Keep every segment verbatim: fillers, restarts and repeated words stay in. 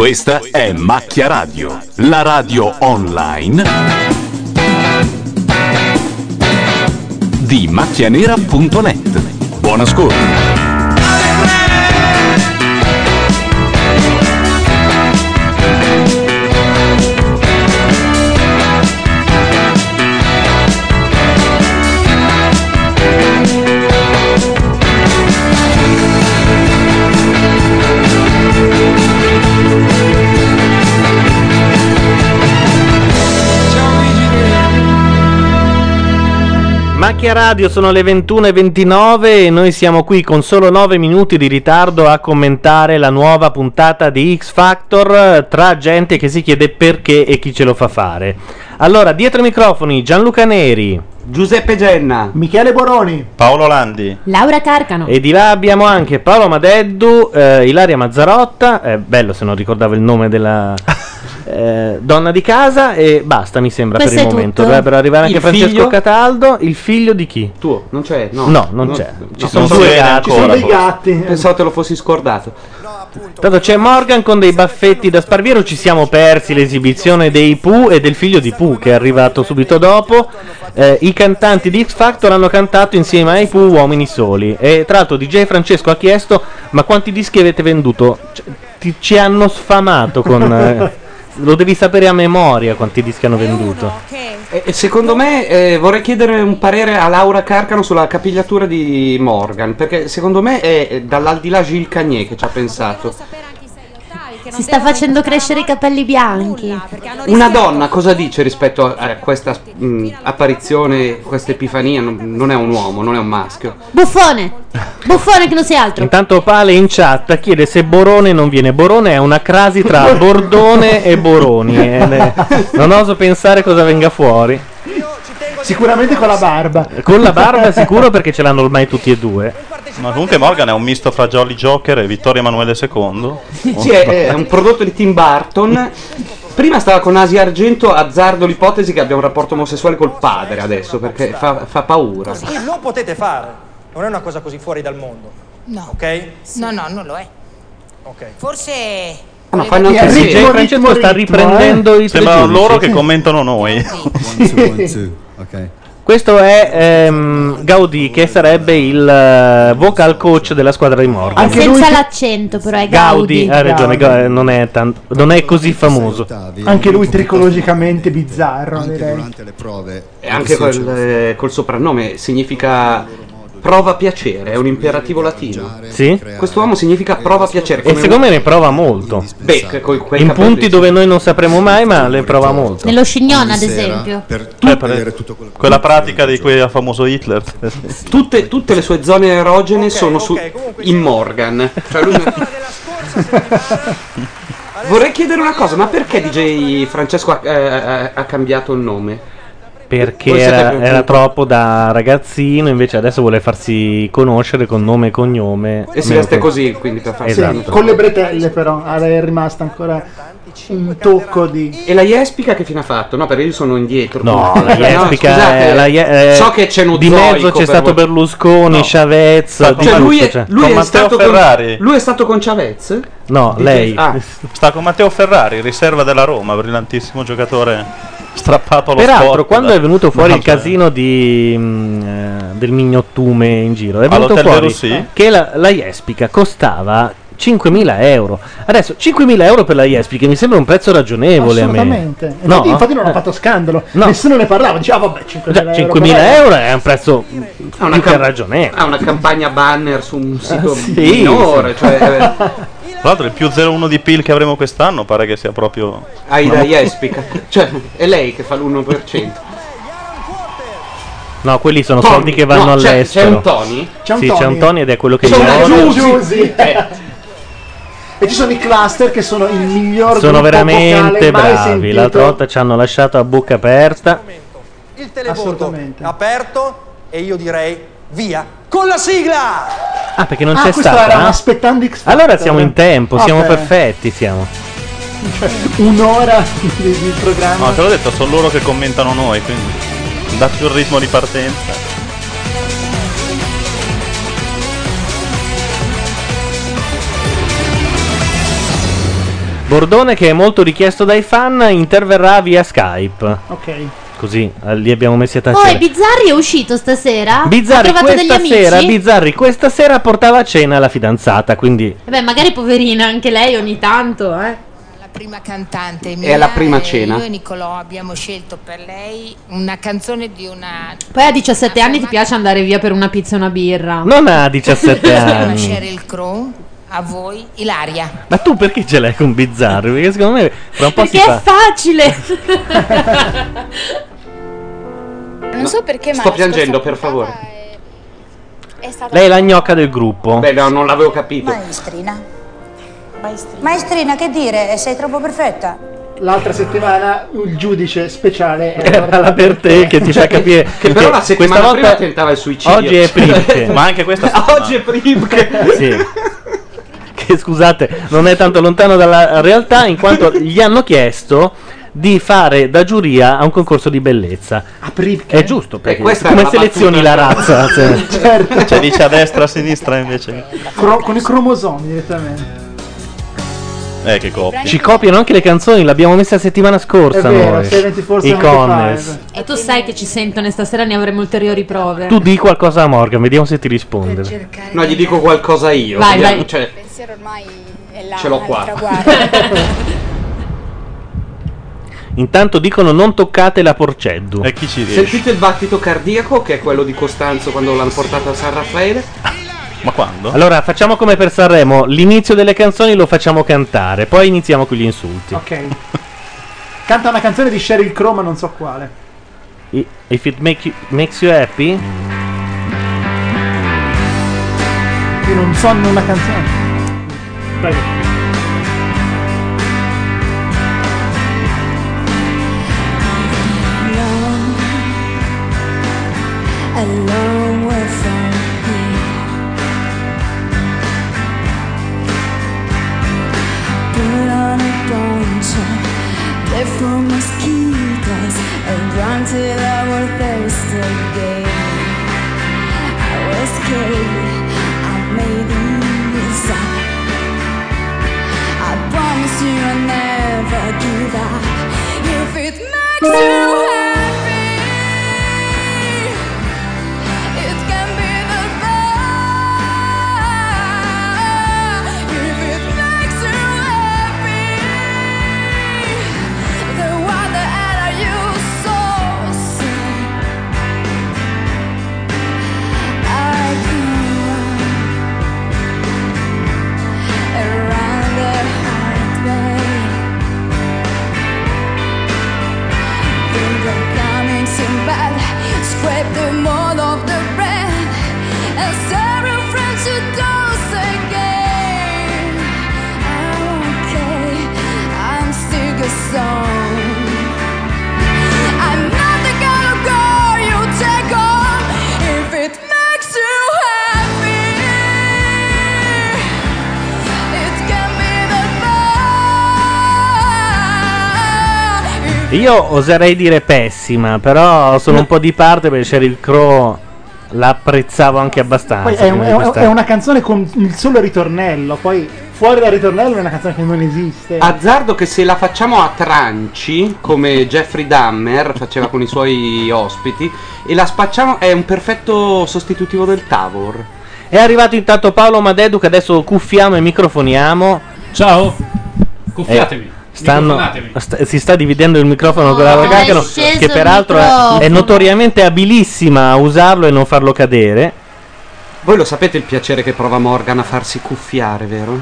Questa è Macchia Radio, la radio online di macchianera punto net. Buon ascolto. Macchia Radio, sono le ventuno e ventinove e noi siamo qui con solo nove minuti di ritardo a commentare la nuova puntata di X Factor, tra gente che si chiede perché e chi ce lo fa fare. Allora, dietro i microfoni Gianluca Neri, Giuseppe Genna, Michele Boroni, Paolo Landi, Laura Carcano. E di là abbiamo anche Paolo Madeddu, eh, Ilaria Mazzarotta, è bello se non ricordavo il nome della eh, donna di casa, e basta, mi sembra. Questo per il è momento tutto? dovrebbero arrivare anche Il Francesco figlio? Cataldo. Il figlio di chi? Tuo, non c'è? No, No, non No, c'è. Ci no, sono non due so gatti. ci sono dei forse. gatti. Pensavo te lo fossi scordato. Tanto c'è Morgan con dei baffetti da Sparviero. Ci siamo persi l'esibizione dei Pooh e del figlio di Pooh, che è arrivato subito dopo. Eh, I cantanti di X Factor hanno cantato insieme ai Pooh Uomini Soli. E tra l'altro D J Francesco ha chiesto: ma quanti dischi avete venduto? Cioè, ti, ci hanno sfamato con... Eh, lo devi sapere a memoria quanti dischi hanno venduto. E, e secondo me eh, vorrei chiedere un parere a Laura Carcano sulla capigliatura di Morgan, perché secondo me è dall'aldilà Gilles Cagné che ci ha pensato. Si sta facendo crescere i capelli bianchi. Una donna cosa dice rispetto a questa mh, apparizione, questa epifania? Non, non è un uomo, non è un maschio. Buffone! Buffone che non sei altro. Intanto Pale in chat chiede se Borone non viene. Borone è una crasi tra Bordone e Boroni. E ne- non oso pensare cosa venga fuori. Sicuramente con la barba. Con la barba sicuro, perché ce l'hanno ormai tutti e due. Ma comunque Morgan è un misto fra Jolly Joker e Vittorio Emanuele secondo. Sì, è, è un prodotto di Tim Burton. Prima stava con Asia Argento, azzardo l'ipotesi che abbia un rapporto omosessuale col padre adesso, perché fa, fa paura. Sì, lo potete fare, non è una cosa così fuori dal mondo. No. Ok? No, no, non lo è. Ok. Forse... Ah, ma fanno anche Ritmo, sì. D J ritmo, Francesco sta ritmo, riprendendo i Sembrano pregiudizi. loro che commentano noi. Questo è ehm, Gaudì, che sarebbe il eh, vocal coach della squadra di Morgan. Anche Senza lui- l'accento, però è Gaudi, Gaudi. ha ragione, Gaudi. Ga- non, è tan- non è così famoso. Anche lui tricologicamente bizzarro, direi. durante le prove. E anche col, eh, col soprannome significa prova piacere, è un imperativo latino. Sì? Quest'uomo significa prova piacere. E secondo me ne prova molto. Beh, che coi- quei In capelli- punti dove noi non sapremo mai, ma le prova molto. Nello Scignon, ad esempio. Per Cioè, vedere per- tutto quello che Quella pratica di cui è famoso Hitler. Tutte, tutte le sue zone erogene Ok, sono ok, su comunque in Morgan. Cioè lui- Della scorsa settimana... Vorrei chiedere una cosa, ma perché D J Francesco ha, eh, ha cambiato il nome? Perché Voi siete era, più- era troppo da ragazzino, invece adesso vuole farsi conoscere con nome e cognome. E si Meno veste che- così, quindi per farsi Esatto. Sì, con le bretelle però, ah, è rimasta ancora un tocco di... E la Jespica che fine ha fatto? No, perché io sono indietro. No, la Jespica scusate, è, la Je- eh, so che c'è di mezzo c'è stato per... Berlusconi, No. Chavez, Sta di Cioè tutto, lui è, cioè. lui Con è Matteo stato Ferrari. con lui è stato con Chavez? No, Di- lei. Ah, Sta con Matteo Ferrari, riserva della Roma, brillantissimo giocatore strappato allo Peraltro, sport quando da- è venuto fuori il Un'altra- casino di, mh, eh, del mignottume in giro, è venuto All'Hotel de fuori Russie? che la, la Jespica costava cinquemila euro. Adesso cinquemila euro per la Jespica mi sembra un prezzo ragionevole a me. Assolutamente. No? Infatti, infatti non ha fatto scandalo. No. Nessuno ne parlava, diceva vabbè, cinquemila Già, euro. cinquemila vabbè. euro è un prezzo ha una, più che cam- ragionevole. ha una campagna banner su un sito sì, minore, sì. cioè Tra l'altro il più zero virgola uno di P I L che avremo quest'anno pare che sia proprio... Aida Jespica. Cioè, è lei che fa l'uno per cento. No, quelli sono Tony, soldi che vanno no, c'è- all'estero. c'è un Tony? C'è un sì, Tony. c'è un Tony ed è quello che C'è gli una ho- Giusy. Giusy. Eh, E ci sono i cluster che sono il miglior sono gruppo veramente vocale mai bravi. sentito. L'altra volta ci hanno lasciato a bocca aperta. Il televoto Assolutamente. è aperto e io direi via con la sigla! Ah, perché non Ah, c'è questo stata? era eh? aspettando X Factor. Allora siamo in tempo, siamo Vabbè. perfetti, siamo. Cioè, un'ora di, di programma. No, te l'ho detto, sono loro che commentano noi, quindi date il ritmo di partenza. Bordone, che è molto richiesto dai fan, interverrà via Skype. Ok. Così eh, li abbiamo messi a Oh, tacere. e Bizzarri è uscito stasera? Bizzarri ha trovato degli questa amici? sera, Bizzarri questa sera portava a cena la fidanzata, quindi Vabbè, magari poverina, anche lei ogni tanto, eh. Prima cantante È mia, la prima e cena. io e Nicolò abbiamo scelto per lei una canzone di una Poi a diciassette anni ti piace andare via per una pizza e una birra. non ha diciassette una anni. Sheryl Crow. A voi Ilaria. Ma tu perché ce l'hai con Bizzarri? Perché secondo me fra un po' Perché si è fa. facile. Non so perché, ma Sto la piangendo, scorsa per favore. è stata Lei è la gnocca del gruppo. Beh, no, non l'avevo capito. Maestrina. Maestrina, che dire? Sei troppo perfetta. L'altra settimana il giudice speciale Era la per te che ti fa capire Che però la questa settimana volta prima tentava il suicidio. oggi è Pripke. Ma anche questa Oggi è Pripke. Sì. Che scusate, non è tanto lontano dalla realtà, in quanto gli hanno chiesto di fare da giuria a un concorso di bellezza. A Pripke? È giusto, perché questa come era la selezioni la battuta. razza? Cioè. Certo. Cioè dice a destra, a sinistra invece. Cro- con i cromosomi direttamente. Eh, che coppia. Ci copiano anche le canzoni, l'abbiamo messa la settimana scorsa È vero, noi. settantaquattro I Conners. E tu sai che ci sentono e stasera ne avremo ulteriori prove. Tu di qualcosa a Morgan, vediamo se ti risponde. No, gli dico qualcosa io. Vai, vediamo, vai. cioè, Il pensiero ormai è là, Ce l'ho al qua. traguardo. Intanto dicono non toccate la Porceddu. E chi ci riesce? sentite il battito cardiaco, che è quello di Costanzo quando l'hanno portato a San Raffaele. Ma quando? Allora, facciamo come per Sanremo, l'inizio delle canzoni lo facciamo cantare, poi iniziamo con gli insulti. Ok. Canta una canzone di Sheryl Crow, ma non so quale. I- If it make you- makes you happy? Io non so una canzone. Prego. A long way from here. Put on a poncho, play for mosquitoes, and run till I was thirsty again. I was scared, I made it up. I promise you I'll never give up. If it makes you happy, scrape the mold of the brand and several friends who dose again. I'm okay, I'm still a song. I'm not the kind of girl you take on if it makes you happy. It can be the fun. Io oserei dire pessima, però sono un po' di parte perché Sheryl Crow l'apprezzavo anche abbastanza. Poi è, un- prima di è un- questa- è una canzone con il solo ritornello. Poi fuori dal ritornello è una canzone che non esiste. Azzardo che se la facciamo a tranci, come Jeffrey Dahmer faceva con i suoi ospiti, e la spacciamo, è un perfetto sostitutivo del Tavor. È arrivato intanto Paolo Madedu, che adesso cuffiamo e microfoniamo. Ciao, cuffiatevi. Stanno, Microfonatevi. sta- si sta dividendo il microfono No, con la è Gargano, sceso che il peraltro è, microfono. è notoriamente abilissima a usarlo e non farlo cadere. Voi lo sapete il piacere che prova Morgan a farsi cuffiare, vero?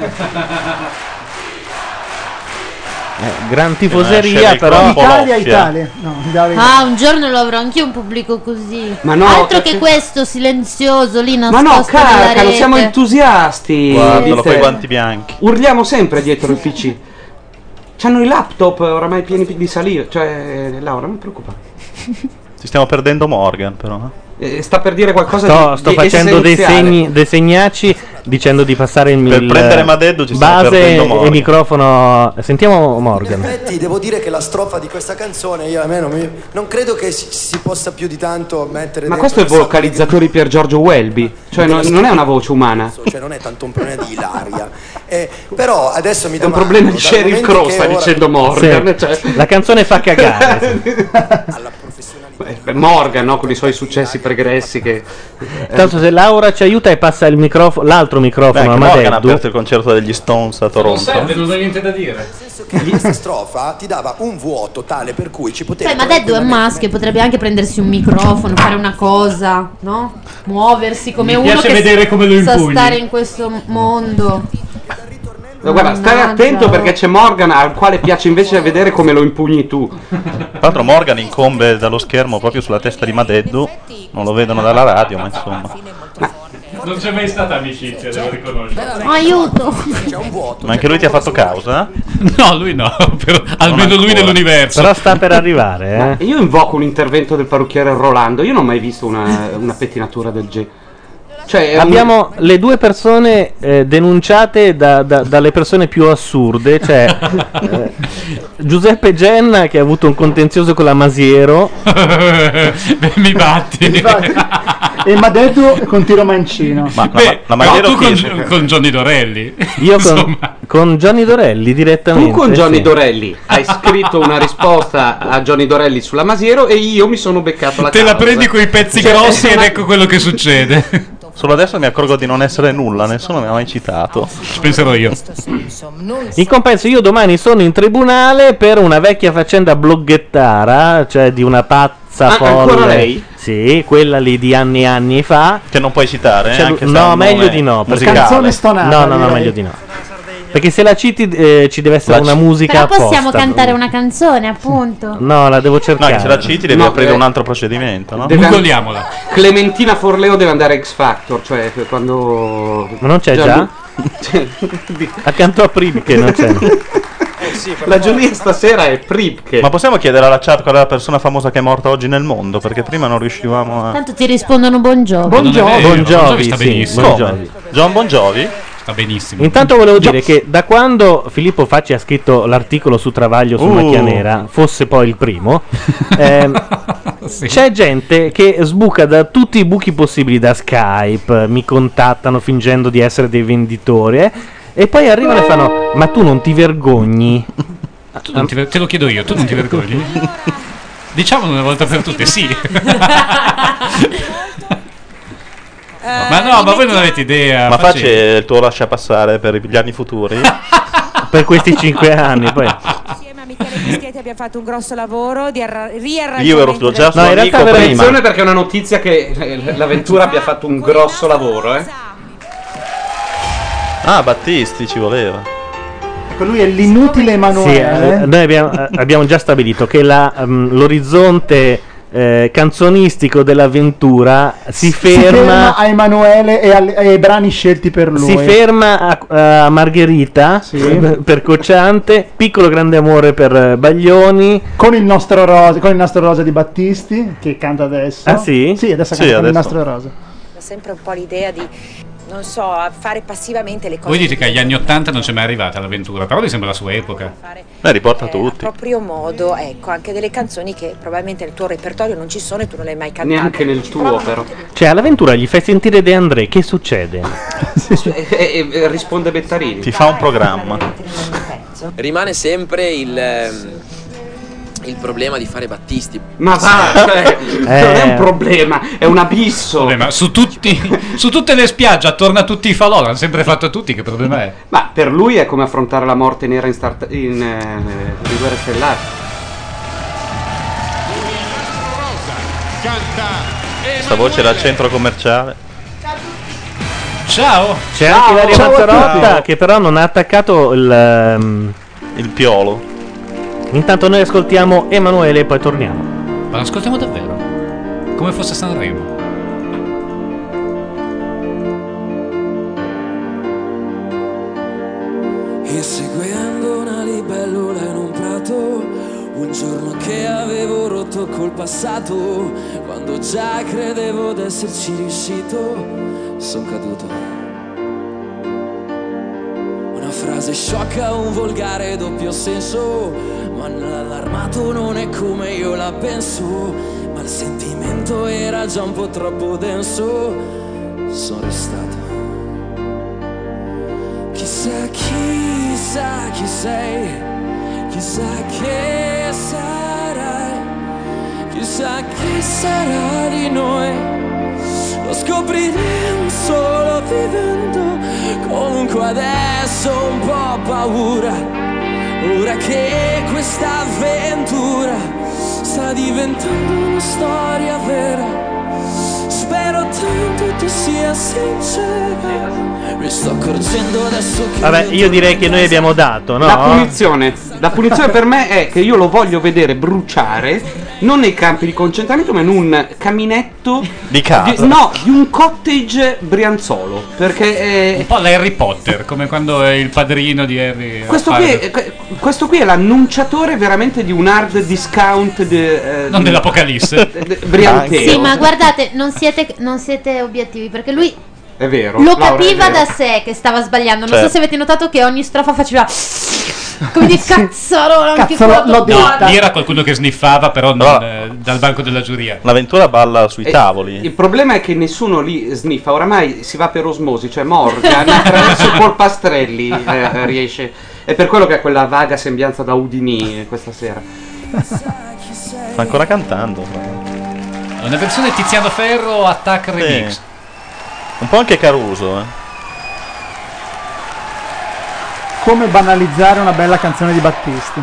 Eh, gran tifoseria, Sheryl però. Crow un po' Italia, loffia. Italia. No, Italia. Ah, un giorno lo avrò anch'io un pubblico così. Ma no, Altro perché- che questo silenzioso lì Ma nascosto no, nella Carcano, rete. siamo entusiasti. Guardalo di con i te. guanti bianchi. Urliamo sempre dietro il P C. C'hanno i laptop oramai pieni di saliva. Cioè, Laura, non preoccupare. Ci stiamo perdendo Morgan, però. Eh, sta per dire qualcosa Sto, di sto di facendo dei essenziale. segni, dei segnaci. dicendo di passare il Per il prendere Madeddu ci stiamo base perdendo e Morgan. microfono. Sentiamo Morgan. In effetti devo dire che la strofa di questa canzone io a me non, mi- non credo che si, si possa più di tanto mettere Ma dentro questo è il questa- vocalizzatore Pier Giorgio Welby, cioè non, non è una voce umana. cioè non è tanto un problema di Ilaria. Eh, però adesso mi È un domando problema di dal Sheryl momento Crow, che sta ora- dicendo Morgan. Sì. Cioè. La canzone fa cagare. Beh, Morgan, no? Con i suoi successi pregressi che... Tanto se Laura ci aiuta e passa il microfono, l'altro Beh, microfono a anche Morgan ha Madeddu. aperto il concerto degli Stones a Non Toronto. serve, non hai niente da dire. che questa strofa ti dava un vuoto tale per cui ci potevi Cioè, ma Deddu è un maschio, potrebbe anche prendersi un microfono, fare una cosa, no? Muoversi come Mi uno piace che vedere come lo sa impugni. stare in questo mondo. No, guarda, stai Mannaggia. attento perché c'è Morgan al quale piace invece vedere come lo impugni tu. Tra l'altro Morgan incombe dallo schermo proprio sulla testa di Madeddu, non lo vedono dalla radio, ma insomma. Non c'è mai stata amicizia, devo riconoscere. Aiuto! Ma anche lui ti ha fatto causa? No, lui no, però almeno lui ancora. nell'universo. Però sta per arrivare, Ma eh. io invoco un intervento del parrucchiere Rolando, io non ho mai visto una, una pettinatura del genere. Cioè, è un- Abbiamo le due persone eh, denunciate da- da- dalle persone più assurde, cioè eh, Giuseppe Genna che ha avuto un contenzioso con la Masiero. Mi batti. E Madeddu con Tiro Mancino. Ma Beh, la però Maiero tu con, chi è? con Johnny Dorelli. Io con, Insomma. con Johnny Dorelli direttamente. Tu con Johnny sì. Dorelli hai scritto una risposta a Johnny Dorelli sulla Masiero e io mi sono beccato la Te la causa. prendi coi pezzi Cioè, grossi è ed una- ecco quello che succede. Solo adesso mi accorgo di non essere nulla, nessuno mi ha mai citato. Ci penserò io. In compenso io domani sono in tribunale per una vecchia faccenda bloggettara, cioè di una pazza Ah, folle. ancora lei? Sì, quella lì di anni e anni fa. Che non puoi citare, Cioè, eh, anche se no, ha un meglio nome di no. perché- musicale. Canzone stonata, No, no, no, direi. meglio di no. Perché se la citi eh, ci deve essere La una ci- musica Però apposta. possiamo cantare una canzone, appunto. No, la devo No, cercare. che se la citi devi No, aprire eh, un altro procedimento, no? Deve- Googoliamola. Clementina Forleo deve andare a X Factor, cioè quando... Ma non c'è già? Accanto a Pribke non c'è. La giuria stasera è Pripke. Ma possiamo chiedere alla chat qual è la persona famosa che è morta oggi nel mondo? Perché prima non riuscivamo a... Tanto ti rispondono buongiorno. Non è vero, Bon Bon Jovi, Jovi sta sì, benissimo. Bon Come? Jovi. John Bon Jovi? Sta benissimo. Intanto volevo dire che da quando Filippo Facci ha scritto l'articolo su Travaglio su Uh. Macchia Nera, fosse poi il primo, ehm, Sì. c'è gente che sbuca da tutti i buchi possibili, da Skype, mi contattano fingendo di essere dei venditori, eh, e poi arrivano e fanno: ma tu non ti vergogni? Tu non ti ver- te lo chiedo io, tu non ti vergogni? Diciamolo una volta per tutte, sì. Ma no, ma voi non avete idea. Ma Facci- Facci è il tuo lasciapassare per gli anni futuri? Per questi cinque anni, poi. Insieme a Michele Mischetti abbiamo fatto un grosso lavoro di arra- riarrangiamento. Io ero già suo No, in amico realtà prima. Attenzione perché è una notizia che eh, l'avventura abbia fatto un grosso lavoro, eh. Ah, Battisti ci voleva. Ecco, lui è l'inutile Sì, eh, Emanuele. noi abbiamo, eh, abbiamo già stabilito che la, ehm, l'orizzonte eh, canzonistico dell'avventura si Si ferma ferma, a Emanuele e alle- ai brani scelti per lui. si ferma a, a Margherita Sì. per, per Cocciante, Piccolo Grande Amore per eh, Baglioni. Con il nostro rosa, con il nastro rosa di Battisti che canta adesso. Ah, sì? Sì, adesso Sì, canta con il adesso. nastro rosa. Ho sempre un po' l'idea di, non so, fare passivamente le cose. Voi dite che agli anni ottanta non c'è mai arrivata l'avventura, però mi sembra la sua epoca. Beh, riporta a tutti. proprio modo, ecco, anche delle canzoni che probabilmente nel tuo repertorio non ci sono e tu non le hai mai cantate. Neanche nel tuo, però. Cioè, all'avventura gli fai sentire De André, che succede? E, e- e risponde Bettarini. Ti fa un programma. Rimane sempre il, ehm, il problema di fare Battisti. Ma va, cioè, non è un Eh. problema, è un abisso. Vabbè, ma su, tutti, su tutte le spiagge, attorno a tutti i falò, l'hanno sempre fatto a tutti, che problema è? Ma per lui è come affrontare la morte nera in, Star- in, eh, in Guerre Stellari. Questa voce era al centro commerciale. Ciao! C'è anche Ilaria ciao a Mazzarotta tutti. che però non ha attaccato il... ehm, Il piolo. Intanto noi ascoltiamo Emanuele e poi torniamo. Ma lo ascoltiamo davvero? Come fosse Sanremo. E seguendo una libellula in un prato, un giorno che avevo rotto col passato, quando già credevo d'esserci riuscito, son caduto. frase sciocca, un volgare doppio senso, ma l'allarmato non è come io la penso, ma il sentimento era già un po' troppo denso. Sono restato. Chissà, chissà chi sei, chissà che sarai, chissà chi sarà di noi, lo scopriremo solo vivendo. Comunque adesso ho un po' paura, ora che questa avventura sta diventando una storia vera. Spero tanto tu sia sincera. Mi sto accorgendo adesso che Vabbè, io direi che noi abbiamo dato, no? La punizione, la punizione per me è che io lo voglio vedere bruciare non nei campi di concentramento, ma in un caminetto di casa. Di, no, di un cottage brianzolo. Perché è... un po' l'Harry Potter, come quando è il padrino di Harry. Questo qui, è, questo qui è l'annunciatore veramente di un hard discount de, eh, non di, dell'Apocalisse. de, de, brianteo. Sì, ma guardate, non siete, non siete obiettivi, perché lui È vero. lo Laura, capiva è vero. da sé che stava sbagliando. Non Certo. so se avete notato che ogni strofa faceva come di cazzarola. anche Cazzo, quello l'ho dopo. No, lì era qualcuno che sniffava, però non, eh, dal banco della giuria. L'avventura balla sui E tavoli. Il problema è che nessuno lì sniffa, oramai si va per osmosi, cioè Morgan attraverso i polpastrelli eh, riesce. È per quello che ha quella vaga sembianza da Houdini questa sera. Sta ancora cantando. Una versione Tiziano Ferro Attack Remix. Un po' anche Caruso, eh. Come banalizzare una bella canzone di Battisti.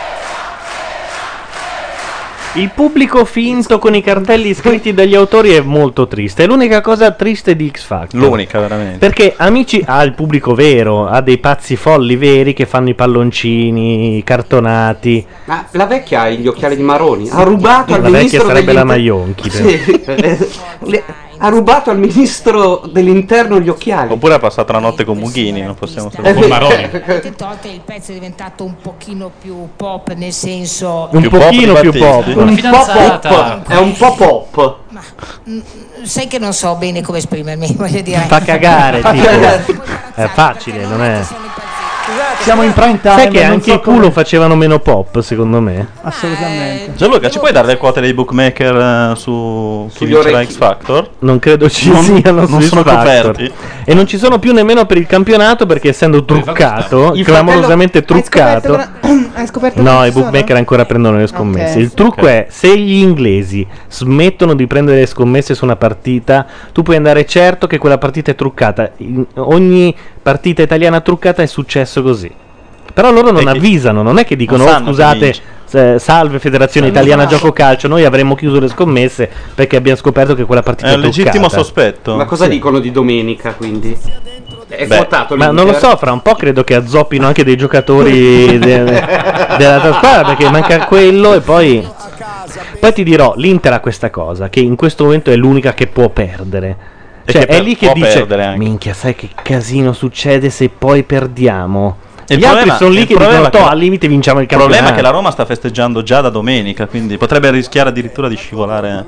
Il pubblico finto con i cartelli scritti dagli autori è molto triste. È l'unica cosa triste di X Factor. L'unica, veramente. Perché Amici ha il pubblico vero, ha dei pazzi folli veri che fanno i palloncini, i cartonati. Ma la vecchia ha gli occhiali di Maroni. Ha rubato al La vecchia ministro sarebbe degli la inter- Maionchi. Sì, eh, le- ha rubato al ministro dell'interno gli occhiali. Oppure ha passato la notte con Mughini, non possiamo sapere. Con Maroni. Avete tolto il pezzo è diventato un pochino più pop, nel senso Un Più pop pochino di più Battisti? pop. Un po' fidanzata. pop. È un po' pop. mm, sai che non so bene come esprimermi, voglio dire. Fa cagare, tipo. È facile, non è. Siamo in prime time. Sai che non anche so i culo come- facevano meno pop, secondo me. Assolutamente. Gianluca, ci puoi dare le quote dei bookmaker eh, su chi Sugli vincerà orecchi. X Factor? Non credo ci Non- siano non su sono X Factor. coperti. E non ci sono più nemmeno per il campionato perché essendo truccato, Il clamorosamente Hai scoperto truccato. una- Hai scoperto No, che i ci sono? bookmaker ancora prendono le scommesse. Ok. Il trucco è se gli inglesi smettono di prendere le scommesse su una partita, tu puoi andare certo che quella partita è truccata. In ogni partita italiana truccata è successo così. Però loro non E che- avvisano, non è che dicono non "Oh, sanno chi scusate, vince." eh, salve Federazione Italiana Gioco Calcio, noi avremmo chiuso le scommesse perché abbiamo scoperto che quella partita È è, un legittimo truccata." sospetto. Ma cosa Sì. dicono di domenica quindi? È Beh, quotato ma l'Inter? non lo so, fra un po' credo che azzoppino anche dei giocatori de- della tua squadra perché manca quello e poi poi ti dirò, l'Inter ha questa cosa che in questo momento è l'unica che può perdere. E Cioè che è per- lì che può dice perdere anche. minchia, sai che casino succede se poi perdiamo. E il Gli altri problema- sono lì il che dicono problema "Toh, che- al limite vinciamo il Il problema campionato". è che la Roma sta festeggiando già da domenica, quindi potrebbe rischiare addirittura di scivolare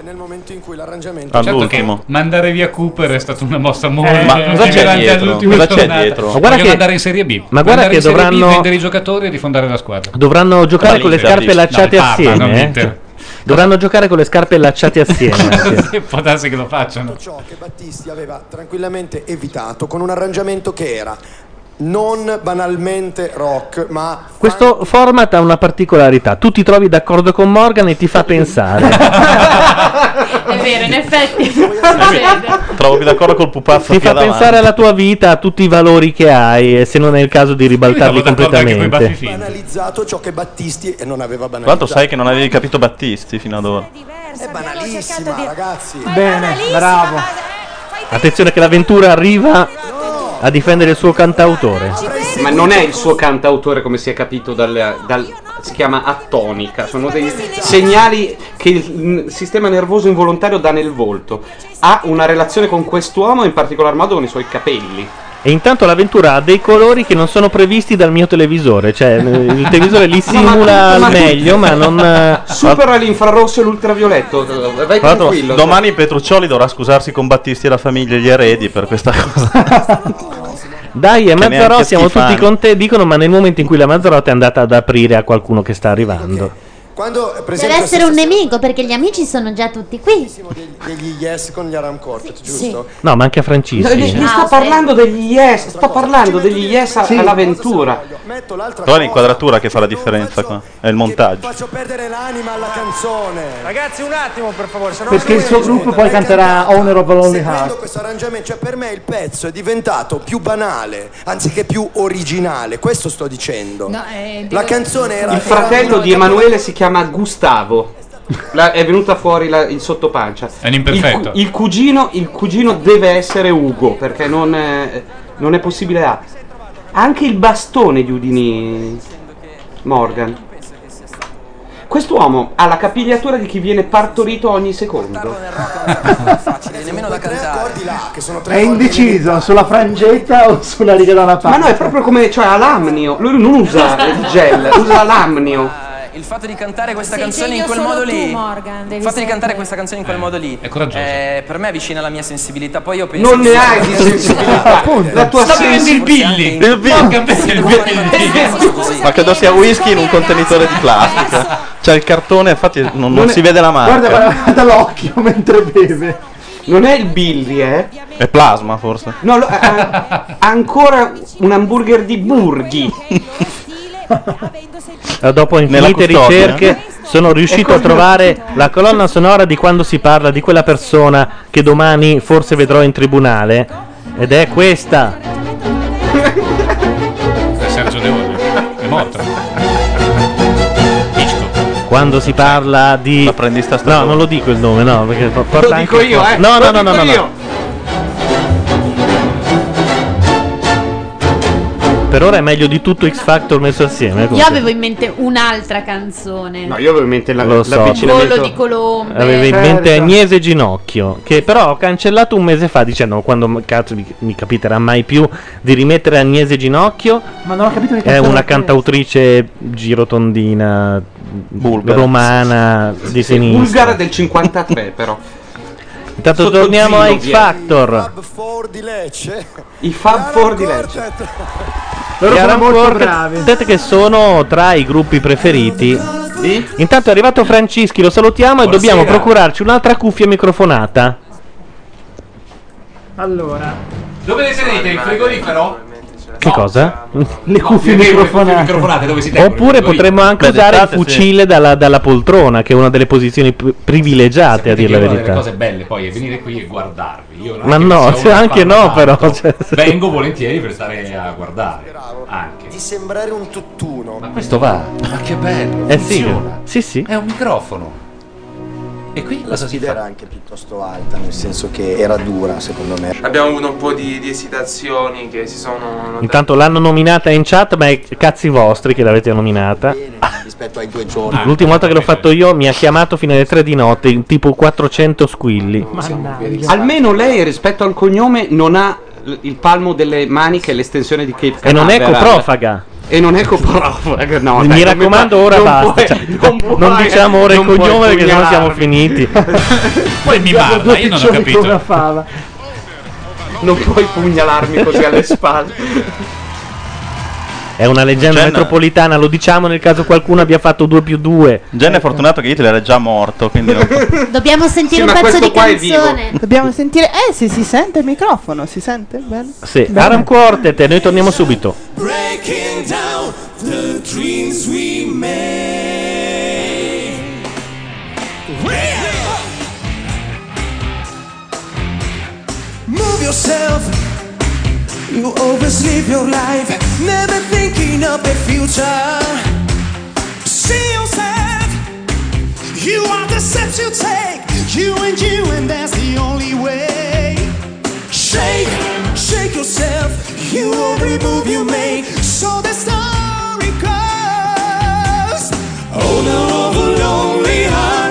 Certo all'ultimo. che mandare via Cooper è stata una mossa molto Eh, ma cosa c'è lungimirante dietro? all'ultima Cosa c'è giornata. dietro? Ma guarda Vogliono che- andare in Serie B. ma guarda Andare che in Serie B, dovranno- vendere i giocatori e rifondare la squadra. Dovranno giocare con le L'Inter, scarpe dici? allacciate No, il Parma, assieme. non eh. l'Inter. Dovranno giocare con le scarpe allacciate assieme. anche. Può darsi che lo facciano. Ciò che Battisti aveva tranquillamente evitato con un arrangiamento che era non banalmente rock, ma Questo format ha una particolarità. Tu ti trovi d'accordo con Morgan e ti fa pensare. È vero, in effetti succede. Trovo più d'accordo col pupazzo Ti più fa davanti. pensare alla tua vita, a tutti i valori che hai, e se non è il caso di ribaltarli completamente. banalizzato ciò che Battisti e non aveva Tra l'altro banalizzato. sai che non avevi capito Battisti fino ad ora. È banalissima, ragazzi. Bene, bravo. Attenzione che l'avventura arriva a difendere il suo cantautore. Ma non è il suo cantautore come si è capito dal, dal- si chiama attonica, sono dei segnali che il il sistema nervoso involontario dà nel volto. Ha una relazione con quest'uomo, in particolar modo con i suoi capelli. E intanto l'avventura ha dei colori che non sono previsti dal mio televisore. Cioè, il televisore li simula al ma- meglio, ma non. Supera l'infrarosso e l'ultravioletto. Vai Tra l'altro, tranquillo. domani Petruccioli dovrà scusarsi con Battisti e la famiglia e gli eredi per questa cosa. Dai, e Che Mazzarò, neanche siamo Schifani. tutti con te. Dicono, ma nel momento in cui la Mazzarotta è andata ad aprire a qualcuno che sta arrivando. Quando, per Deve esempio, essere un nemico perché gli amici sono già tutti qui. degli yes con gli Aram Quartet, giusto? No, ma anche a Francischi. No, gli sto parlando degli yes, sto parlando degli yes a- Sì. all'avventura. Però è l'inquadratura che fa la differenza qua, è il montaggio. Faccio perdere l'anima alla canzone. Ragazzi, un attimo, per favore. Se no Perché il suo gruppo poi canterà Owner of a Lonely Seguendo Heart. questo arrangiamento, cioè per me il pezzo è diventato più banale anziché più originale, questo sto dicendo. No, eh, La devo- canzone era Il fratello di Emanuele si chiama Gustavo. La- è venuta fuori la- il sottopancia. È un imperfetto. Il, cu- il cugino, il cugino deve essere Ugo, perché non è, non è possibile A. Anche il bastone di Udini Morgan. Quest'uomo ha la capigliatura di chi viene partorito ogni secondo. nemmeno da cantare. È indeciso sulla frangetta o sulla riga da una parte. Ma no, è proprio come, cioè, ha l'amnio. Lui non usa il gel, usa l'amnio. Il fatto di cantare questa Sei canzone in genio quel solo modo tu, lì, Morgan, devi il fatto di cantare sempre- questa canzone in quel modo lì, è coraggioso. eh, per me è vicina alla mia sensibilità. Poi io penso Non che ne sia- hai di sensibilità. La tua Sta bevendo il sensibilità. Billy. Il Billy. Porca bestia, il Billy. Ma credo sia whisky in un contenitore di plastica. C'è il cartone, infatti non, non Non è- si vede la marca. Guarda, guarda l'occhio mentre beve. Non è il Billy, eh? È plasma forse. No, lo- ha, ha ancora un hamburger di Burghi. Eh, Dopo Nella infinite custodia. ricerche sono riuscito a così. trovare la colonna sonora di quando si parla di quella persona che domani forse vedrò in tribunale. Ed è questa. È Sergio Leone. È morto. Hitchcock. Quando si parla di. L'apprendista No, statale. non lo dico il nome, no, perché po- porta Lo anche dico io, eh. No, Lo no, no, no, dico no, io. no. Per ora è meglio di tutto X Factor messo assieme. Io avevo in mente un'altra canzone. No, io avevo in mente la, Lo so. l'avvicinamento. Volo di colombe. Avevo in Certo. mente Agnese Ginocchio, che però ho cancellato un mese fa dicendo quando m- cazzo mi, mi capiterà mai più di rimettere Agnese Ginocchio. Ma non ho capito che È cazzo una era. cantautrice girotondina Bulgara. romana di sinistra. Bulgara del cinquantatré, però. Intanto Sotto torniamo a Zillo, X via. Factor. Four di Lecce. I Fab Four di Lecce. Loro Gli sono Aram molto Quartet, bravi. che sono tra i gruppi preferiti. Di? Intanto è arrivato Francischi, lo salutiamo e Buonasera. dobbiamo procurarci un'altra cuffia microfonata. Allora, Dove le tenete? Il frigorifero? Che cosa? le cuffie Perché microfonate. microfonate dove si tengono? Oppure Il frigorifero? potremmo anche Beh, usare il d'estate, sì. fucile dalla, dalla poltrona, che è una delle posizioni pri- privilegiate, a Sapete dire che la una delle verità. cose belle poi è venire qui e guardarvi. Io non è Ma che no, sia uno cioè, che anche parla no, però, tanto. cioè, se- Vengo volentieri per stare a guardare. Anche. Di sembrare un tutt'uno. Ma questo va. Ma che bello. Eh sì, funziona. sì, sì. È un microfono. E qui La cosa si sfida era fa? anche piuttosto alta, nel senso che era dura, secondo me. Abbiamo avuto un po' di, di esitazioni che si sono. Intanto l'hanno nominata in chat, ma è cazzi vostri che l'avete nominata. Rispetto ai due giorni. L'ultima volta che l'ho fatto io mi ha chiamato fino alle tre di notte, in tipo quattrocento squilli. Mannaggia. Almeno lei rispetto al cognome non ha l- il palmo delle maniche e l'estensione di Cape E non è Canaveral. coprofaga. E non è coprofaga, no. Mi dai, non raccomando, fa- ora non basta. puoi- Cioè, non non puoi- diciamo ora il non puoi cognome perché sennò siamo pugnalarmi. finiti. Poi mi Dopo due parla, io non ho piccioni come una capito. fava. Non puoi pugnalarmi così alle spalle. È una leggenda Jen- metropolitana, lo diciamo nel caso qualcuno abbia fatto due più due. Gen è fortunato che Hitler era già morto, quindi non- Dobbiamo sentire Sì, un ma pezzo questo di qua è vivo. canzone. Dobbiamo sentire. Eh, se si sente il microfono, si sente? Bene. Sì, Bene. Aram Quartet, e noi torniamo subito. Breaking down the dreams we made. Move yourself. You oversleep your life, never thinking of the future. See yourself. You are the steps you take. You and you, and that's the only way. Shake, shake yourself. You every move you make. So the story goes. Owner of a lonely heart.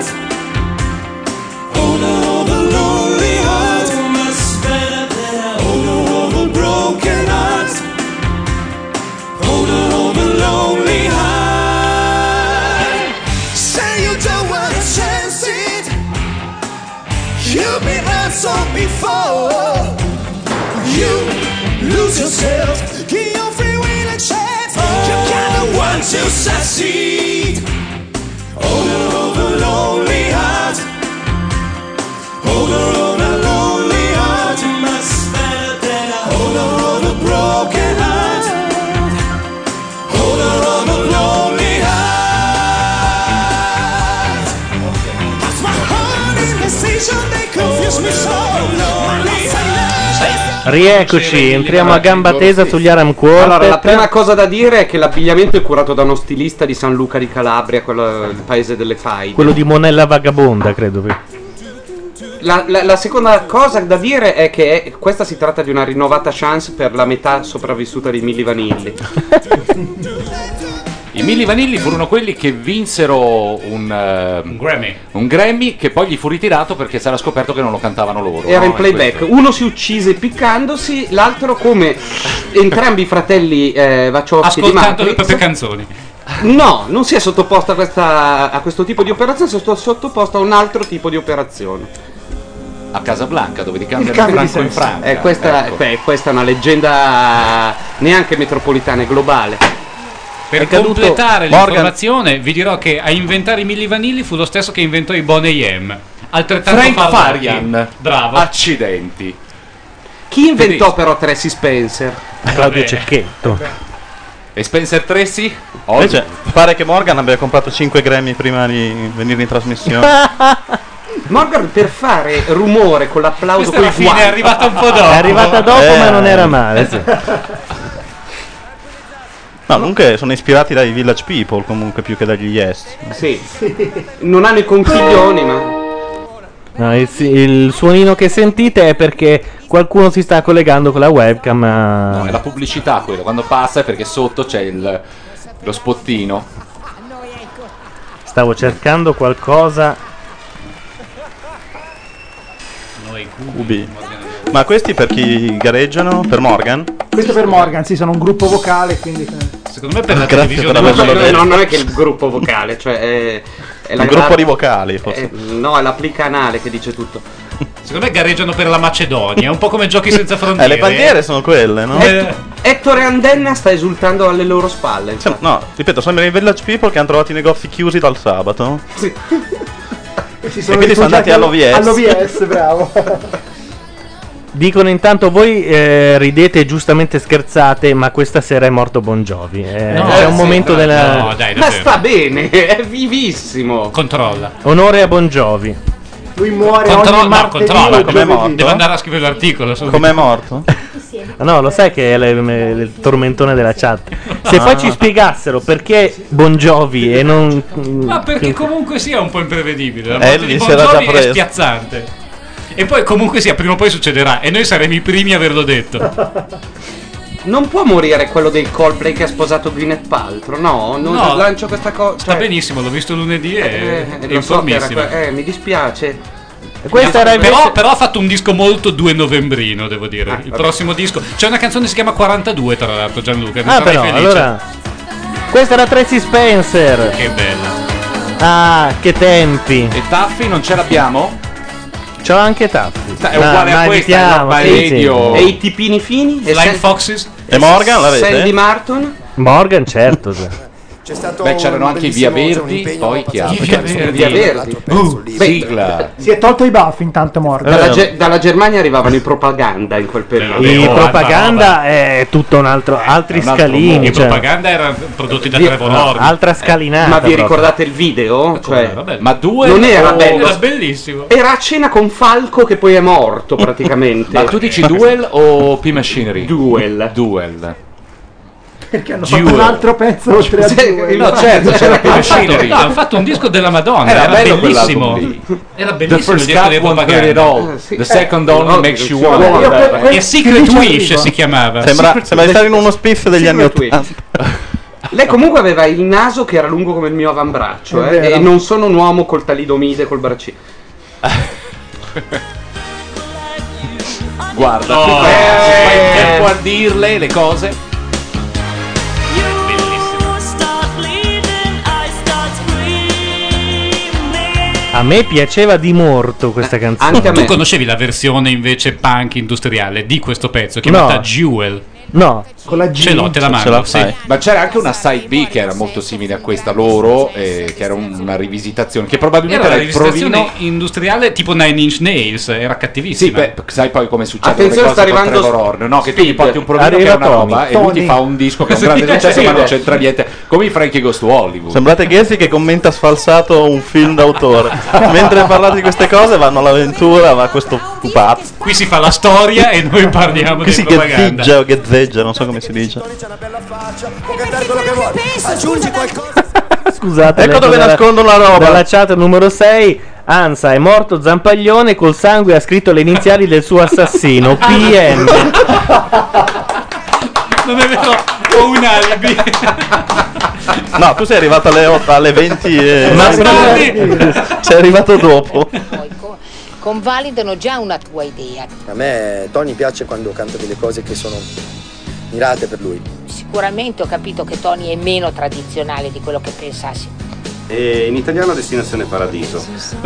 Owner of a lonely heart. Much better than a owner of a broken heart. Owner of a lonely heart. Say you don't wanna chance it. You've been hurt so before. You lose yourself. Give your free will a chance. You're kind of one to succeed. Hold over a lonely heart. Hold on a lonely heart. Much better than a hold on a broken heart. Hold on a lonely heart. That's my heart indecision. They confuse me so. Rieccoci, entriamo a gamba tesa sugli Aram Quartet. Allora, la prima cosa da dire è che l'abbigliamento è curato da uno stilista di San Luca di Calabria, quello, il paese delle faide. Quello di Monella Vagabonda, credo. La, la, la seconda cosa da dire è che questa si tratta di una rinnovata chance per la metà sopravvissuta di Milli Vanilli. I Milli Vanilli furono quelli che vinsero un, uh, un, Grammy. un Grammy che poi gli fu ritirato perché si era scoperto che non lo cantavano loro. Era no? in playback. Uno si uccise piccandosi, l'altro come entrambi i fratelli eh, Wachowski di Ascoltando le Matrix. proprie canzoni. No, non si è sottoposto a, questa, a questo tipo di operazione, si è sottoposto a un altro tipo di operazione. A Casablanca, dove ti cambiano il franco in franco. Eh, questa, ecco. beh, questa è una leggenda neanche metropolitana, è globale. Per È caduto completare Morgan. l'informazione vi dirò che a inventare i Milli Vanilli fu lo stesso che inventò i Boney M. Altrettanto Frank famosi. Farian. Bravo. Accidenti. Chi inventò Tedesco. però Tracy Spencer? Claudio Cecchetto. E Spencer Tracy? Invece pare che Morgan abbia comprato cinque Grammy prima di venire in trasmissione. Morgan per fare rumore con l'applauso Questa con alla fine è arrivata un po' dopo. È arrivata dopo, Eh. ma non era male. sì. No, comunque sono ispirati dai Village People, comunque più che dagli Yes. Sì. Non hanno i conchiglioni, ma No, il, il suonino che sentite è perché qualcuno si sta collegando con la webcam. a- No, è la pubblicità quello, quando passa è perché sotto c'è il, lo spottino. Stavo cercando qualcosa. Cubi. Ma questi per chi gareggiano? Per Morgan? Questo per Morgan, sì, sono un gruppo vocale, quindi... Secondo me per la Grazie televisione per avermelo no, detto. no, non è che il gruppo vocale, cioè è, è Un gruppo di vocali, forse. è- no, è l'applica anale che dice tutto. Secondo me gareggiano per la Macedonia, un po' come Giochi senza frontiere. Eh, le bandiere sono quelle, no? Eh, Ettore Andenna sta esultando alle loro spalle. Sem- no, ripeto, sono i Village People che hanno trovato i negozi chiusi dal sabato. Sì. E si E quindi sono andati all'O V S. All'O V S, bravo. Dicono intanto voi eh, ridete giustamente scherzate, ma questa sera è morto Bon Jovi. Eh, No, è un sì, momento dai, della... no, dai, Ma davvero. sta bene, è vivissimo. Controlla. Onore a Bon Jovi. Lui muore Controlla, ogni no, martedì controlla. o Com'è giovedì. morto? Devo andare a scrivere l'articolo. su- Com'è morto? Ah, no, lo sai che è le- me- il tormentone della chat. Se Ah. poi ci spiegassero perché Bon Jovi e non... Ma perché comunque sia un po' imprevedibile. La Eh, morte lui di si Bon era già Jovi è preso. spiazzante. E poi comunque sia, prima o poi succederà. E noi saremo i primi a averlo detto. Non può morire quello del Coldplay che ha sposato Gwyneth Paltrow, no? Non No, lancio questa cosa. Sta benissimo, l'ho visto lunedì e Eh, è lo so che era informissimo. que- eh, mi dispiace. Questa era invece... Però, però ha fatto un disco molto due novembrino, devo dire. Il prossimo disco. C'è una canzone che si chiama quarantadue, tra l'altro, Gianluca. Ne Ah, sarai però, felice. allora... Questa era Tracy Spencer. Che bella. Ah, che tempi. E Taffi non ce l'abbiamo? C'ho anche Taffi. È uguale a questa, è roba radio. E i tipini fini? E Flying San- Foxes? E Morgan l'avete? Sandy Martin? Morgan, certo. C'è stato Beh, c'erano un anche i Via bellissimo- Verdi, un impegno poi chi abbastanza altro? pesante Via per Verdi. l'altro pezzo lì. Sigla. Si è tolto i baffi intanto Morgan. Dalla, Ge- dalla Germania arrivavano i propaganda in quel periodo. Il oh, propaganda è tutto un altro, altri un altro scalini. mondo. I cioè, propaganda erano prodotti da Via- Trevor no, Horn. altra scalinata. Ma vi proprio. ricordate il video? Cioè, Era bello. Ma due non era o- bello. Era bellissimo. Era a cena con Falco che poi è morto praticamente. Ma tu dici Duel o P-Machinery? Duel. Duel. Perché hanno Duel. fatto un altro pezzo oltre a Sì, due. no, certo, c'era Hanno fatto, P-Machinery. no, hanno fatto un disco della Madonna. Era Era, bello bellissimo. quell'album lì. Era The bellissimo il first disco cut di won't hurt it propaganda. all. Eh, sì. The second only Eh, makes you io que- wonder. que- E Secret Chi dice Wish arrivo? si chiamava. Sembra, sembra di stare in uno spiff degli anni Secret Wish. ottanta. Lei comunque aveva il naso che era lungo come il mio avambraccio, È eh, vero. e non sono un uomo col talidomide col braccino. Guarda, Oh. qui fai, fai il tempo a dirle le cose. A me piaceva di molto questa canzone. Tu conoscevi la versione invece punk industriale di questo pezzo chiamata No. Jewel? No, con la G. Ce l'ho, te la mando. Sì. Ma c'era anche una side B che era molto simile a questa loro, eh, che era un- una rivisitazione, che probabilmente Era era, una il rivisitazione provino. industriale tipo Nine Inch Nails, era Sì, cattivissima. beh, sai poi come succede Attenzione, le cose sta con arrivando Trevor Horn, no? Che tu gli Speed. porti un provino Arriva che è una Tony. roba e lui ti Tony. fa un disco che è un grande Sì, successo, sì. ma non c'entra niente. Come i Frankie Goes to Hollywood. Sembrate Ghezzi che commenta sfalsato un film d'autore. Mentre parlate di queste cose vanno all'avventura, va questo pupazzo. Qui si fa la storia e noi parliamo Qui di si propaganda. ghezzeggia o ghezzeggia, non so come si dice. Aggiungi qualcosa. Scusate, Ecco leggo dove dalla- nascondono la roba. Dalla chat numero sei, Ansa è morto Zampaglione, col sangue ha scritto le iniziali del suo assassino, P M. Non è vero, ho un alibi. No, tu sei arrivato alle, otto, alle venti e... Ma sei arrivato dopo. Convalidano già una tua idea. A me Tony piace quando canta delle cose che sono mirate per lui. Sicuramente ho capito che Tony è meno tradizionale di quello che pensassi. E in italiano Destinazione Paradiso.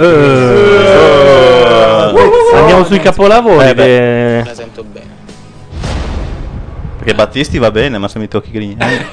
Eh, Andiamo sui capolavori. Eh, beh. de- sento bene. Perché Battisti va bene, ma se mi tocchi Grignani.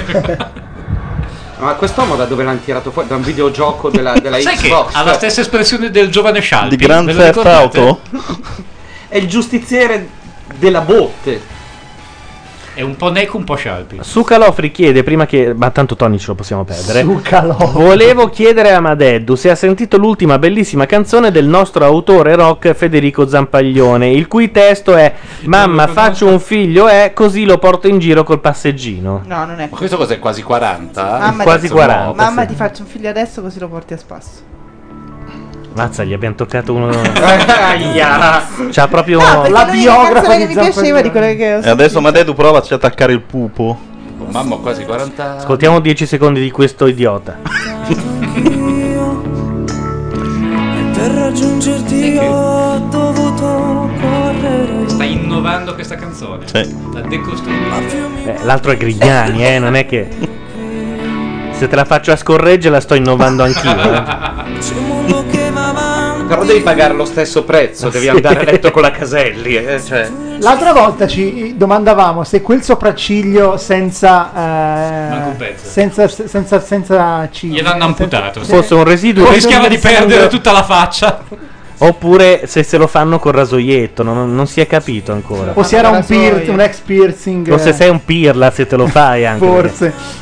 Ma quest'uomo da dove l'hanno tirato fuori? Da un videogioco della, della Sai che Xbox? ha la stessa espressione del giovane Scialpi? Di Grand Ve lo Theft ricordate? Auto? È il giustiziere della botte. È un po' Neco, un po' Scialpi. Su Calofri chiede prima che. Ma tanto Tony ce lo possiamo perdere. Su Calofri. Volevo chiedere a Madeddu se ha sentito l'ultima bellissima canzone del nostro autore rock Federico Zampaglione, il cui testo è: Mamma, faccio un figlio, è così lo porto in giro col passeggino. No, non è. Ma questo cos'è? Quasi quaranta? Mamma Quasi ti- quaranta. Mamma, sì. ti faccio un figlio adesso così lo porti a spasso. Mazza, gli abbiamo toccato uno. Aia. C'ha proprio. No, perché la l'unica biografa canzone che di mi piaceva di quelle che ho E adesso Madedu prova a attaccare il pupo. Oh, mamma, ho quasi quaranta. Ascoltiamo dieci secondi di questo idiota. Per raggiungerti ho dovuto correre. Sta innovando questa canzone. Sì. La decostruisce. Eh, l'altro è Grignani, eh, non è che. Se te la faccio a scorregge la sto innovando anch'io. Eh. Però devi pagare lo stesso prezzo, devi Sì. andare a letto con la Caselli. Eh, cioè. L'altra volta ci domandavamo se quel sopracciglio senza Manco un eh, pezzo. senza senza senza ciglia Gliel'hanno amputato. senza- Fosse un residuo. Fosse Rischiava un di residuo. perdere tutta la faccia. Oppure se se lo fanno col rasoietto, non, non si è capito ancora. o se era un, Rasoio. pier- un ex piercing, O se eh, sei un pirla, se te lo fai anche. forse.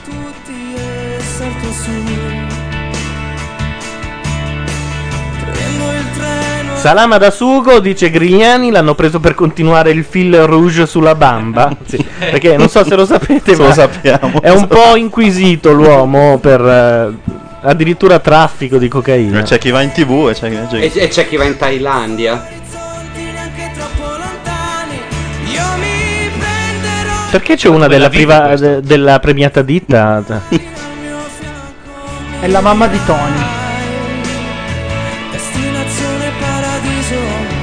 Salama da sugo dice Grignani l'hanno preso per continuare il fil rouge sulla bamba. Sì, perché non so se lo sapete, Se ma lo sappiamo. è un po' inquisito l'uomo per eh, addirittura traffico di cocaina. C'è chi va in tv e c'è chi E, e c'è chi va in Thailandia. Perché c'è una della, Quella priva- vita, de- della premiata ditta? È la mamma di Tony. Destinazione paradiso.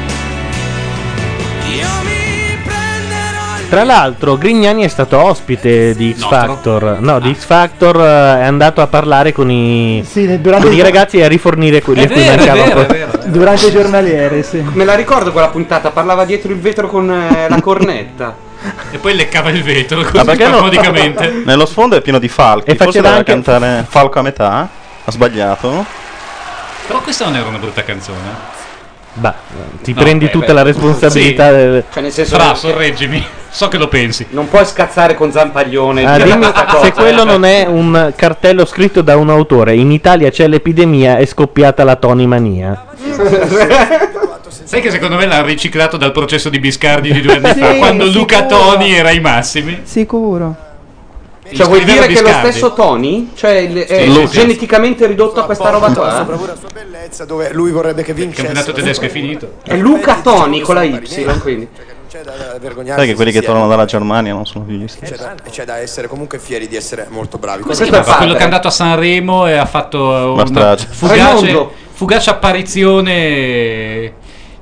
Io mi prenderò il Tra l'altro Grignani è stato ospite di X Nostro? Factor. No, di X Factor eh, è andato a parlare con i, Sì, nel- durante, con i ragazzi e a rifornire quelli È a cui vero, è mancava vero, poi. è vero. durante i giornalieri, sì. Me la ricordo quella puntata, parlava dietro il vetro con eh, la cornetta. E poi leccava il vetro così Ah, perché no? spasmodicamente. Nello sfondo è pieno di falchi. E Forse faceva doveva anche- cantare Falco a metà. Ha sbagliato. Però questa non era una brutta canzone. Bah, ti No, prendi beh, tutta beh. la responsabilità Sì. del... Cioè, nel senso Fra, che sorreggimi. So che lo pensi. non puoi scazzare con Zampaglione. Ah, di dimmi questa cosa, se quello eh. non è un cartello scritto da un autore. In Italia c'è l'epidemia, è scoppiata la tonimania. Sai che secondo me l'hanno riciclato dal processo di Biscardi di due anni Sì, fa, quando Luca sicuro. Toni era ai massimi. Sicuro. Cioè, vuoi Scriveva dire che è lo Biscardi. stesso Tony? Cioè, il- è Sì, sì, sì. geneticamente ridotto a questa roba La qua? bravura, la sua bellezza, dove lui vorrebbe che Il vincesse. campionato tedesco è finito. È Luca Toni con la Y, quindi. C'è da da vergognarsi. Sai che quelli che se si è- tornano dalla Germania non sono più gli C'è stessi. da, e c'è da essere comunque fieri di essere molto bravi. Come si Questo è chiamava? Quello padre. che è andato a Sanremo e ha fatto Una una strage. fugace, Raimondo. fugace apparizione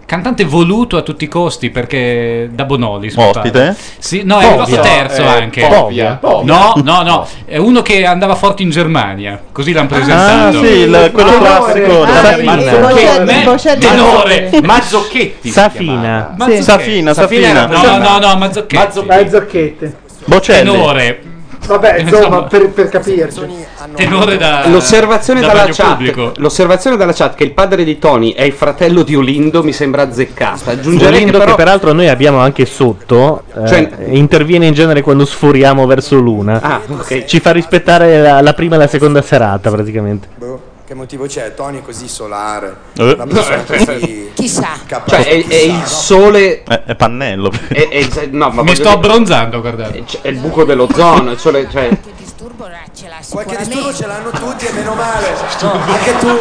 cantante voluto a tutti i costi perché da Bonolis. mi Ospite? pare. Sì, no, è Povia. arrivato terzo Eh, anche. Povia. Povia. No, no, no, è uno che andava forte in Germania, così l'hanno presentato. Ah, sì, il- quello classico. Ah, Safina. sì, Boccelli, me- Boccelli. tenore. Mazzocchetti. Safina. Mazzocchetti. Safina, Safina. No, no, no, Mazzocchetti. Mazzocchetti. Bocelli. Tenore. Vabbè, insomma, per, per capirci. Tenore da L'osservazione da dalla bagno chat, pubblico. l'osservazione dalla chat che il padre di Tony è il fratello di Olindo mi sembra azzeccata. Aggiungerei che Olindo, però che peraltro noi abbiamo anche sotto, eh, Cioè- interviene in genere quando sforiamo verso l'una. Ah, ok. Ci fa rispettare la, la prima e la seconda serata praticamente. Boh, che motivo c'è? Tony è così solare. Eh. Una persona così Chissà. capace. Cioè, è, è il sole. È, è pannello. È, è il- no, ma Mi voglio sto dire- abbronzando, guardate. È, è il buco dell'ozono. Il sole, cioè, Qualche disturbo ce l'hanno tutti e meno male. No, anche tu.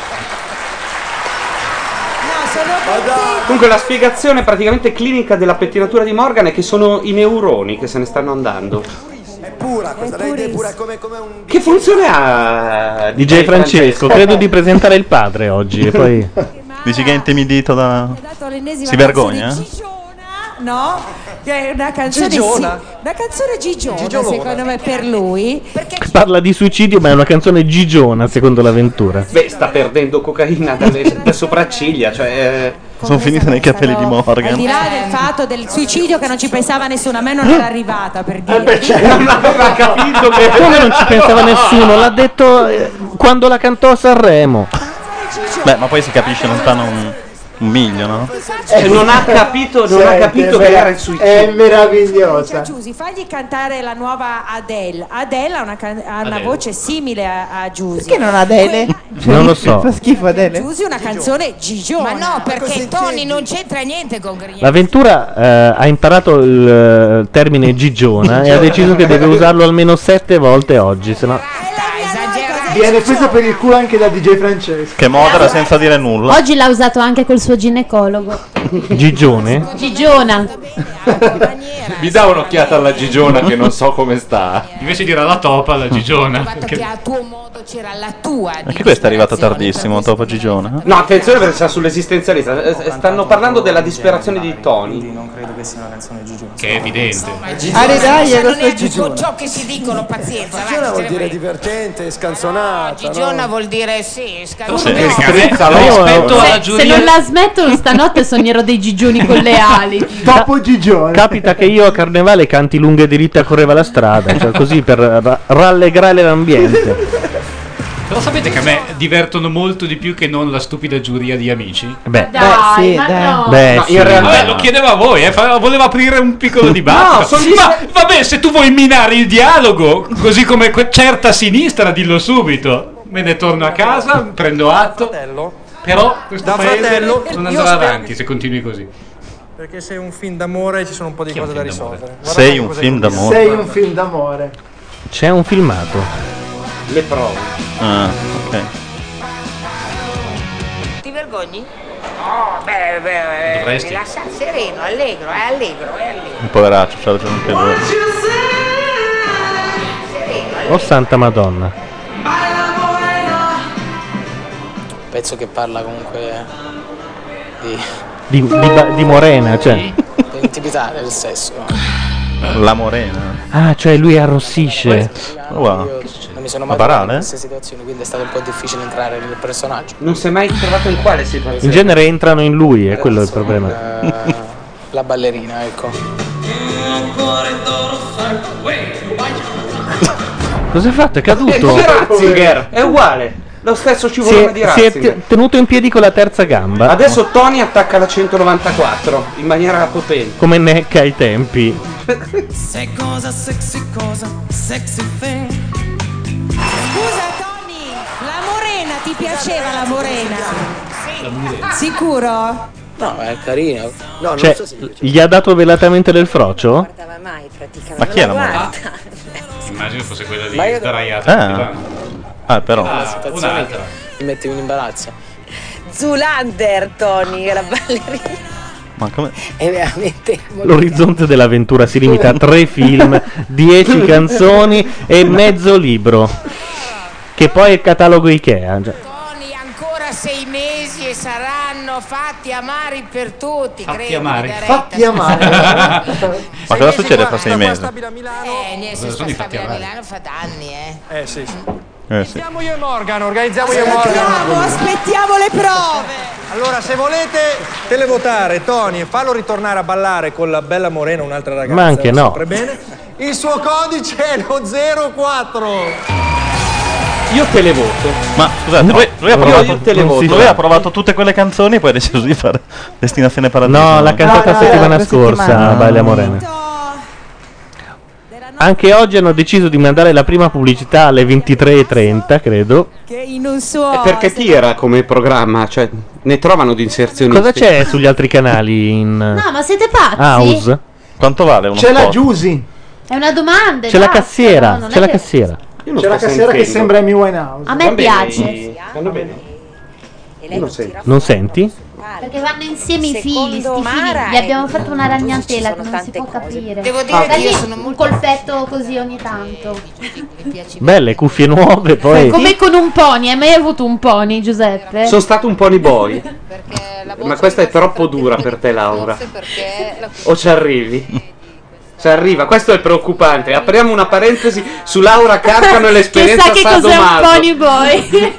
Comunque la spiegazione praticamente clinica della pettinatura di Morgan è che sono i neuroni che se ne stanno andando. È pura questa, lei è pura come, come un. Che funzione ha D J Francesco, credo di presentare il padre oggi. E poi Dici che è intimidito da. l'ennesima Si vergogna? canzone Gigiona, no? Che è una canzone Gigiona? sì, una canzone Gigiona, Gigiolona. secondo me per lui. parla di suicidio, ma è una canzone gigiona, secondo l'avventura. Beh, sta perdendo cocaina dalle, dalle sopracciglia, cioè. eh, Sono finite nei capelli di Al Morgan. di là del fatto del suicidio che non ci pensava nessuno, a me non era arrivata per dire. non aveva capito che. Come non ci pensava nessuno? L'ha detto eh, quando la cantò a Sanremo. Beh, ma poi si capisce lontano un, un miglio, no? Cioè, non ha capito, non ha Senti, capito è che vera- era il suicidio. È meravigliosa. Giusy, fagli cantare la nuova Adele. Adele ha una, can- ha una Adele. voce simile a, a Giusy. Perché non Adele? Non lo so. Fa schifo Adele. Giusy è una canzone Gigiona. Ma no, perché Tony non c'entra niente con Grignani. L'avventura eh, ha imparato il eh, termine gigiona e ha deciso che deve usarlo almeno sette volte oggi, se no. Viene preso per il culo anche da D J Francesco. Che modera senza dire nulla. Oggi l'ha usato anche col suo ginecologo. Gigione? Gigiona. Mi dà un'occhiata alla Gigiona che non so come sta. Invece di la topa, la Gigiona. Fatto che a tuo modo c'era la tua. Anche questa è arrivata tardissimo, dopo Gigiona. No, attenzione perché sta sull'esistenzialista. Eh, Stanno parlando della disperazione di Tony. Non credo che sia una canzone Gigiona. Che è evidente. Ale dai, Non questo è è Gigiona. con ciò che si dicono, pazienza. vai, Gigiona chi vuol se ne dire frega. divertente, scanzonata. Gigiona no? vuol dire sì, scanso. Sì, no. rispetto alla Se, se giuria. non la smettono stanotte sognerò dei gigioni con le ali. Dopo Gigione. Capita che io a carnevale canti lunghe diritte a correva la strada, cioè così per ra- rallegrare l'ambiente. Però sapete che a me divertono molto di più che non la stupida giuria di amici? Beh, Dai, sì, ma dai. no. beh, No, sì. in realtà- Vabbè, lo chiedevo a voi, eh, fa- volevo aprire un piccolo dibattito. No, sono gli- Ma vabbè, se tu vuoi minare il dialogo, così come que- certa sinistra, dillo subito. Me ne torno a casa, prendo atto. Però questo Da paese fratello, non io andrà spero avanti che- se continui così. Perché sei un film d'amore e ci sono un po' di Che è un cose da film d'amore? risolvere. Guarda Sei che un cos'è film che- d'amore. Sei un film d'amore. C'è un filmato. Le prove. Ah, ok. Ti vergogni? Oh, beh, beh, Dovresti. rilassa, sereno, allegro, è allegro, è allegro. Un poveraccio, c'ha ragione anche lui. Oh santa madonna. Un pezzo che parla comunque di, Di, di, ba- di Morena, cioè. dell'intimità del sesso. La morena. Ah, cioè lui arrossisce. Oh, wow. Io non mi sono Ma mai trovato parale? in queste situazioni, quindi è stato un po' difficile entrare nel personaggio. Non si è mai trovato in quale situazione? In genere entrano in lui, è quello il problema. Eh, la ballerina, ecco. Cosa hai fatto? È Eh, caduto? come Ratzinger, è uguale. Lo stesso ci Si vuole è, di si è Ratzinger. te- tenuto in piedi con la terza gamba. Adesso Tony attacca la centonovantaquattro in maniera potente. Come Necca ai tempi. Sei cosa, sexy cosa, sexy thing. Scusa Tony, la morena ti piaceva la morena? Sicuro? No, è carina. No, non Cioè, so se mi piace. gli ha dato velatamente del frocio? guardava mai praticamente. Ma chi è la Non morena? guarda. Immagino fosse quella lì Ma io- sdraiata. Ah. sul divano. Ah, però. Una Ah, situazione un'altra. che mi mette in imbarazzo. Zulander, Tony, la ballerina. Ma come. È veramente molto L'orizzonte dell'avventura si limita a tre film, dieci canzoni e mezzo libro. Che poi è il catalogo Ikea. Già. Tony, ancora sei mesi e saranno sono fatti amari per tutti, Fatti credimi, amari. Garetta. Fatti amare. Ma cosa succede fra sei mesi? Eh, niente, se Cosa sono i sta fatti stabile a amari? Milano fa da anni, eh. Eh sì. Eh sì. Organizziamo io e Morgan, organizziamo io e Morgan. Aspettiamo, aspettiamo le prove. Allora, se volete televotare Tony e farlo ritornare a ballare con la bella Morena, un'altra ragazza. Ma anche va no. sempre bene. Il suo codice è lo zero quattro. Io te le voto. Ma scusate, lui, lui ha Io- provato, io te le non voto, si- lui eh. ha provato tutte quelle canzoni e poi ha deciso di fare Destinazione Paradiso. No, l'ha cantata No, no, settimana era scorsa, settimana. Balia Morena. Anche oggi hanno deciso di mandare la prima pubblicità alle ventitré e trenta, credo. Che in un suo E perché tira come programma? Cioè, ne trovano di inserzioni. Cosa c'è sugli altri canali in No, ma siete pazzi? House? Quanto vale uno C'è la spot? Giusy. È una domanda. C'è la basta, cassiera, no, non c'è è la che- cassiera. Io non C'è la sto cassiera che sentendo. sembra Amy Winehouse. A me Va bene, piace. vanno bene. Io non sento. Non senti? Perché vanno insieme i fili, Secondo sti fili. Mara Gli abbiamo è- fatto una ci ragnatela che sono non si tante può cose. capire. Devo dire Da che io lì sono un colpetto così ogni tanto. Belle, cuffie nuove, poi. Come con un pony. Hai mai avuto un pony, Giuseppe? Sono stato un pony boy. Ma questa è troppo dura per te, Laura. O ci arrivi? Ci arriva, questo è preoccupante. Apriamo una parentesi su Laura Carcano e l'esperienza Chissà che cos'è un sadomaso. pony boy.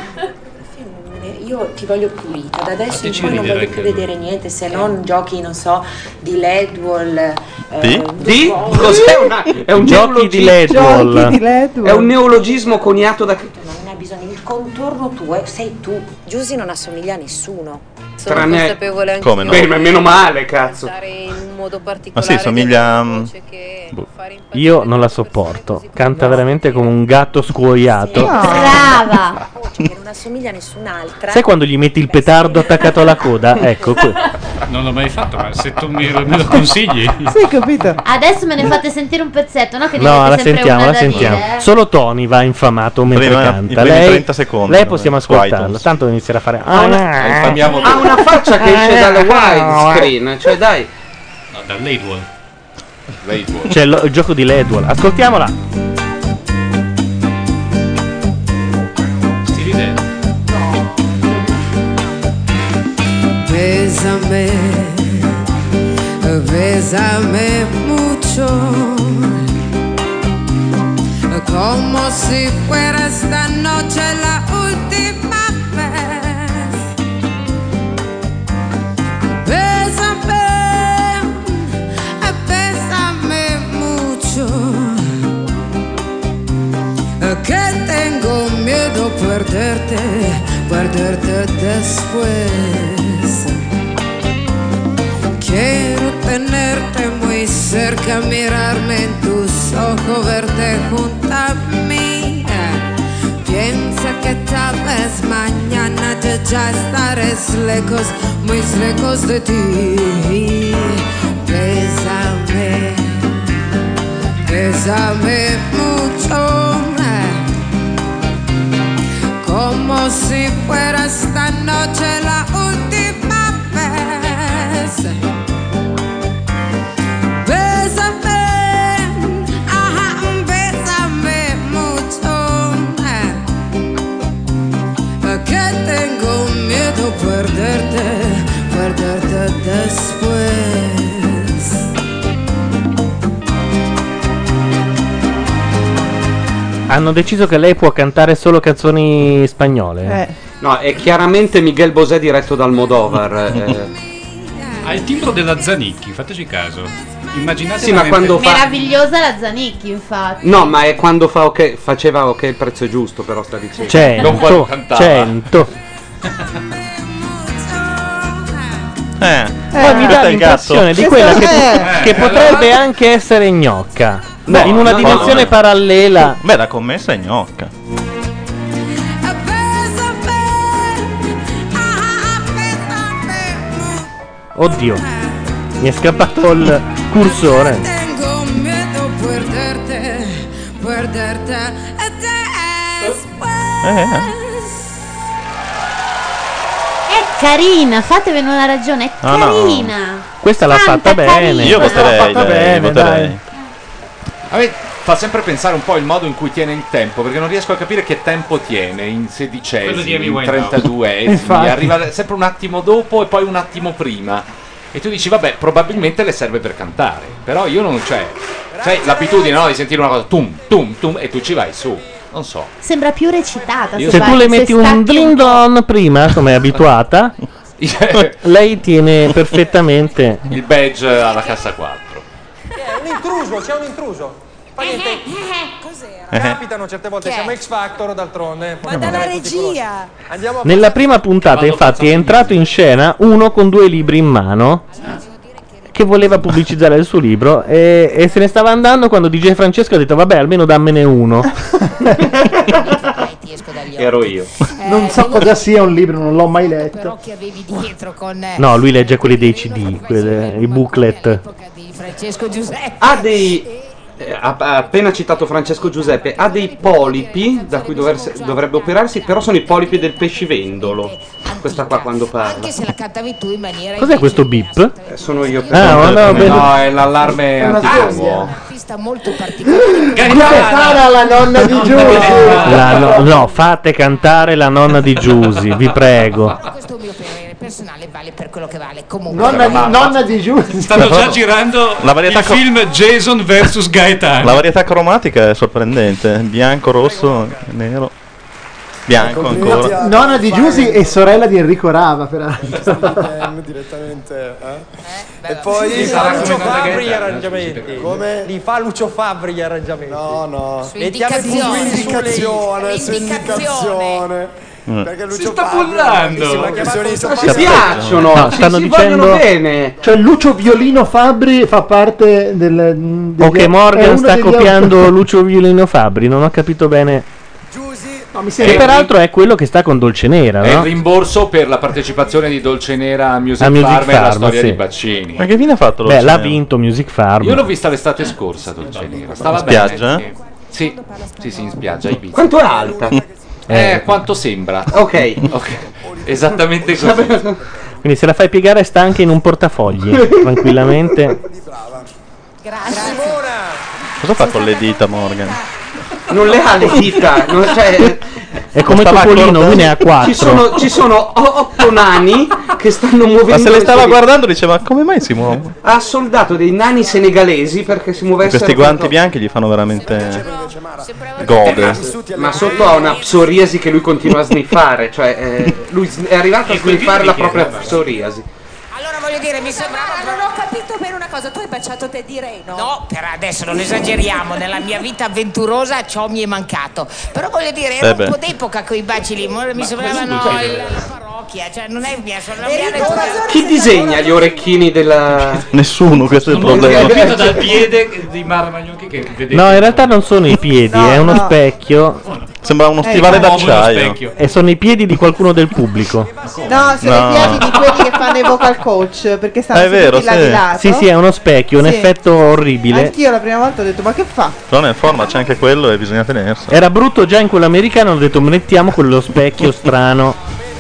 Io ti voglio pulita, da adesso in Fateci poi non ridere voglio più anche vedere niente se non giochi, non so, di Ledwall. eh, Di? Di? Cos'è una, è un Giochi di neologismo. Ledwall. Giochi di Ledwall. È un neologismo coniato da. Non ha bisogno, il contorno tuo sei tu. Giusy non assomiglia a nessuno. Sono Tranne- consapevole anche Come no? Beh, ma meno male, cazzo. stare in un modo Ma particolare. sì, somiglia a... Boh. Io non la sopporto. Canta veramente come un gatto scuoiato. Brava. Che non assomiglia a nessun'altra. Sai quando gli metti il petardo attaccato alla coda? Ecco, que- Non l'ho mai fatto, ma se tu mi, me lo consigli. Sì, capito. Adesso me ne fate sentire un pezzetto, no? Che ne No, avete la sempre sentiamo, una la da sentiamo. dire, eh? Solo Tony va infamato mentre Prima- i canta. primi Lei, trenta secondi, lei no? possiamo Su ascoltarlo. iTunes. Tanto inizierà a fare. Ha una, infamiamo ha una faccia che esce dal widescreen. Cioè, dai. No, da Ladewall. Ladewall. C'è lo- il gioco di Ledwall. Ascoltiamola. Stili idea. Bésame, bésame mucho, como si fuera esta noche la última vez. Bésame, bésame mucho, que tengo miedo perderte, perderte después. Quiero tenerte muy cerca, mirarme en tus ojos, verte junto a mí. Piensa que tal vez mañana yo ya estaré lejos, muy lejos de ti. Bésame, bésame mucho, como si fuera esta noche la última vez. Bésame, ajá, bésame mucho, que tengo miedo perderte, perderte después. Hanno deciso che lei può cantare solo canzoni spagnole. Eh. No, è chiaramente Miguel Bosé diretto da Almodovar. eh. Ha il timbro della Zanicchi, fateci caso. Immaginate Sì, ma quando fa- Meravigliosa la Zanicchi, infatti. No, ma è quando fa ok, faceva ok, il prezzo è giusto, però sta dicendo. Cento, cento. Eh, Poi mi dà l'impressione di quella che, che potrebbe anche essere gnocca. No, in una no, dimensione no. parallela. Beh, la commessa è gnocca. Oddio, mi è scappato il cursore. Tengo miedo perderte, perderte después. È carina, fatevene una ragione, è No, no. carina. Questa l'ha Canta fatta bene. carina. Io voterei, L'ha fatta dai, bene, voterei. dai. Vabbè, fa sempre pensare un po' il modo in cui tiene il tempo, perché non riesco a capire che tempo tiene in Quello di sedicesimi, Amy in Winehouse. trentaduesimi, Infatti. arriva sempre un attimo dopo e poi un attimo prima. E tu dici, vabbè, probabilmente le serve per cantare, però io non c'è. C'è l'abitudine, no, di sentire una cosa tum, tum, tum, e tu ci vai su. Non so. Sembra più recitata. Se tu le metti un ding dong prima, come è abituata, lei tiene perfettamente. Il badge alla cassa quattro. È un intruso, c'è un intruso. Fa niente. Cos'era? Capitano certe volte, Chi è? siamo X Factor d'altronde. Ma dalla regia! Andiamo a Nella prima puntata, infatti, è entrato in scena uno con due libri in mano che voleva pubblicizzare il suo libro e, e se ne stava andando quando D J Francesco ha detto vabbè almeno dammene uno. Ero io. Non so cosa sia un libro, non l'ho mai letto. che avevi dietro con eh, No, lui legge quelli dei C D, quelle- i booklet. di Francesco Giuseppe. Ha dei. eh, Ha ha appena citato Francesco Giuseppe, ha dei polipi da cui dover- dovrebbe operarsi, però sono i polipi del pescivendolo. Questa qua quando parla. Anche se la cantavi tu in maniera Cos'è questo bip? Eh, sono io. Ah, ma no, beh- No, è l'allarme È una antifuoco. pista molto particolare. Cantare la nonna di Giusy. La- no, no, fate cantare la nonna di Giusy, vi prego. Questo mio parere personale vale per quello che vale. Comunque Nonna di, nonna di Giusy. Stanno già girando La varietà il co- film Jason versus Gaetano. La varietà cromatica è sorprendente: bianco, rosso, nero. Bianco ancora. Nonna di Giusy e sorella di Enrico Rava, peraltro. direttamente. Eh? E poi Li sarà fa Lucio come Fabbri gli Gaetano, arrangiamenti. Come? Li fa Lucio Fabbri gli arrangiamenti. No, no. Su indicazione. Su indicazione, su Indicazione. indicazione. Perché Lucio Si sta Fabbri è un bollando. grandissimo Ma professionista. si piacciono, No, si- stanno si dicendo- vogliono bene. Cioè Lucio Violino Fabbri fa parte del... degli- O che è Morgan uno sta degli copiando autori- Lucio Violino Fabbri, non ho capito bene. No, mi E sembra- peraltro è quello che sta con Dolce Nera, È il no? rimborso per la partecipazione di Dolce Nera a Music, A Music Farm e alla Farm, storia sì. di Baccini. Ma che fine ha fatto? Beh, Dolce l'ha Nera? vinto Music Farm. Io l'ho vista l'estate scorsa, Dolce Nera. Stava In bene. spiaggia? Sì, sì, sì, in spiaggia. a Ibiza. Quanto è alta? Eh, quanto sembra. Ok. Ok, esattamente così. Quindi se la fai piegare sta anche in un portafogli, tranquillamente. Cosa fa con le dita, Morgan? Non le ha le dita, non- cioè, È come Stava Topolino, accordando- lui ne ha quattro. ci sono, ci sono o- otto nani che stanno muovendo. Ma se le le stava sue dita. guardando diceva come mai si muove? Ha soldato dei nani senegalesi perché si muovessero. Questi guanti contro- bianchi gli fanno veramente gode. Ma sotto ha una psoriasi che lui continua a sniffare, cioè eh, lui s- è arrivato a sniffare la propria psoriasi. Allora voglio dire, mi sembrava. Non ho capito bene una cosa, tu hai baciato Teddy Reno? No, per adesso non esageriamo, nella mia vita avventurosa ciò mi è mancato. Però voglio dire, era Eh un beh. po' d'epoca coi baci lì, mo- mi sembravano scusa, il- la parrocchia, cioè non è mia, sono la E mia ricordazione Chi disegna gli orecchini della. Nessuno, questo è il Non ho problema. capito dal piede di Mara Magnocchi che vedete. No, in realtà non sono i piedi, No, è uno no. specchio. Sembra uno stivale Uomo nello d'acciaio. specchio. E sono i piedi di qualcuno del pubblico. No, sono No. i piedi di quelli che fanno i vocal coach, perché stanno È vero, seduti là sì. di lato. Sì, sì, è uno specchio, un Sì. effetto orribile. Anch'io la prima volta ho detto, ma che fa? Però nel forma c'è anche quello e bisogna tenerselo. Era brutto già in quello americano, hanno detto mettiamo quello specchio strano.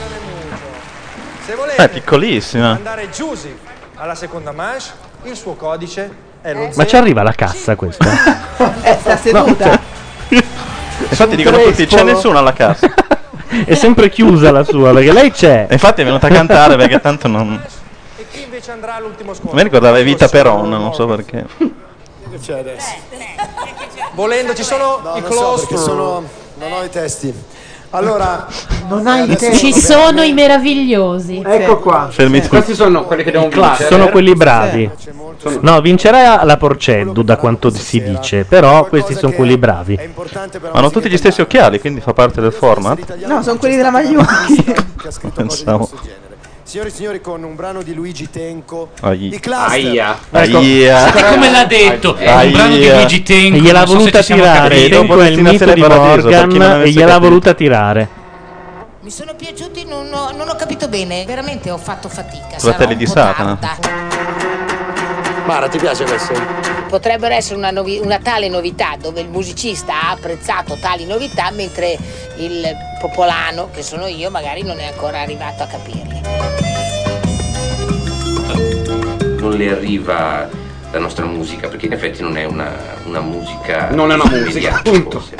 Se Eh, volete È piccolissima. andare Giusy alla seconda manche, il suo codice è lo Ma ci arriva la cassa questa? Eh, sta seduta. Infatti dicono tutti c'è nessuno alla cassa. È sempre chiusa la sua, perché lei c'è. E infatti è venuta a cantare perché tanto non. E chi invece andrà all'ultimo scontro? A me ricordava Evita Peron, non so perché. Che c'è adesso? Volendo ci sono No, i non so close perché sono. Non ho i testi. Allora. Non hai i adesso testi. Ci sono i meravigliosi. Ecco qua. Fermi tutti. Questi sono quelli che devono vincere. Sono quelli bravi. No, vincerà la Porcello da quanto si dice, però questi sono quelli bravi. È importante per Ma hanno tutti gli stessi occhiali, quindi fa parte del format? No, sono quelli della Magliocchi. che ha scritto cose di Pensavo. questo genere. Signori e signori, con un brano di Luigi Tenco, Ai. i cluster. Aia. Aia. Senti come l'ha detto, è un brano di Aia. Luigi Tenco. E gliel'ha non so se voluta ci siamo tirare. capiti. dopo Tenco è il Destinazione mito di Paradiso, per chi non Morgan e avesse gliel'ha capito. voluta tirare. Mi sono piaciuti, non ho, non ho capito bene, veramente ho fatto fatica. Fratelli sarò un di po' Satana. tarda. Mara, ti piace questo? Potrebbero essere una, novi- una tale novità dove il musicista ha apprezzato tali novità mentre il popolano, che sono io, magari non è ancora arrivato a capirle. Non le arriva la nostra musica, perché in effetti non è una, una musica. Non è una musica, immediata, punto. forse.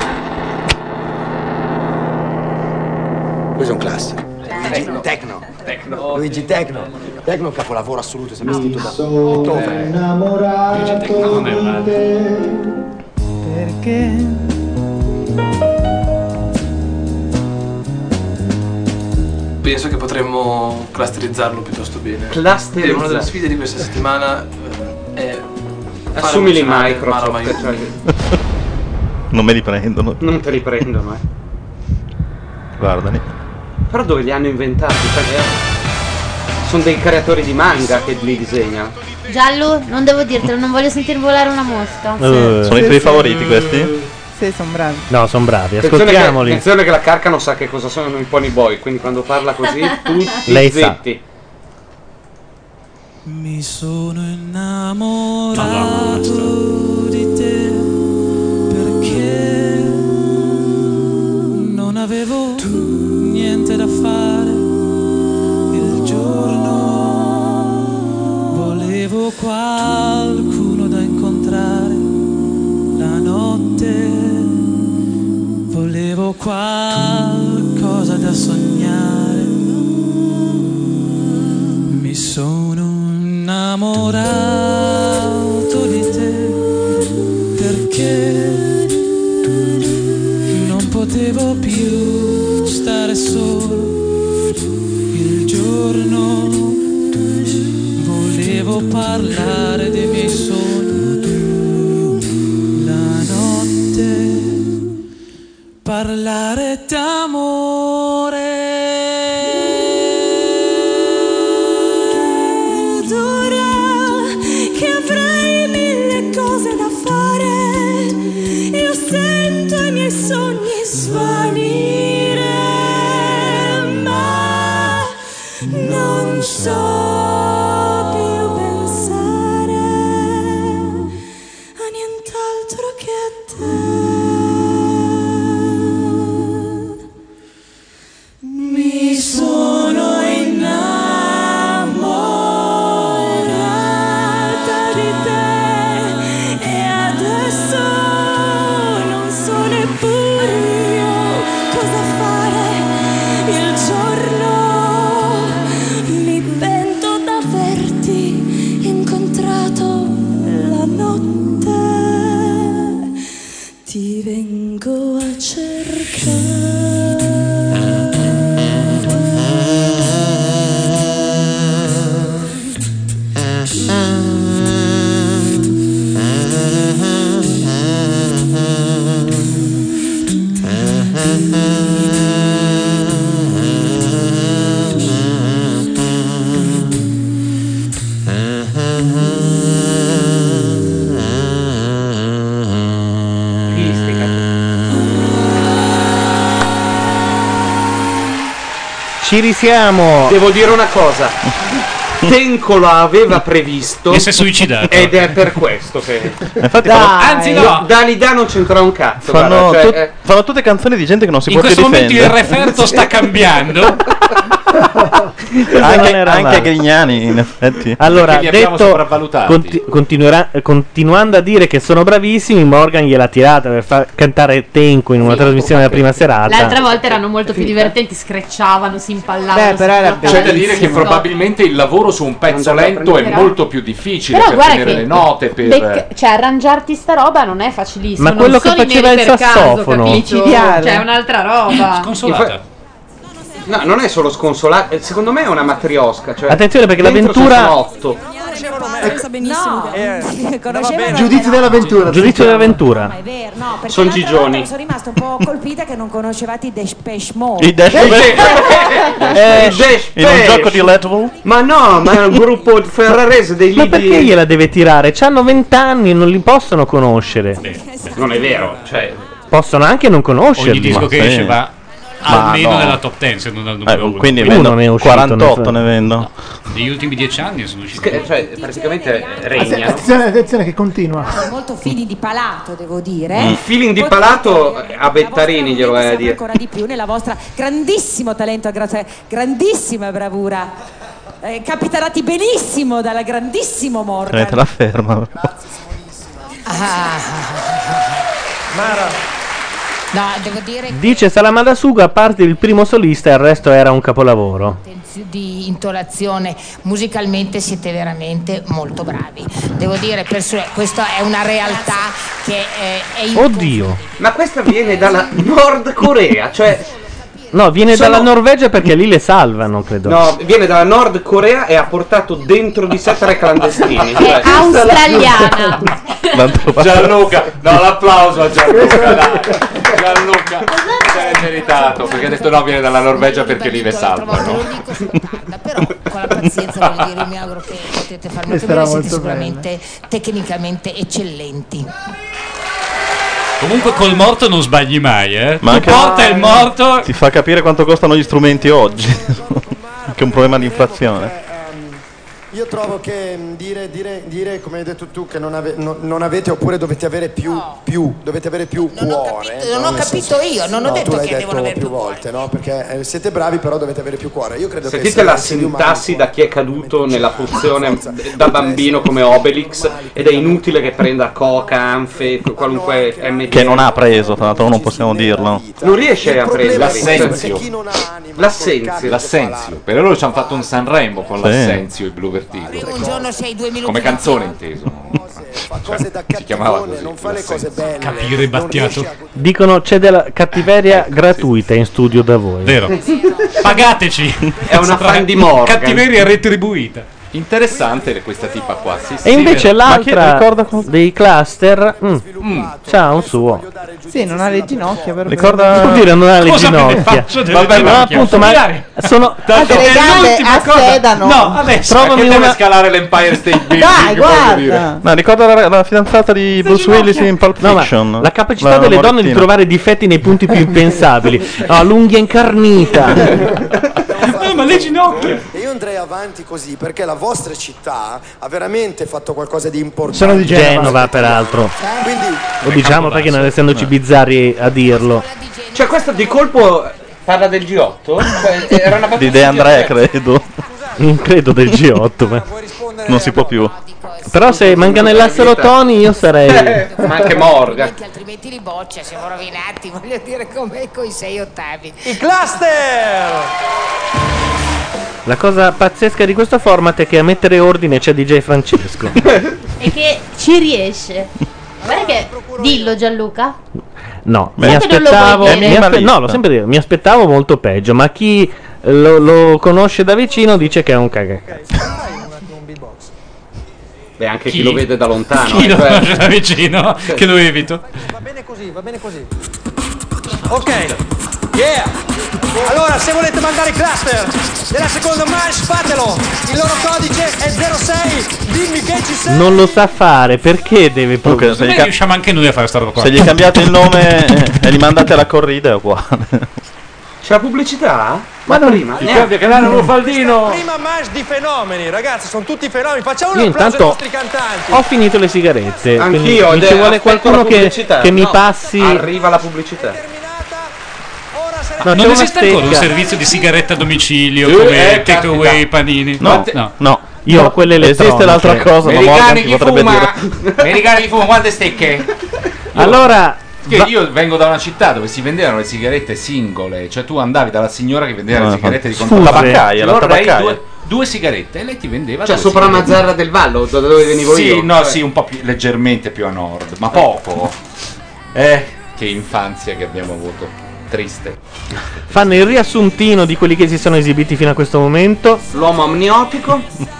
Questo è un classico. Tecno. Tecno. Tecno. Luigi Tecno. Tecno è un capolavoro assoluto, è sempre scritto da Sono Beethoven. innamorato non è di male. te perché Penso che potremmo clusterizzarlo piuttosto bene. Clusterizzare. Una delle sfide di questa settimana eh, è fare Assumili funzionare Microsoft, Mara Mayumi. cioè- Non me li prendono. Non te li prendono, eh. Guardali. Però dove li hanno inventati? Perché sono dei creatori di manga che li disegnano. Giallo, non devo dirtelo, non voglio sentir volare una mosca. Eh, Sono i tuoi favoriti questi? Sì, sono bravi. No, sono bravi, Attenzione che, ascoltiamoli. attenzione che la Carca non sa che cosa sono i Pony Boy, quindi quando parla così tutti Lei sa. zitti. Mi sono innamorato di te perché non avevo niente da fare il giorno, volevo qualcuno da incontrare la notte, volevo qualcosa da sognare. Mi sono innamorato di te perché non potevo più stare solo il giorno, volevo parlare dei miei sogni la notte, parlare d'amore. Che avrei mille cose da fare, io sento i miei sogni svanire, ma non so più pensare a nient'altro che a te. Mi sono innamorata di te e adesso non so neppure io cosa fare il giorno. Mi pento d'averti incontrato la notte, ti vengo a Ci risiamo. Devo dire una cosa. Tenco lo aveva previsto E si è suicidato. ed è per questo che Infatti Dai. fanno, Anzi, no. Dalida non c'entra un cazzo. fanno, guarda, cioè, tut- eh, fanno tutte canzoni di gente che non si In può più questo momento il difendere. referto sta cambiando. Anche, era anche male. Grignani, in effetti. Allora, Perché li abbiamo detto, sopravvalutati. conti- continuerà- continuando a dire che sono bravissimi, Morgan gliel'ha tirata per far cantare Tenko in una trasmissione della prima serata. L'altra volta erano molto più divertenti, screcciavano, si impallavano. Beh, però si era bloccavano. C'è da dire che Bellissimo. probabilmente il lavoro su un pezzo lento è Però- molto più difficile Però per guarda tenere che le note, per bec- cioè arrangiarti sta roba non è facilissimo. Ma quello non che sono i faceva neri il per caso, sassofono. capito? Micidiale. Cioè è un'altra roba. Sconsolata. no, non è solo sconsolato. Secondo me è una matriosca. Cioè, Attenzione, perché dentro l'avventura- ci sono otto. Sa benissimo. Conosceva Giudizio dell'avventura. Giudizio dell'avventura. Ma è vero, no, perché Son l'altra Gigioni. volta sono rimasta un po' colpita che non conoscevate i Depeche Mode. I Dash Eh, in un gioco di Letable. Ma no, ma è un gruppo ferrarese dei Ma libri. perché gliela deve tirare? C'hanno vent'anni e non li possono conoscere. Non è vero, cioè. Possono anche non conoscerli. Ogni disco ma che sì. esce va Ma almeno no. nella top dieci, se non al numero Eh, uno. quindi Uno vendo ne è uscito, quarantotto nel ne vendo. Negli ultimi dieci anni sono usciti. Che- cioè, praticamente Attenzione, regnano. attenzione, attenzione che continua. Molto fini di palato, devo dire. Il feeling di palato a Bettarini glielo vai a dire. Ancora di più nella vostra grandissimo talento e gra- grandissima bravura eh, capitanati benissimo dalla grandissimo Morgan. Eh, te la ferma. Mara. No, devo dire che Dice Salamanda Suga, a parte il primo solista, il resto era un capolavoro. di intonazione musicalmente siete veramente molto bravi. Devo dire, per su- questa è una realtà che eh, è in Oddio. Ma questa viene dalla Nord Corea, cioè No, viene Sono- dalla Norvegia perché lì le salvano, credo. no, viene dalla Nord Corea e ha portato dentro di sé tre clandestini. Cioè, Australiana. Gianluca, no, l'applauso a Gianluca, dai. Gianluca, se l'è meritato, perché ha detto no, viene dalla Norvegia perché lì le salvano. con la pazienza, voglio dire, io mi auguro che potete fare molto Questa bene, era siete molto sicuramente tecnicamente eccellenti. Comunque col morto non sbagli mai, eh. Ma Tu anche- porta il morto. Ti fa capire quanto costano gli strumenti oggi. Che è un problema di inflazione. Io trovo che mh, dire, dire, dire, come hai detto tu, che non, ave- no- non avete oppure dovete avere più, più dovete avere più cuore. non no? ho Nel capito io, non ho no, detto tu l'hai che devono avere più più volte, no? Perché eh, siete bravi, però dovete avere più cuore. Io credo Sentite che la essere esseri umani- sintassi da chi è caduto nella pozione da bambino come Obelix ed è inutile che prenda coca, anfe, qualunque M D. Che non ha preso, tra l'altro non possiamo dirlo. Non riesce a prendere L'assenzio. L'assenzio. L'assenzio. Per loro ci hanno fatto un Sanremo con Sì. l'assenzio, il Blu Vertigo. Un giorno sei due minuti Come di canzone inteso. Cioè, si chiamava così. non fa le cose belle. Capire Battiato. Dicono c'è della cattiveria gratuita in studio da voi. Vero. Pagateci. È una fan di Morgan. Cattiveria retribuita. Interessante questa tipa qua. Sì, sì. E invece vero. l'altra Ma chi ricorda con- dei cluster mm, c'ha un suo. Sì, non ha le ginocchia, vero? Ricorda- Vuol dire non ha le Cosa me ne ginocchia. faccio delle Vabbè, ma ginocchia? appunto, ma Magari- sono Ha delle È gambe l'ultima a cosa. sedano. No, adesso Trovami Perché deve una- scalare l'Empire State Building. Dai, voglio dire. guarda. No, ricorda la, la fidanzata di Bruce Willis in Pulp No, ma Fiction. la capacità La- la delle donne di morettina. trovare difetti nei punti più impensabili. No, l'unghia incarnita. Eh, ma le ginocchia. E io andrei avanti così perché la vostra città ha veramente fatto qualcosa di importante. Sono di Genova. Genova, peraltro. Quindi Lo diciamo perché non essendoci bizzarri a dirlo. Cioè questo di colpo parla del G otto? Cioè, era una Di De André, credo. Non credo del G otto, ma... Non si può più. Però se manganellassero Tony io sarei... Ma anche Morgan. Che altrimenti li boccia, siamo rovinati, voglio dire, come coi sei ottavi. I cluster! La cosa pazzesca di questo format è che a mettere ordine c'è D J Francesco. E che ci riesce. Guarda che. Dillo Gianluca. No, Beh, mi che non lo aspettavo... vuoi mi dire? aspe- no, l'ho sempre detto, mi aspettavo molto peggio, ma chi lo, lo conosce da vicino dice che è un cagacazzo. Beh, anche chi, Chi? lo vede da lontano. Chi eh, lo cioè- conosce da vicino? Che lo evito. Va bene così, va bene così. Ok. Yeah! Allora, se volete mandare i cluster della seconda manche, fatelo! Il loro codice è zero sei, dimmi che ci sei! Non lo sa fare, perché deve Comunque, se, Noi gli ca- riusciamo anche noi a fare sta roba qua. se gli cambiate il nome eh, e li mandate alla corrida è uguale. C'è la pubblicità? Ma non- prima? Ti cambia che l'hanno un faldino. Prima manche di fenomeni, ragazzi, sono tutti fenomeni. Facciamo un Io applauso ai intanto nostri cantanti. ho finito le sigarette. quindi Anch'io. mi ed ci è- vuole aspetto qualcuno la che, pubblicità. che mi No, passi... Arriva la pubblicità. No, c'è Non una esiste ancora un stecca. servizio di sigaretta a domicilio Eh, come eh, takeaway caspita. panini? No, no. no. Io ho quelle Esiste elettroniche. l'altra cosa, ma Morgan Americani ti chi potrebbe fuma? dire. Americani chi fuma? Quante stecche? Allora, Che va- io vengo da una città dove si vendevano le sigarette singole, cioè tu andavi dalla signora che vendeva Ah, le sigarette di scusa. contatto. Tabaccaia, la Vorrei tabaccaia. Due, due sigarette e lei ti vendeva Cioè due sopra sigarette. Mazzarra del Vallo, da dove venivo Sì, io. no, Cioè, sì, un po' più, leggermente più a nord, ma poco. Eh, che infanzia che abbiamo avuto. Triste. fanno il riassuntino di quelli che si sono esibiti fino a questo momento. L'uomo amniotico.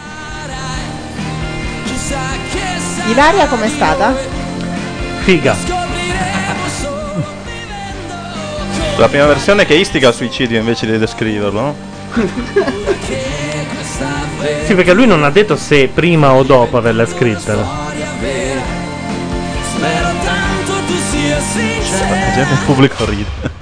Ilaria com'è stata? Figa. La prima versione che istiga al suicidio invece di descriverlo, no? Sì, perché lui non ha detto se prima o dopo averla scritta. no? Spero tanto tu sia sincero. La gente in pubblico ride.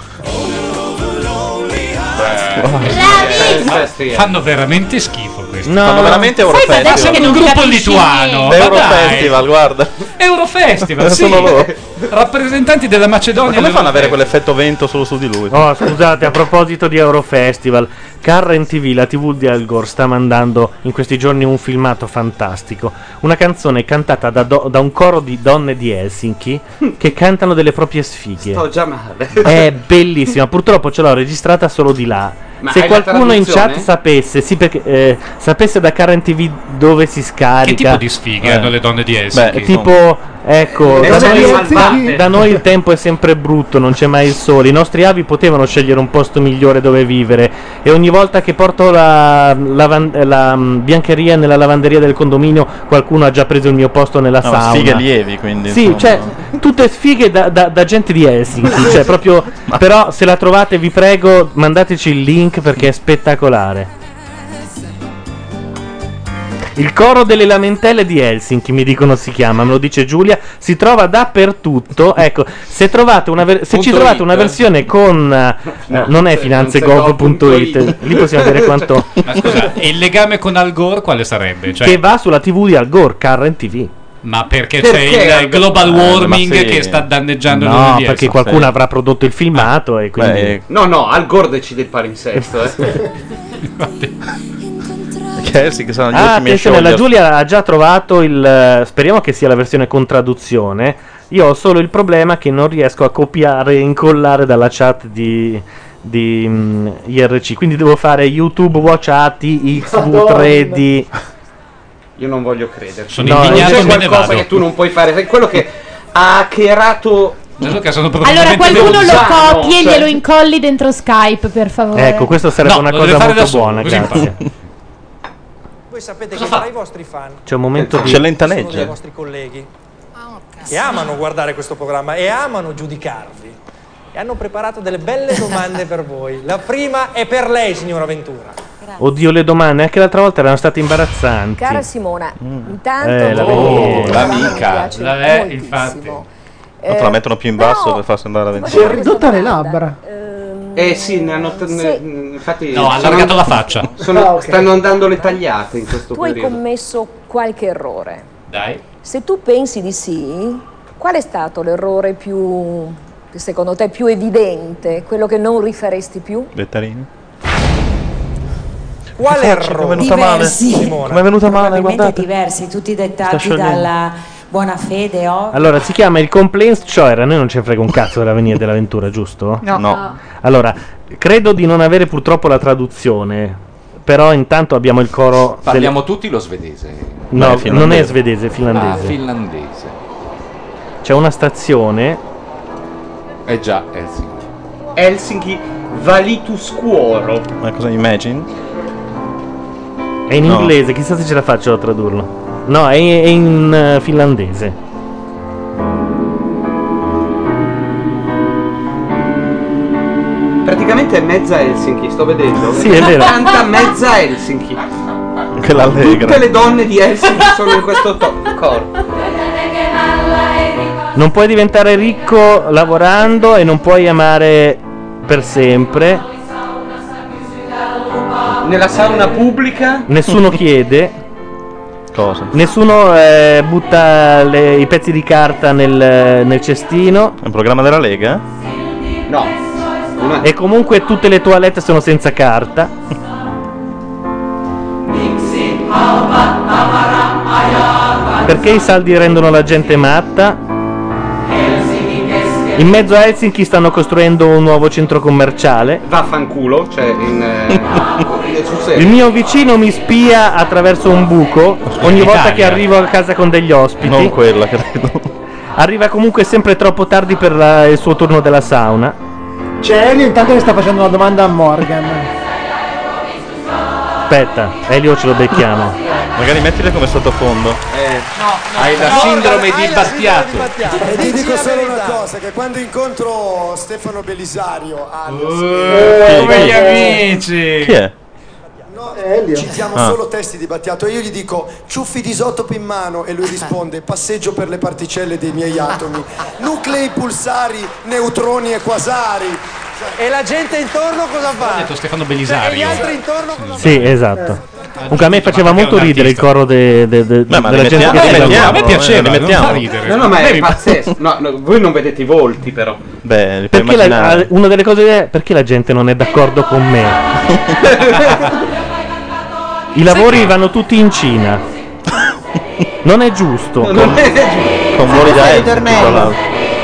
Eh, fanno veramente schifo questi. No. Fanno veramente Sai, Eurofestival. adesso che Un non gruppo capisci lituano. ma Eurofestival, dai. guarda. Eurofestival. Eurofestival, sì. Sono loro. Rappresentanti della Macedonia. Ma come fanno ad avere dell'Eurofestival. quell'effetto vento solo su di lui? Oh, scusate, a proposito di Eurofestival, Current T V, la tivù di Al Gore, sta mandando in questi giorni un filmato fantastico. Una canzone cantata da, do- da un coro di donne di Helsinki che cantano delle proprie sfighe. Sto già male. È bellissima, purtroppo ce l'ho registrata solo di là. Ma Se hai la qualcuno in traduzione? chat sapesse, sì, perché, eh, sapesse da Current T V dove si scarica. Che tipo di sfighe Eh. hanno le donne di Helsinki? Beh, tipo, ecco, Le da donne noi, salvate. da noi il tempo è sempre brutto, non c'è mai il sole. I nostri avi potevano scegliere un posto migliore dove vivere e ogni volta che porto la, lavan- la mm, biancheria nella lavanderia del condominio qualcuno ha già preso il mio posto nella No, sauna. sfighe lievi, quindi, Sì, insomma. cioè, tutte sfighe da, da- da gente di Helsinki, cioè proprio, però se la trovate vi prego mandateci il link perché è spettacolare. Il coro delle lamentele di Helsinki, mi dicono si chiama, me lo dice Giulia, si trova dappertutto. Ecco, se trovate una ver- se ci Punto trovate it. una versione con eh, No, non è finanzegov punto it, finanzegov punto it. lì possiamo vedere quanto Ma scusa, e il legame con Al Gore quale sarebbe? Cioè, che va sulla tivù di Al Gore, Current T V. ma perché, Perché c'è Al il Gore- global Eh, ma warming sì. che sta danneggiando le No, donne di perché Helsinki? qualcuno avrà prodotto il filmato e quindi No, no, Al Gore decide il palinsesto. Eh. Che Helsinki saranno gli Ah, ultimi a attenzione, la sciogliersi. Giulia ha già trovato il. eh, Speriamo che sia la versione con traduzione. Io ho solo il problema che non riesco a copiare e incollare dalla chat di. di mm, I R C. Quindi devo fare YouTube Watch A T X V tre D. Io non voglio crederci. Sono No, indignato, c'è me ne qualcosa vado. che tu non puoi fare. Sai, quello che ha hackerato. Allora qualcuno lo copi e cioè- glielo incolli dentro Skype, per favore. Ecco, questo sarebbe una cosa molto buona. Grazie. Voi sapete che tra i vostri fan C'è un momento di. ci sono dei vostri colleghi che amano guardare questo programma e amano giudicarvi e hanno preparato delle belle domande per voi. La prima è per lei, signora Ventura. Oddio, le domande anche l'altra volta erano state imbarazzanti. Cara Simona, intanto Eh, la voi- vedi. mi L'amica. piace La è, moltissimo. Ma te la mettono più in basso per far sembrare la Si è Ventura. ridotta le labbra. Eh sì, ne hanno. ne- infatti. No, ha sono- allargato la faccia. sono- Ah, ok. Stanno andando le tagliate in questo Tu hai periodo. commesso qualche errore. Dai. Se tu pensi di sì, qual è stato l'errore più, secondo te, più evidente? Quello che non rifaresti più? Bettarini. Quale faccia, errore? come è venuta male? Simona. Come è venuta male, Probabilmente guardate. diversi, tutti Sta dettati sciogliendo. dalla buona fede, oh. Allora, si chiama il Complaints Choir. A noi non ce ne frega un cazzo dell'avvenire dell'avventura, giusto? No. No. Allora, credo di non avere purtroppo la traduzione. Però intanto abbiamo il coro. Parliamo tutti lo svedese. No, Beh, finlandese. non è svedese, è Ah, finlandese. finlandese. C'è una stazione. Eh già, Helsinki. Helsinki Valituscuoro. Ma cosa Imagine? È in No. inglese, chissà se ce la faccio a tradurlo. No, è, è in eh, finlandese. Praticamente è mezza Helsinki, sto vedendo. Sì, è vero. Canta mezza Helsinki. Quella allegra. Tutte le donne di Helsinki sono in questo to- coro. Non puoi diventare ricco lavorando e non puoi amare per sempre. Nella sauna pubblica. Nessuno chiede. Cosa? Nessuno eh, butta le- i pezzi di carta nel, nel cestino. È un programma della Lega? No. E comunque tutte le toilette sono senza carta. Perché i saldi rendono la gente matta. In mezzo a Helsinki stanno costruendo un nuovo centro commerciale. Vaffanculo, cioè in. eh, sul serio. Il mio vicino mi spia attraverso un buco ogni In volta Italia. che arrivo a casa con degli ospiti. Non quella, credo. Arriva comunque sempre troppo tardi per la- il suo turno della sauna. C'è Elio intanto che sta facendo una domanda a Morgan. Aspetta, Elio ce lo becchiamo. Magari mettile come sottofondo. Hai la sindrome di Battiato. E ti dico solo una cosa, che quando incontro Stefano Belisario al Oh, begli amici. Chi è? citiamo Ah. solo testi di Battiato e io gli dico ciuffi di isotopi in mano e lui risponde passeggio per le particelle dei miei atomi, nuclei, pulsari, neutroni e quasari. E la gente intorno cosa fa? Ha detto Stefano Cioè, e gli Belisario. altri intorno cosa Sì, esatto. Comunque a me faceva molto ridere il coro de, de, de, Beh, ma della li gente mettiamo, che li si mettiamo, lavora. a me piaceva, li mettiamo. fa ridere. No, no, ma è Beh, pazzesco. No, no, voi non vedete i volti, però. Beh, li puoi Perché la, immaginare. una delle cose è perché la gente non è d'accordo con me? I lavori vanno tutti in Cina. Non è giusto. Non è giusto. Con voli da Questo è il Elf, tra ritornello. l'altro.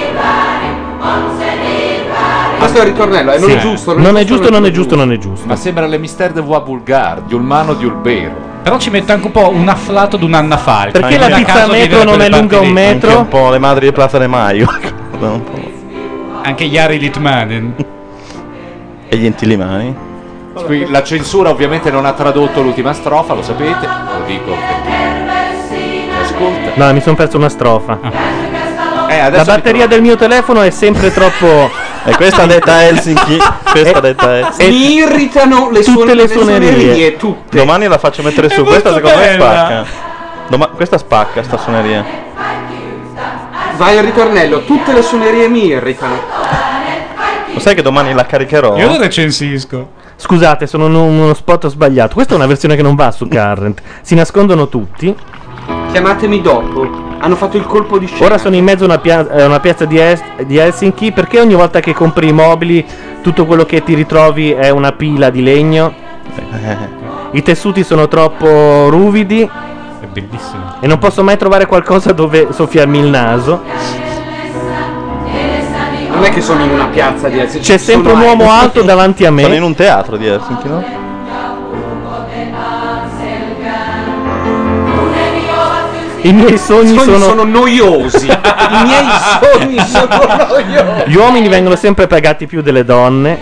Questo è il ritornello, eh, non Sì. è giusto. Non è giusto, non è giusto, non è giusto. Ma sembra le Mister de Voix Bulgare, di Ulmano di Ulbero. Però ci mette anche un po' un afflato di un Anna Falchi. Perché la pizza a metro non è lunga un Anche metro? un po' le madri di Plaza de Maio. Un po'. Anche Yari Litmanen. E gli Intilimani. Qui la censura ovviamente non ha tradotto l'ultima strofa, lo sapete, lo dico per chi ascolta. No, mi sono perso una strofa. Eh, adesso La vi batteria del mio telefono è sempre troppo. E questa detta Helsinki. Questa detta Helsinki. Mi irritano le, Tutte suone- le le suonerie. suonerie, tutte. Domani la faccio mettere su. È Questa molto secondo me bella. spacca. Doma- questa spacca, sta suoneria. Vai al ritornello, tutte le suonerie mi irritano. Lo sai che domani la caricherò? Io lo recensisco. Scusate, sono in uno spot sbagliato. Questa è una versione che non va su Current. Si nascondono tutti. Chiamatemi dopo. Hanno fatto il colpo di scena. Ora sono in mezzo a una, pia- a una piazza di, Es- di Helsinki. Perché ogni volta che compri i mobili tutto quello che ti ritrovi è una pila di legno? I tessuti sono troppo ruvidi È bellissimo. e non posso mai trovare qualcosa dove soffiarmi il naso. Non è che sono in una piazza di Helsinki. C'è sempre un sono uomo a- alto davanti a Sono in me. un teatro di Helsinki, no? I miei sogni I sogni sono... sono noiosi. I miei sogni sono noiosi. Gli uomini vengono sempre pagati più delle donne.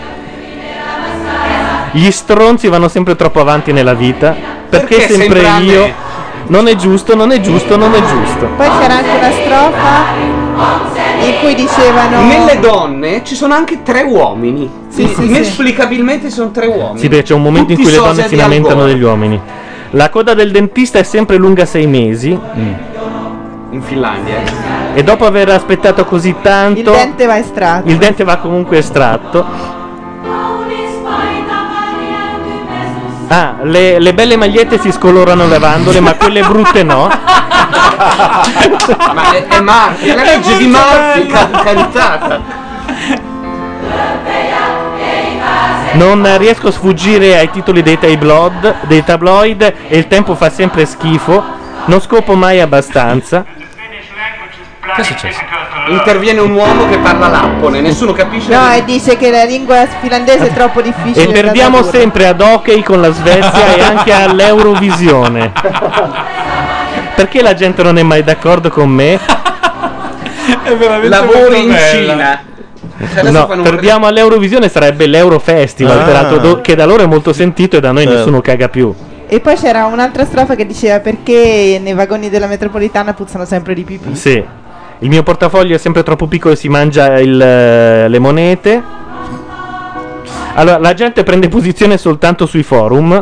Gli stronzi vanno sempre troppo avanti nella vita. Perché, Perché sempre sembra a io? me. Non è giusto, non è giusto, non è giusto. Poi c'era anche una strofa in cui dicevano Nelle donne ci sono anche tre uomini. Sì, sì, Inexplicabilmente ci sono tre uomini. Sì, perché c'è un momento in Tutti cui le sosia donne si di lamentano Al Gore. degli uomini. La coda del dentista è sempre lunga sei mesi. In Finlandia. E dopo aver aspettato così il tanto, dente va estratto. il dente va comunque estratto. Ah, le, le belle magliette si scolorano lavandole, ma quelle brutte no. Ma è, è Murphy, è la legge di Murphy ca- caritata. Non riesco a sfuggire ai titoli dei tabloid, dei tabloid e il tempo fa sempre schifo. Non scopo mai abbastanza. Che è successo? Interviene un uomo che parla lappone, nessuno capisce. No, e dice che la lingua finlandese è troppo difficile. E perdiamo da tradurre. sempre ad hockey con la Svezia e anche all'Eurovisione. Perché la gente non è mai d'accordo con me? È veramente Lavori molto in bella. Cina. Cioè, adesso No, fanno un- perdiamo all'Eurovisione, sarebbe l'Eurofestival, Ah. peraltro, do- che da loro è molto sentito e da noi Certo. nessuno caga più. E poi c'era un'altra strofa che diceva perché nei vagoni della metropolitana puzzano sempre di pipì. Sì. Il mio portafoglio è sempre troppo piccolo e si mangia il, eh, le monete. Allora, la gente prende posizione soltanto sui forum.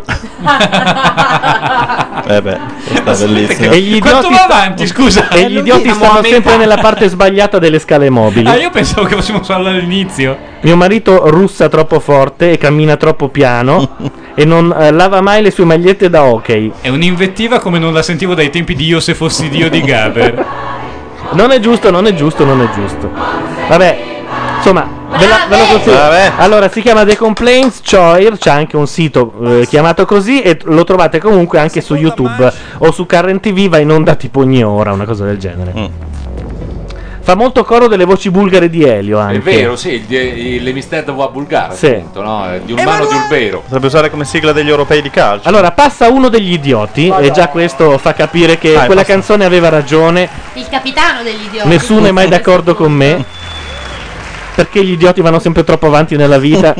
Eh beh, questa è bellissima. E gli Quanto idioti, va sta- avanti, scusa? e gli idioti Siamo stanno a metà. sempre nella parte sbagliata delle scale mobili. Ah, io pensavo che fossimo solo all'inizio. Mio marito russa troppo forte e cammina troppo piano e non eh, lava mai le sue magliette da hockey. È un'invettiva come non la sentivo dai tempi di Io se fossi Dio di Gaber. Non è giusto, non è giusto, non è giusto. Vabbè, insomma, ve, la, ve lo consiglio. Vabbè. Allora, si chiama The Complaints Choir, c'è anche un sito eh, chiamato così e lo trovate comunque anche su YouTube o su Current T V, va in onda tipo ogni ora, una cosa del genere. Mm. Fa molto coro delle voci bulgare di Elio anche. È vero, sì, il- il- le Mister de Voix Bulgare, Sì. appunto, no? Eh, Di Ulmano di Ulbero. Potrebbe usare come sigla degli europei di calcio. Allora, passa uno degli idioti e già questo fa capire che Dai, quella passa. canzone aveva ragione. Il capitano degli idioti. Nessuno è mai d'accordo con me. Perché gli idioti vanno sempre troppo avanti nella vita.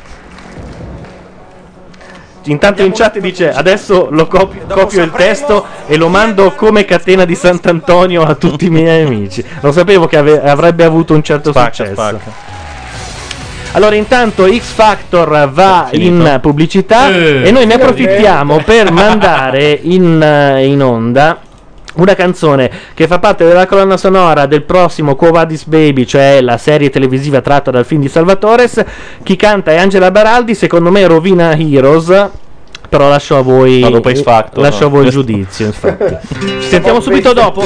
Intanto in chat dice adesso lo copio, copio il testo e lo mando come catena di Sant'Antonio a tutti i miei amici. Lo sapevo che ave- avrebbe avuto un certo Spacca, successo. spacca. Allora intanto X Factor va È finito. in pubblicità Eh. e noi ne approfittiamo per mandare in, eh, in onda una canzone che fa parte della colonna sonora del prossimo Quo Vadis Baby, cioè la serie televisiva tratta dal film di Salvatores. Chi canta è Angela Baraldi, secondo me rovina Heroes Però lascio a voi. Ma dopo X Factor, Lascio no? a voi il giudizio, infatti. Ci sentiamo subito dopo.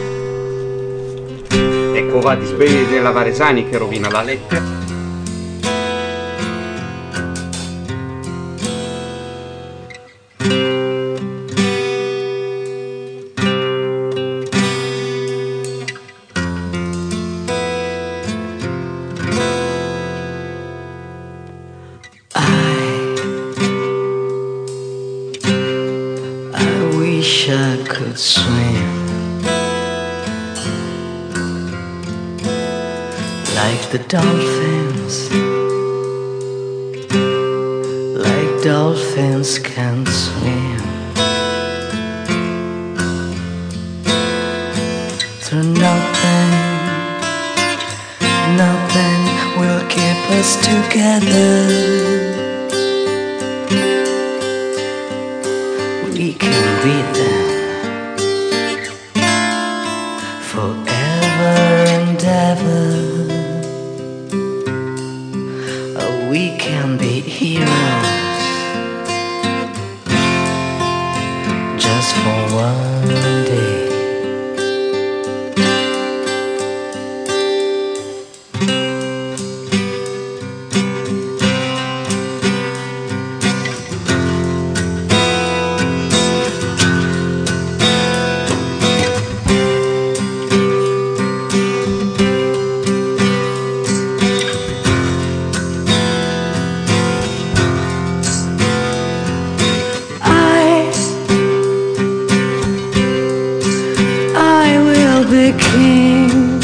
Ecco, va di svegli della Varesani che rovina la lettera. I wish I could swim like the dolphins, like dolphins can swim through nothing. Nothing will keep us together. We can be them forever and ever. Oh, we can be heroes just for one day. I, I will be king,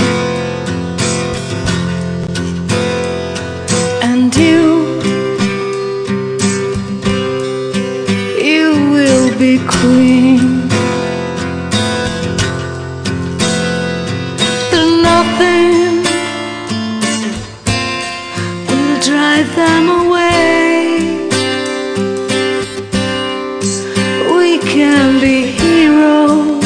and you, you will be queen. There's nothing will drive them away. We can be heroes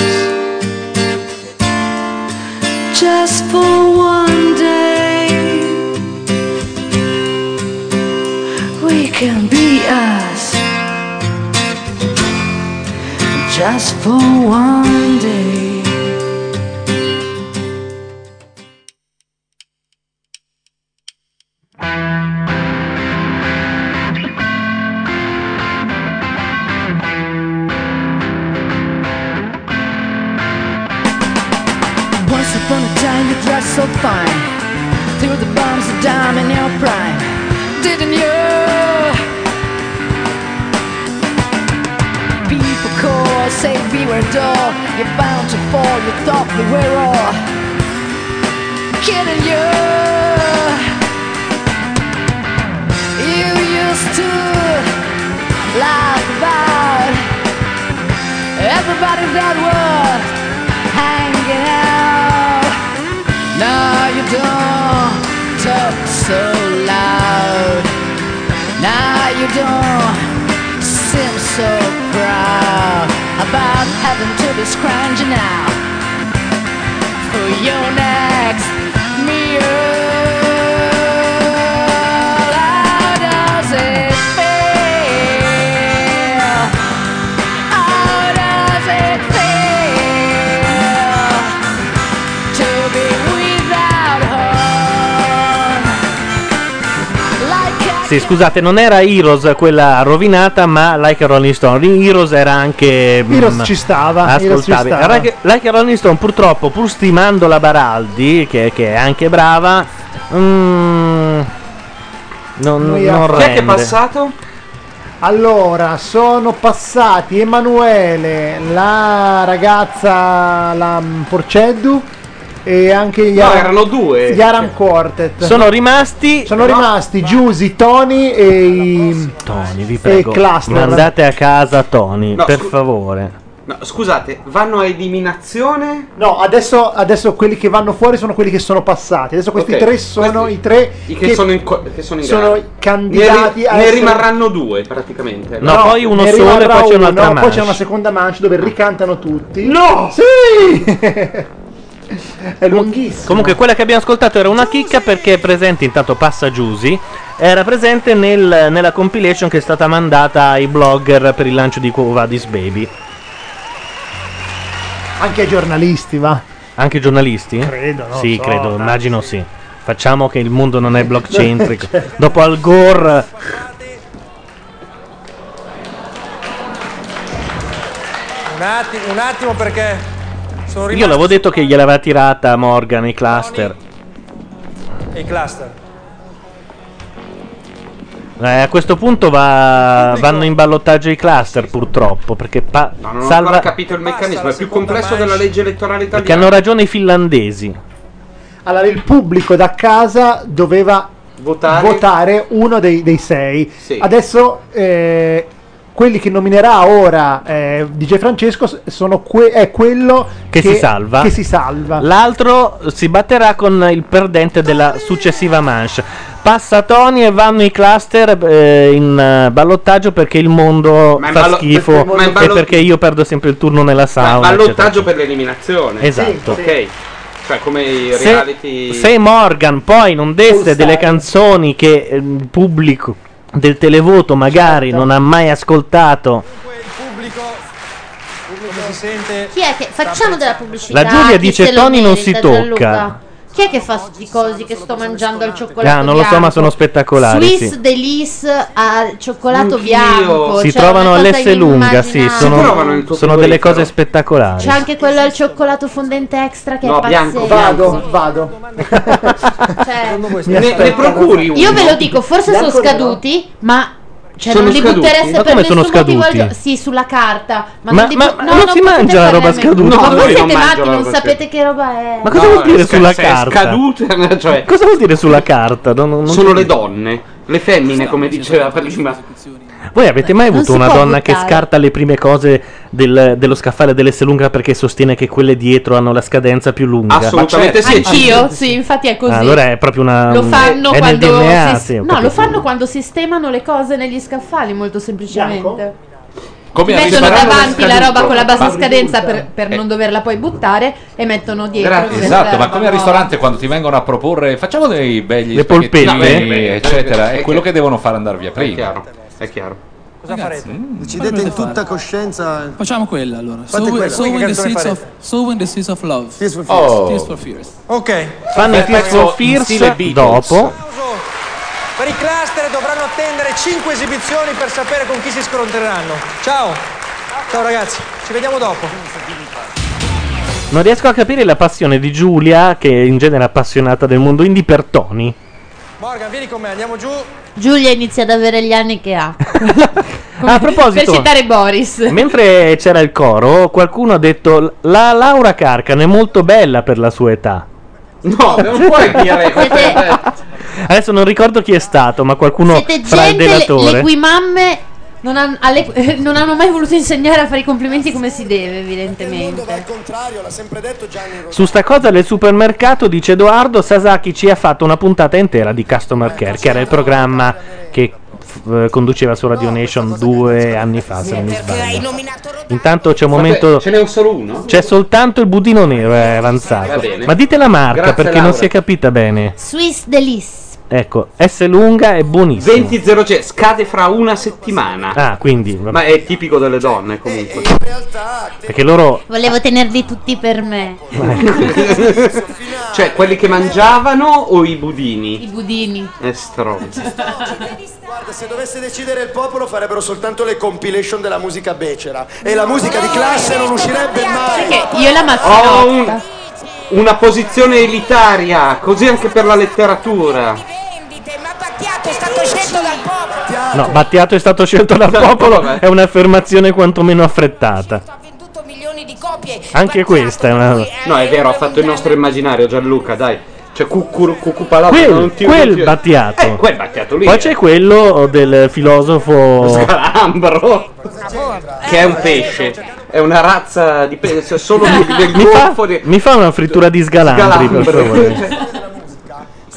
just for one day. We can be us just for one day. Once upon a time you dressed so fine, through the bombs of dime in your prime, didn't you? People call, say beware door, you're bound to fall, you thought we were all kidding you. You used to laugh about everybody that was hanging out. Now you don't talk so loud. Now you don't seem so proud about having to be scrounging out for your next meal. How does it feel? How does it feel to be without home? Like a Sì, scusate, non era Heroes quella rovinata, ma Like a Rolling Stone. Heroes era anche. mm, Heroes ci stava, Heroes ci Ascoltavi. stava. Like, Like a Rolling Stone, purtroppo, pur stimando la Baraldi, che, che è anche brava, mm, non, Noi non a- Chi è che è rende. passato? Allora, sono passati Emanuele, la ragazza, la mm, Porceddu e anche gli No, Aram- erano due. gli Aram Quartet. Sono rimasti. Sono No. rimasti Giusy, Tony e i Tony, vi prego. e Cluster. Mandate a casa Tony, No, per scu- favore. No, scusate, vanno a eliminazione? No, adesso, adesso quelli che vanno fuori sono quelli che sono passati. Adesso questi Ok, tre sono questi- i tre I che, sono in, co- che sono in sono gara. candidati ne, ri- a ne essere- rimarranno due praticamente. No, poi uno ne solo e rimarrà poi c'è uno, un'altra poi manche. c'è una seconda manche dove ricantano tutti. No! Sì! È lunghissimo. Comunque quella che abbiamo ascoltato era una chicca perché è presente, intanto passa Giusy, era presente nel- nella compilation che è stata mandata ai blogger per il lancio di Quo Vadis Baby. Anche ai giornalisti, va. Anche giornalisti? Credo, non Sì, so, credo, dai. immagino sì. Facciamo che il mondo non è blockcentrico. Certo. Dopo Al Gore. Un attimo, un attimo perché sono Io rimasto l'avevo detto che gliel'aveva tirata Morgan i cluster. i cluster. Eh, a questo punto va- vanno in ballottaggio i cluster, purtroppo. Perché pa- No, non ho salva. ancora capito il meccanismo, è più complesso della legge elettorale Perché italiana. hanno ragione i finlandesi. Allora, il pubblico da casa doveva Votare. votare uno dei, dei sei. Sì. Adesso eh, quelli che nominerà ora eh, D J Francesco s- sono que- è quello Che si salva. che si salva. L'altro si batterà con il perdente della successiva manche. Passa Tony e vanno i cluster eh, in eh, ballottaggio perché il mondo Ma in fa ballo- schifo ma in e ballo- perché io perdo sempre il turno nella Ma sauna. ballottaggio eccetera. per l'eliminazione. Esatto. Ok. Cioè come i Se, reality. se Morgan poi non desse Pulsare. delle canzoni che eh, il pubblico del televoto magari non ha mai ascoltato, Come si sente? Chi è che facciamo della pubblicità? la Giulia Chi dice se lo Tony non merita, si tocca. Gianluca? Chi è che fa sti cosi che sto mangiando al cioccolato Ah, non lo so, bianco? ma sono spettacolari. Swiss Sì. Delice al cioccolato Anch'io. bianco. Si cioè trovano una cosa all'S lunga, sì, inimmaginabile. sono, sono delle cose spettacolari. C'è anche quello al cioccolato fondente extra che No, è bianco, pazzesco. Vado, vado. Cioè, Ne, ne procuri uno? io ve lo dico, forse sono Bianco nero. scaduti, ma cioè Sono non li scaduti? buttereste Ma per come sono nessun motivo al scaduti? gio- Sì, sulla carta. Ma, Ma- non, li ma- bu- ma no, non non si potete mangia la farne roba a meno. scaduta? No, No, voi io siete non mangio matti, la non roba sapete che roba è. Ma cosa vuol dire se- sulla se è carta? scadute, cioè, Cosa vuol dire sulla carta? Non- non- non sono le capisco. donne, le femmine, come diceva prima. Voi avete mai Non avuto si una può donna che buttare. scarta le prime cose del- dello scaffale dell'S lunga perché sostiene che quelle dietro hanno la scadenza più lunga? Assolutamente sì. Anch'io, sì, infatti è così. Ah, allora è proprio una. Lo fanno è nel quando D N A, sis- sì, ho no, lo capito. fanno quando sistemano le cose negli scaffali, molto semplicemente. Come al Mettono ristorante davanti la roba con la bassa Ma- scadenza per, per non doverla poi buttare e mettono dietro. Grazie. Esatto, ma come al ristorante quando ti vengono a proporre facciamo dei begli Le spaghettini, polpette? belli, eccetera, è quello che devono fare andare via prima. È chiaro, è chiaro. Cosa farete? Decidete in tutta coscienza. Facciamo quella allora. Fate Sowing quella. sowing Che the canzone seeds of farete? sowing the seeds of love. Tears for Fears. Oh. Tears for Fears. Ok. Fanno i Beh, Tears pezzo for Fears in stile Beatles. dopo. Per i cluster dovranno attendere cinque esibizioni per sapere con chi si scontreranno. Ciao. Ciao ragazzi, ci vediamo dopo. Non riesco a capire la passione di Giulia, che in genere è appassionata del mondo indie, per Tony. Morgan, vieni con me, andiamo giù. Giulia inizia ad avere gli anni che ha. A proposito, Per citare Boris. mentre c'era il coro, qualcuno ha detto la Laura Carcano è molto bella per la sua età. No, non puoi dire Adesso non ricordo chi è stato, ma qualcuno Siete fra il gente le, delatore. le cui mamme non, han- alle- eh, non hanno mai voluto insegnare a fare i complimenti come si deve, evidentemente. Al contrario, l'ha sempre detto Gianni Rosati. Su sta cosa del supermercato, dice Edoardo, Sasaki ci ha fatto una puntata intera di Customer Care, che era il programma che f- eh, conduceva su Radio Nation due anni fa, se non mi sbaglio. Intanto c'è un Vabbè, momento. ce n'è un solo uno? C'è soltanto il budino nero, è Va avanzato. bene. Ma dite la marca Grazie, perché Laura. non si è capita bene. Swiss Delice. Ecco, S lunga è buonissimo. venti zero C, scade fra una settimana. Ah, quindi. vabbè. Ma è tipico delle donne comunque. Perché loro. Volevo tenerli tutti per me. Cioè, quelli che mangiavano o i budini? I budini. È stronzo. Guarda, se dovesse decidere il popolo farebbero soltanto le compilation della musica becera. E la musica di classe non uscirebbe mai. Perché io e la Ho mazzinotta. un- una posizione elitaria, così anche per la letteratura. È stato scelto dal popolo. No, Battiato è stato scelto dal popolo, vabbè. è un'affermazione quantomeno affrettata. Milioni di copie. Anche questa è una. No, è vero, ha fatto il nostro immaginario Gianluca, dai. Cioè, cucur- cucupalato. Quel, non ti- quel non ti- Battiato. Eh, quel Battiato lì. Poi eh. c'è quello del filosofo Scalambro. Che è un pesce. È una razza di pesce. Solo del mi, fa, golfo di... mi fa una frittura di sgalambri, per Scalambro. favore.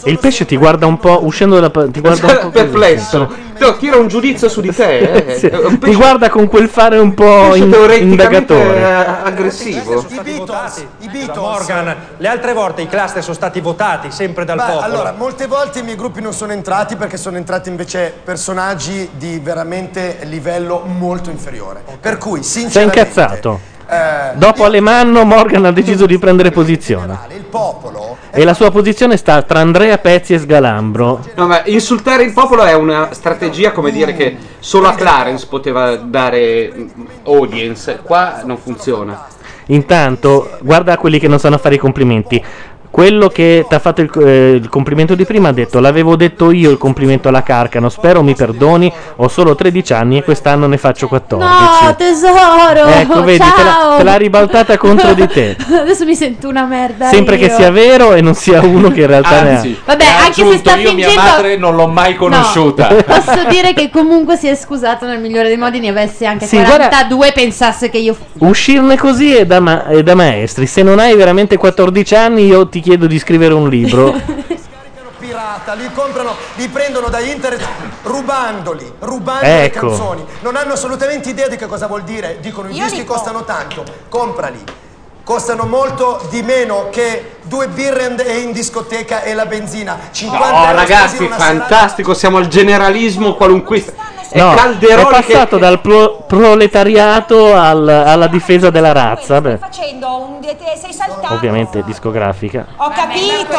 E il pesce ti guarda un po', uscendo dalla pa- ti guarda un po' così. Perplesso. Teo, tira un giudizio su di te. Eh. Sì, Un ti guarda con quel fare un po' pesce in- teoreticamente indagatore. eh, aggressivo. I Beatles, i Beatles. Morgan, le altre volte i cluster sono stati votati sempre dal Beh, popolo. allora, molte volte i miei gruppi non sono entrati perché sono entrati invece personaggi di veramente livello molto inferiore. Per cui, Sei sinceramente, incazzato. eh, Dopo Alemanno, Morgan ha deciso di prendere posizione. il popolo E la sua posizione sta tra Andrea Pezzi e Sgalambro. No, ma insultare il popolo è una strategia, come dire, che solo a Clarence poteva dare mm, audience. Qua non funziona. Intanto, guarda quelli che non sanno fare i complimenti. Quello che ti ha fatto il, eh, il complimento di prima ha detto: l'avevo detto io il complimento alla Carcano, spero mi perdoni, ho solo tredici anni e quest'anno ne faccio quattordici. No, tesoro. Ecco, vedi, te l'ha, ciao. te l'ha ribaltata contro di te. Adesso mi sento una merda. Sempre io. che sia vero e non sia uno che in realtà ne ha. Anzi, Vabbè, mi ha anche se aggiunto, sta io fingendo- mia madre non l'ho mai conosciuta. Posso dire che comunque si è scusato nel migliore dei modi, ne avesse anche Sì, quarantadue e pensasse che io Uscirne così è da, ma- è da maestri. Se non hai veramente quattordici anni, io ti chiedo di scrivere un libro. pirata, li comprano, li prendono da internet rubandoli, rubando le Ecco. canzoni. Non hanno assolutamente idea di che cosa vuol dire. Dicono i Io dischi li compro. costano tanto, comprali. Costano molto di meno che due birre e in discoteca e la benzina. cinquanta No, euro ragazzi, spesi in una serata. fantastico. Siamo al generalismo qualunquista. È No, è Calderoli passato che... dal pro- proletariato al- alla difesa della razza. Beh, Facendo un. Sei saltato. ovviamente discografica. Ho capito.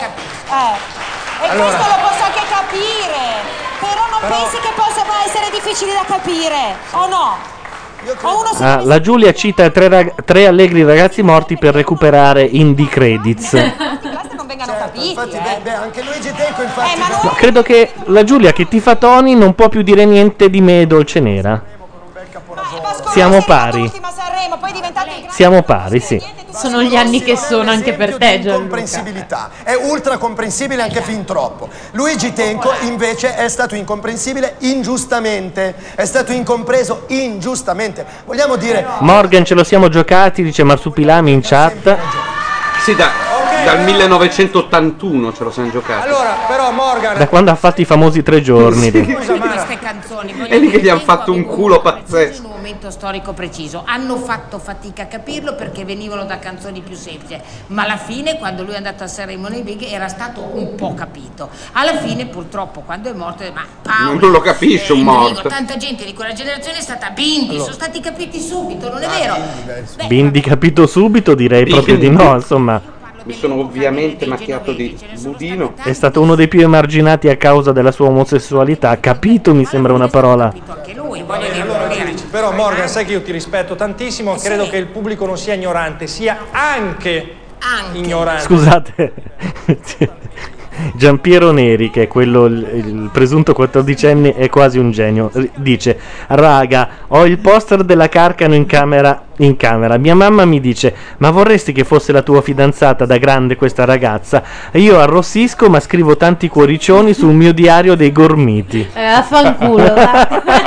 Eh. E Allora. questo lo posso anche capire. Però non Però- pensi che possano essere difficili da capire, o no? O uno si Ah, la Giulia cita tre, rag- tre allegri ragazzi morti per recuperare indie credits. non vengano capiti. Infatti, eh. beh, beh, anche Luigi Tenco, infatti. Ma credo che la Giulia che tifa Tony non può più dire niente di me, dolce nera. Siamo pari. Sanremo, poi diventate Siamo pari, sì. sono gli anni che sono anche per te, Gianluca. Incomprensibilità, è ultra comprensibile anche fin troppo. Luigi Tenco invece è stato incomprensibile ingiustamente, è stato incompreso ingiustamente. Vogliamo dire Morgan ce lo siamo giocati, dice Marsupilami in chat. Sì, da, dal millenovecentottantuno ce lo siamo giocati. Allora, però Morgan, Da quando ha fatto i famosi tre giorni. di- queste canzoni È lì che gli hanno fatto un culo pazzesco. in un momento storico preciso hanno fatto fatica a capirlo perché venivano da canzoni più semplici, ma alla fine quando lui è andato a Sanremo nei Big era stato un po' capito. Alla fine purtroppo quando è morto, ma Paolo, Non lo capisce un Enrico, morto. tanta gente di quella generazione è stata bindi, Allora. sono stati capiti subito, non è vero? Bindi capito subito, direi proprio di no, insomma. Mi sono ovviamente macchiato di budino. È stato uno dei più emarginati a causa della sua omosessualità. Capito mi sembra una parola. però Morgan, sai che io ti rispetto tantissimo, credo che il pubblico non sia ignorante, sia anche, ignorante. Scusate. Giampiero Neri, che è quello, il, il presunto quattordicenne, è quasi un genio. R- Dice: raga, ho il poster della Carcano in camera. In camera. Mia mamma mi dice: ma vorresti che fosse la tua fidanzata da grande questa ragazza? E io arrossisco, ma scrivo tanti cuoricioni sul mio diario dei gormiti. Eh, affanculo. va.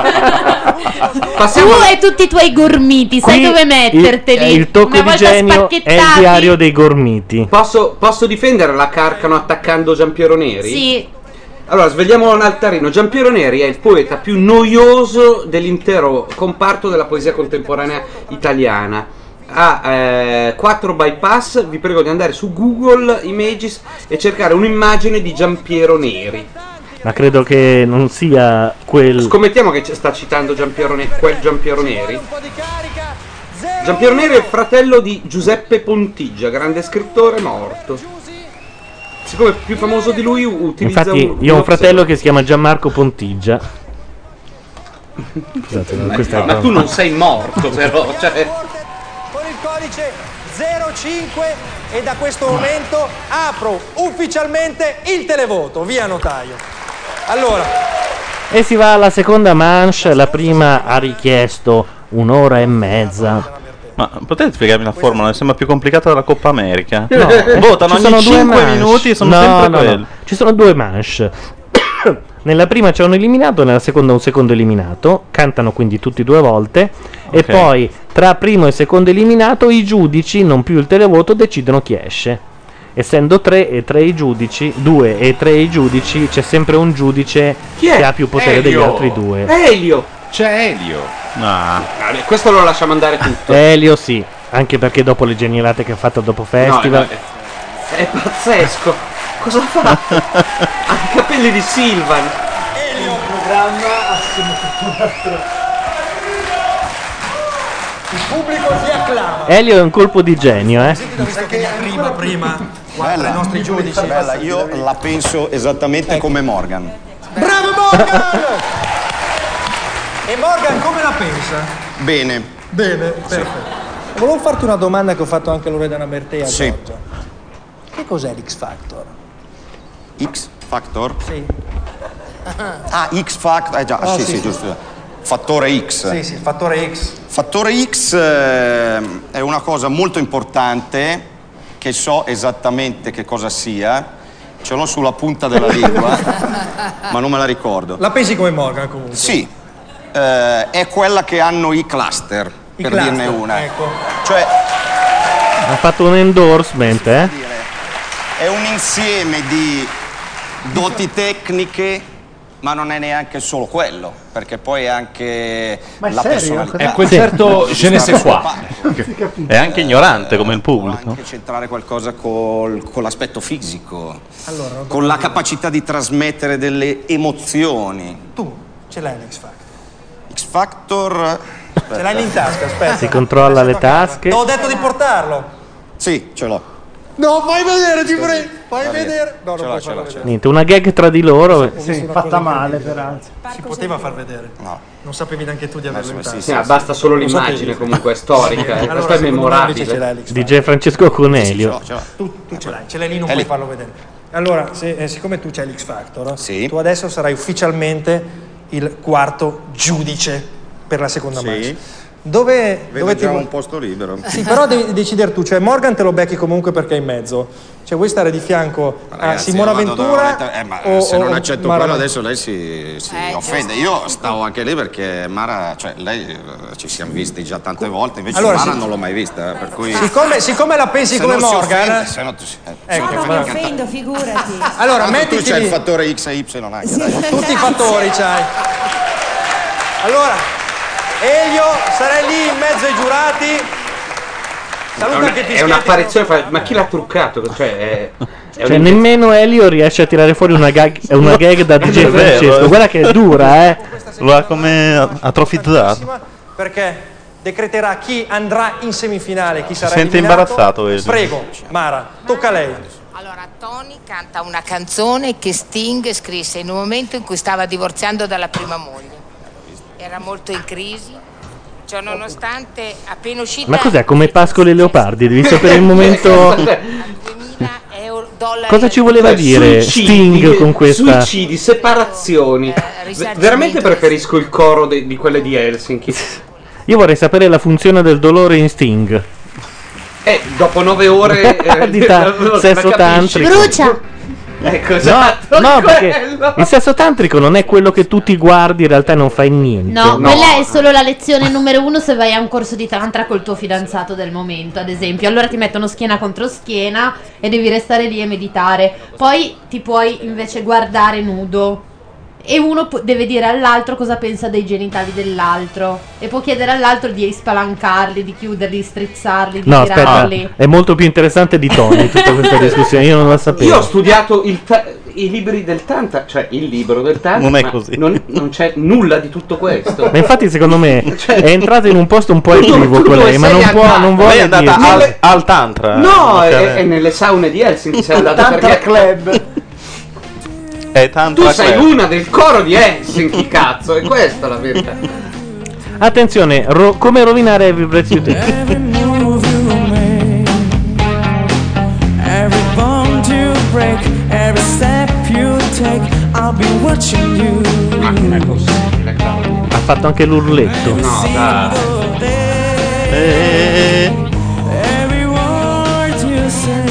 Tu e tutti i tuoi gormiti, sai Qui dove metterteli? Il, il tocco Una di volta genio è il spacchettati. diario dei gormiti. Posso, posso difendere la Carcano attaccando Giampiero Neri? Sì. Allora, svegliamo un altarino. Giampiero Neri è il poeta più noioso dell'intero comparto della poesia contemporanea italiana. Ha eh, quattro bypass. Vi prego di andare su Google Images e cercare un'immagine di Giampiero Neri. Ma credo che non sia quel. Scommettiamo che ci sta citando Giampiero Ne- quel Giampiero Neri. Giampiero Neri è il fratello di Giuseppe Pontigia, grande scrittore morto. Siccome è più famoso di lui, utilizza Infatti, un, io ho un uno fratello pseudo. che si chiama Gianmarco Pontigia. Scusate, Ma, questa è ma tu non sei morto, però. Cioè, Con il codice zero cinque e da questo momento apro ufficialmente il televoto. Via notaio. Allora, E si va alla seconda manche. La prima ha richiesto un'ora e mezza. Ma potete spiegarmi la formula? Mi sembra più complicata della Coppa America. No, Votano ci sono ogni due cinque manche. minuti, sono No, sempre no, quelli. no. Ci sono due manche. Nella prima c'è un eliminato, nella seconda un secondo eliminato. Cantano quindi tutti due volte. E Ok. poi tra primo e secondo eliminato i giudici, non più il televoto, decidono chi esce. essendo tre e tre i giudici, due e tre i giudici, c'è sempre un giudice Chi è? che ha più potere Elio. degli altri due. Elio! C'è Elio. No. Questo lo lasciamo andare tutto. Elio sì, anche perché dopo le genialate che ha fatto dopo festival. No, è, è pazzesco. Cosa fa? Ha i capelli di Silvan. Elio programma assieme a tutto un altro. Il pubblico ti acclama. Elio è un colpo di genio, eh. Perché prima, prima, guarda i nostri giudici. Bella, io la penso esattamente come Morgan. Bravo Morgan! E Morgan come la pensa? Bene. Bene, perfetto. Volevo farti una domanda che ho fatto anche a Loredana Bertè a Sì. Giorgio. Che cos'è l'X Factor? X Factor? Sì. Ah, X Factor, eh già, Ah, sì, sì, sì, sì. giusto. Fattore X. Sì, sì, fattore X. Fattore X eh, è una cosa molto importante che so esattamente che cosa sia. Ce l'ho sulla punta della lingua, ma non me la ricordo. La pensi come Morgan comunque? Sì, eh, è quella che hanno i cluster, I per cluster, dirne una. ecco. Cioè, Ha fatto un endorsement, eh. è un insieme di doti tecniche, ma non è neanche solo quello, perché poi è anche Ma è la serio? personalità. È quel certo je ne sais quoi. Non si capisce. È anche ignorante come il pubblico. Anche c'entrare qualcosa col- con l'aspetto fisico, Allora, non con la capacità di trasmettere delle emozioni. Tu ce l'hai l'X Factor? X Factor. Ce l'hai lì in tasca, aspetta. Si controlla le tasche. Ti ho detto di portarlo. Sì, ce l'ho. No, fai vedere, ti prego. Fai vedere. No, Ce non l'ho, puoi ce farlo l'ho, ce vedere. Niente, una gag tra di loro. Sì, fatta male peraltro. Si poteva far vedere. No. Non sapevi neanche tu di averlo in tasca. Sì, ma basta solo Lo l'immagine, sapevi. comunque, è storica. Allora, Questo è secondo me invece ce l'hai memorabile. l'X D J Francesco Conelio. Tu, tu ce l'hai, ce l'hai lì, non È puoi lì. farlo vedere. Allora, se- eh, siccome tu c'hai l'X Factor, Sì. tu adesso sarai ufficialmente il quarto giudice per la seconda Sì. manche. Dove, Vedo dove ti già vuoi- un posto libero. Sì, però devi decidere tu, cioè Morgan te lo becchi comunque perché è in mezzo. Cioè vuoi stare di fianco a Ragazzi, Simona io vado Ventura da- eh, ma o- se non o accetto Mara quello Ventura? adesso lei si, si offende. Io stavo anche lì perché Mara, cioè lei eh, ci siamo visti già tante volte, invece Allora, Mara sì. non l'ho mai vista, eh, per cui Siccome, siccome la pensi se come non si Morgan, offende, se no tu- eh, Ecco, sì, Non che mi fai cantare. offendo, figurati. allora Tanto mettiti tu c'hai il lì. fattore X e Y anche, dai. Tutti i fattori c'hai. Allora, Elio, sarai lì in mezzo ai giurati. È, Saluta una- che ti è schietti. un'apparizione, fa- ma chi l'ha truccato? Cioè, è, è Cioè, un- nemmeno Elio riesce a tirare fuori una gag, una gag da D J È vero, Francesco. eh. Guarda che è dura, eh. Lo ha come atrofizzato. Perché decreterà chi andrà in semifinale, chi sarà sente eliminato. imbarazzato, Elio. Prego, Mara, tocca a lei. Allora, Tony canta una canzone che Sting scrisse in un momento in cui stava divorziando dalla prima moglie. Era molto in crisi, ciò nonostante appena uscita... Ma cos'è, come Pascoli e Leopardi? Devi sapere il momento. euro, dollari Cosa ci voleva dire Suicidi, Sting con questa? Suicidi, separazioni. risarcimento. Veramente preferisco il coro de- di quelle di Helsinki. Io vorrei sapere la funzione del dolore in Sting. Eh, dopo nove ore eh, Di ta- allora, sesso la capisci. tantrico. Brucia! Ecco, esatto. No, perché quello. il sesso tantrico non è quello che tu ti guardi, in realtà non fai niente. No, quella è solo la lezione numero uno se vai a un corso di tantra col tuo fidanzato del momento, ad esempio. Allora ti mettono schiena contro schiena e devi restare lì e meditare. Poi ti puoi invece guardare nudo e uno pu- deve dire all'altro cosa pensa dei genitali dell'altro e può chiedere all'altro di spalancarli, di chiuderli, di strizzarli, di No, aspetta, tirarli. è molto più interessante di Tony tutta questa discussione, io non la sapevo. Io ho studiato il ta- i libri del Tantra, cioè il libro del Tantra. Non è ma così. Non, non c'è nulla di tutto questo. Ma infatti secondo me è entrata in un posto un po' Tu dove- equivoco tu dove lei, ma sei non può, andata? non Lei vuole è andata dire. al, al Tantra. No, eh, è, è nelle saune di Helsinki sei andato Tantra perché Club. È Tantra tu sei Club. una del coro di Helsinki, cazzo, è questa la verità. Attenzione, ro- come rovinare Every Breath You Take. Every move you make, every bond you break, every step you take, I'll be watching you. Ma non è possibile, Claudio. Ha fatto anche l'urletto. No, dai. Every word you say.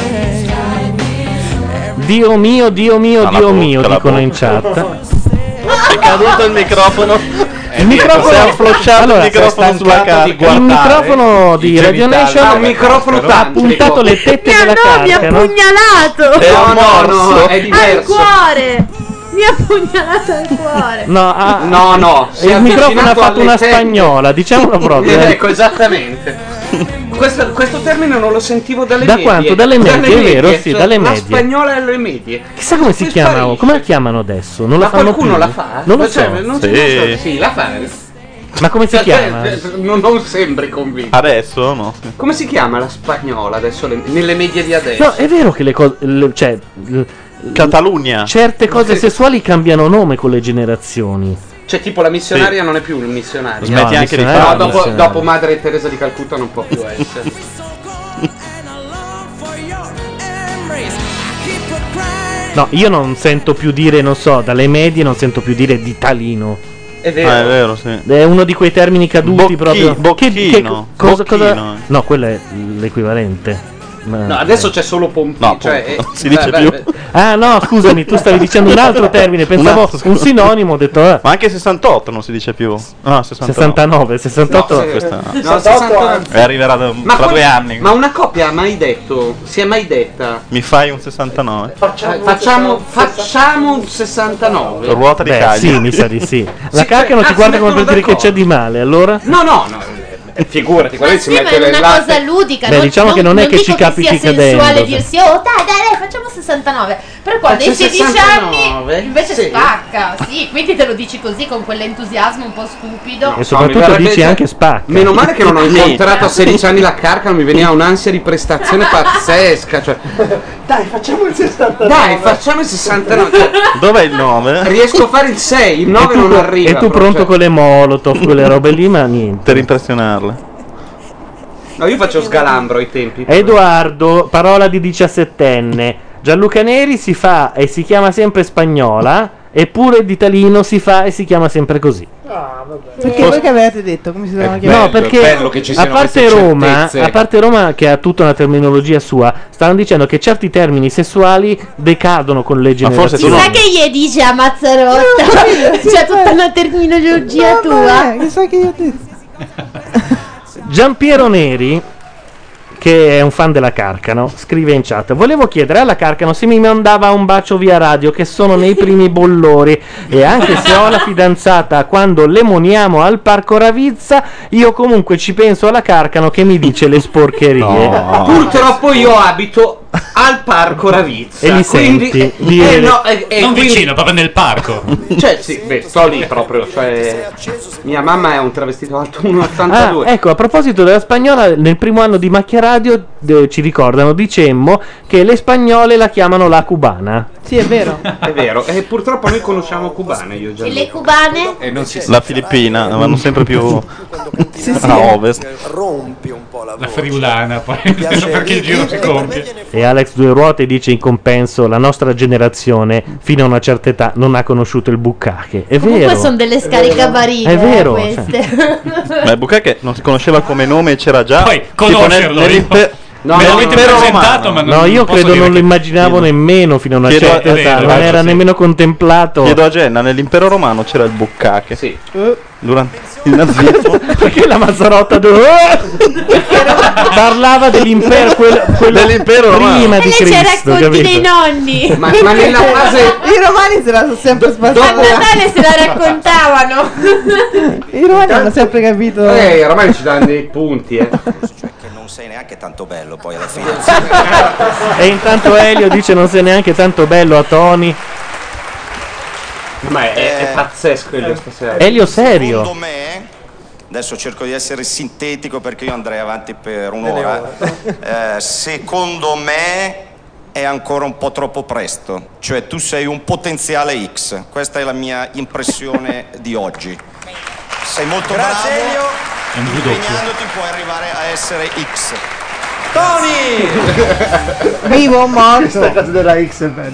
Dio mio, Dio mio, Ah, la Dio bocca, mio, la dicono in bocca. chat. È caduto il microfono. Il microfono si è afflosciato allora, il microfono sulla carta. Il microfono di Radio Nation Ah, il microfono ha tantrico. puntato le tette della No, mi ha carta, no? pugnalato È un morso. è al diverso. cuore. Mi ha pugnalato al cuore. No, ha- No, no, si è il microfono ha avvicinato fatto alle una tette. spagnola, diciamolo proprio. eh. Ecco, esattamente. Questo, questo termine non lo sentivo dalle Da medie. quanto? Dalle medie, è vero, sì, cioè, dalle la medie. spagnola alle medie. Chissà come si Si chiama, sparisce. come la chiamano adesso? Non la Ma fanno qualcuno più? la fa? Non lo Cioè, so. non Sì. non so, sì, la fa. Ma come si Cioè, chiama? eh, Non, non sembri convinto. Adesso no. Come si chiama la spagnola adesso le- nelle medie di adesso? No, è vero che le cose. Cioè. l- Catalunya. Certe cose sessuali cambiano nome con le generazioni. Cioè, tipo la missionaria non è più il missionario. Smetti No, anche di No, farlo. dopo, missionario. dopo Madre Teresa di Calcutta non può più essere. No, io non sento più dire, non so, dalle medie non sento più dire ditalino. È vero. Ah, è vero, sì. È uno di quei termini caduti Bocchi- proprio. bocchino. cosa, cosa- Bocchino. No, quello è l'equivalente. Ma- No, adesso c'è solo Pompino. No, cioè, Pompino, eh, non si dice beh, più. beh, Ah no, scusami, tu stavi dicendo un altro termine, pensavo Un altro, un scusa. sinonimo, ho detto eh. Ma anche sessantotto non si dice più. No, sessantanove, sessantanove. sessantotto. No, questa- No, sessantotto. E arriverà da, Ma tra poi- due anni. Ma una coppia ha mai detto, si è mai detta, Mi fai un sessantanove? eh, facciamo, facciamo un sessantanove? Ruota di Beh, Cagliari. sì, mi sa di sì. La Sì, Carcano ah, ti si guarda come mettono per dire che d'accordo. c'è di male, allora? No, no, no. eh, Figurati, quello Ma lì si sì, ma mette è le una latte. cosa ludica. Beh, diciamo che non è che dico ci capiti sia cadendo, sensuale cioè. dirsi oh dai dai dai facciamo sessantanove. Però quando hai Faccio sedici sessantanove? anni invece Sì. spacca. Sì, quindi te lo dici così con quell'entusiasmo un po' stupido. E soprattutto mi verrebbe- dici anche spacca. Meno male che non ho Sì. incontrato a sedici anni la Carcano, mi veniva un'ansia di prestazione pazzesca. Cioè, Dai, facciamo il sessantanove. dai, facciamo il sessantanove. Cioè, Dov'è il nove? riesco a fare il sei, il E nove tu, non arriva. e tu però, pronto cioè. con le molotov, quelle robe lì, ma niente. Per impressionarle. No, io faccio sgalambro ai tempi. Edoardo, parola di diciassettenne. Gianluca Neri si fa e si chiama sempre Spagnola, eppure Ditalino si fa e si chiama sempre così. Perché voi che avete detto? Come si dovevano No, chiamare? perché a parte Roma, a parte Roma che ha tutta una terminologia sua, stavano dicendo che certi termini sessuali decadono con le forse tu generazioni. Chissà che gli dice a Mazzarotta. C'è tutta una terminologia tua. Chissà che io ho detto. Giampiero Neri, che è un fan della Carcano, scrive in chat: volevo chiedere alla Carcano se mi mandava un bacio via radio, che sono nei primi bollori, e anche se ho la fidanzata quando lemoniamo al Parco Ravizza, io comunque ci penso alla Carcano che mi dice le sporcherie. No. Purtroppo io abito al Parco Ravizza. E li quindi, senti eh, dire- eh, no, eh, eh, Non quindi- vicino, proprio nel parco. Cioè, sì, beh, sto lì proprio. Cioè, mia mamma è un travestito alto uno virgola Ah, ottantadue. ecco, a proposito della spagnola, nel primo anno di Macchia Radio eh, ci ricordano, dicemmo che le spagnole la chiamano la cubana. Sì, è vero. È vero, e purtroppo noi conosciamo cubane, io già. E le cubane? E non si La Filippina, vanno sempre più a ovest. Rompi un po' la La voce. friulana, poi perché il giro si compie. E Alex Due Ruote dice in compenso: la nostra generazione fino a una certa età non ha conosciuto il bukkake. È Comunque vero. sono delle scaricabarine È vero, eh, queste. Ma il bukkake non si conosceva come nome e c'era già. Poi tipo conoscerlo, nel- nell'impe- No, Me no, l'avete no, presentato, ma non No, io posso credo dire non lo che- immaginavo nemmeno fino a una Chiedo- certa è età, vero, non sì. era nemmeno contemplato. Chiedo a Jenna, nell'impero romano c'era il bukkake. Sì. Durante il nazismo. Perché la Mazzarotta do- parlava dell'impero, quello, quello Dell'impero romano. prima E di lei ci Cristo, racconti capito? dei nonni. Ma, ma nella fase. I romani se la sono sempre A spasata. Natale se la raccontavano. I romani hanno sempre capito. Eh, ormai ci danno dei punti, eh. Che non sei neanche tanto bello poi alla fine. E intanto Elio dice non sei neanche tanto bello a Tony. Ma è, è pazzesco Elio stasera. Elio serio. Secondo me, adesso cerco di essere sintetico perché io andrei avanti per un'ora. Eh, secondo me è ancora un po' troppo presto. Cioè tu sei un potenziale X. Questa è la mia impressione di oggi. Sei molto Grazie, bravo. Elio. È un doppio. Impegnandoti puoi arrivare a essere X. Tony! Vivo o morto. Questa cosa della X è bella.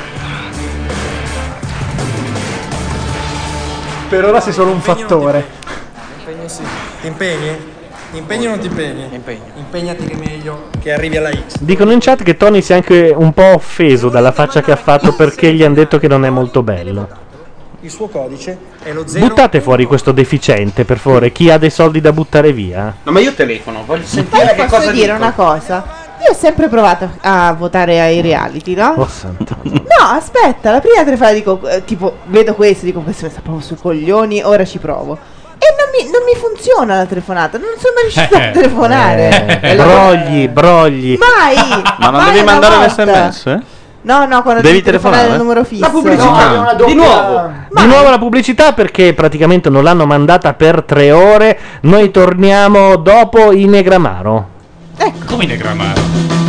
Per ora sei solo un fattore. Impegno sì. Ti impegni? Ti impegni o non ti impegni? Impegno. Impegnati che è meglio che arrivi alla X. Dicono in chat che Tony si è anche un po' offeso dalla faccia che ha fatto perché gli hanno detto che non è molto bello. il suo codice è lo zero. Buttate fuori questo deficiente, per favore. Chi ha dei soldi da buttare via? No, ma io telefono, voglio Ma sentire io che posso cosa dire dico. una cosa? Io ho sempre provato a votare ai reality, no? Oh santo. No, aspetta, la prima telefonata dico, eh, tipo, vedo questo, dico, questo mi sta proprio sui coglioni, ora ci provo. E non mi, non mi funziona la telefonata, non sono mai riuscita a telefonare. Eh, brogli, brogli. Mai! Ma non mai devi una mandare un volta. sms? Eh? No, no, quando Devi devi telefonare telefonare? al numero fisso. La pubblicità. No, Di nuovo. Di nuovo la pubblicità perché praticamente non l'hanno mandata per tre ore. Noi torniamo dopo i Negramaro. Come Negramaro?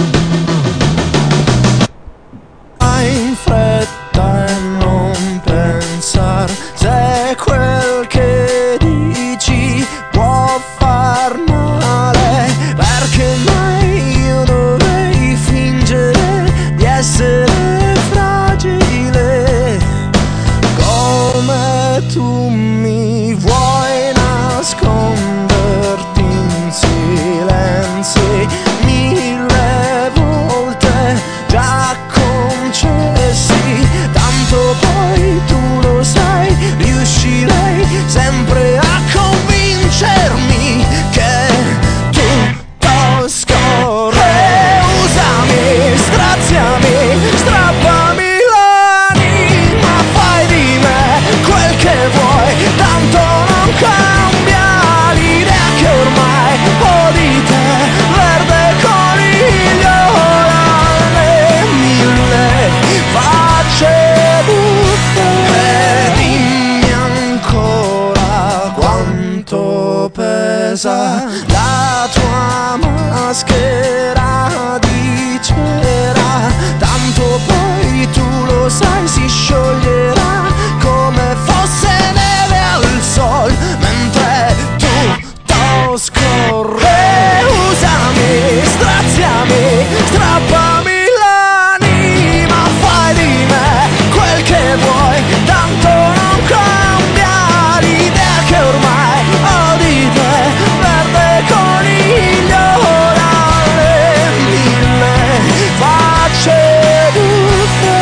Hai in fretta e non pensar se quel che dici può far male, perché mai io dovrei fingere di essere fragile come tu mi vuoi nasconderti in silenzi mille volte già concessi, tanto poi tu lo sai, riuscirei sempre a convincermi che tutto scorre. Usami, straziami, strappami l'anima, fai di me quel che vuoi, tanto non cambia l'idea che ormai ho di te, verde coniglio dalle mille facce buffe. E dimmi ancora quanto pesa la tua maschera di cera, tanto poi tu lo sai, si scioglierà come fosse neve al sol, mentre tutto scorre. Usami, straziami, strappami l'anima, fai di me quel che vuoi, tanto non cambia l'idea che ormai ho di te, verde coniglio dalle mille facce buffe.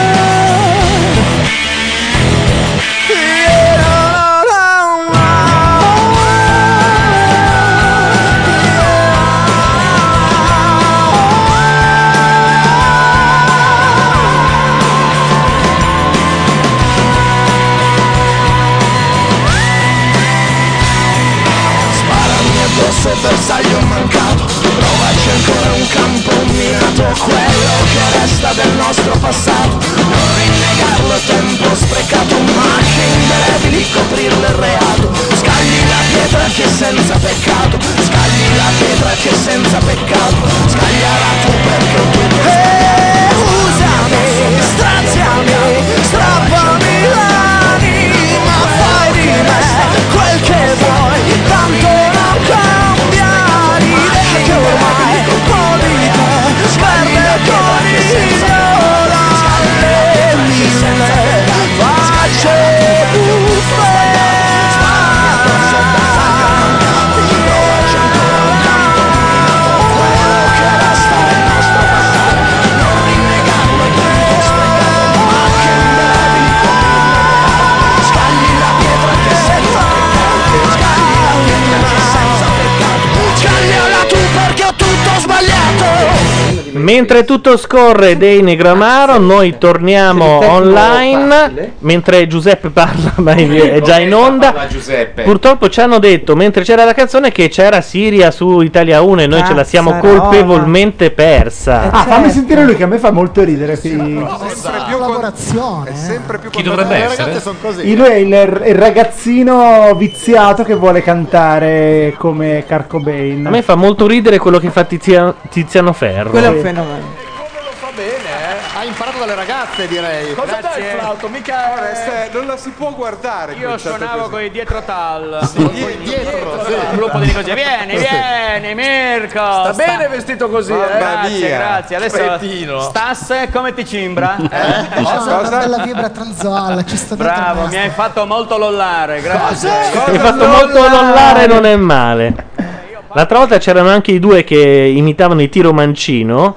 Sparami addosso e bersaglio mancato, provaci ancora un campo minato, quello che resta del nostro passato, non rinnegarlo è tempo sprecato, macchie indelebili coprirlo è reato, scagli la pietra che è senza peccato, scagli la pietra che è senza peccato, scagliala tu perché ho tutto sbagliato. Usami, straziami, strappami l'anima, fai di me quel che vuoi, tanto non cambia l'idea che ormai ho di te, verde coniglio dalle mille facce buffe. Scagliala tu perché ho tutto sbagliato. Mentre tutto scorre dei Negramaro, noi torniamo online. Mentre Giuseppe parla, ma è già in onda. Parla Giuseppe. Purtroppo ci hanno detto, mentre c'era la canzone, che c'era Siria su Italia uno e noi ce la siamo Cazzarola. colpevolmente persa. Ah, fammi sentire lui che a me fa molto ridere. Sì. Sempre più collaborazione. È sempre più Chi dovrebbe Le essere? ragazze sono così. Il- Lui è il, il ragazzino viziato che vuole cantare come Kurt Cobain. A me fa molto ridere quello che fa Tizia- Tiziano Ferro. Quello è un Sì. fenomeno. Ha imparato dalle ragazze, direi. Cosa Grazie. fai il flauto? Mica Eh, non la si può guardare. Io suonavo con i dietro tal. dietro, sì. Un gruppo di così. Vieni, vieni, Mirko. Sta bene vestito così, Mamma eh? Grazie, mia. grazie. Adesso Cretino. Stas, come ti cimbra? Eh? Cosa? Cosa? Bella vibra transuale, ci sta Bravo, mi hai fatto molto lollare, grazie. Hai fatto molto lollare, non è male. L'altra volta c'erano anche i due che imitavano i Tiro Mancino,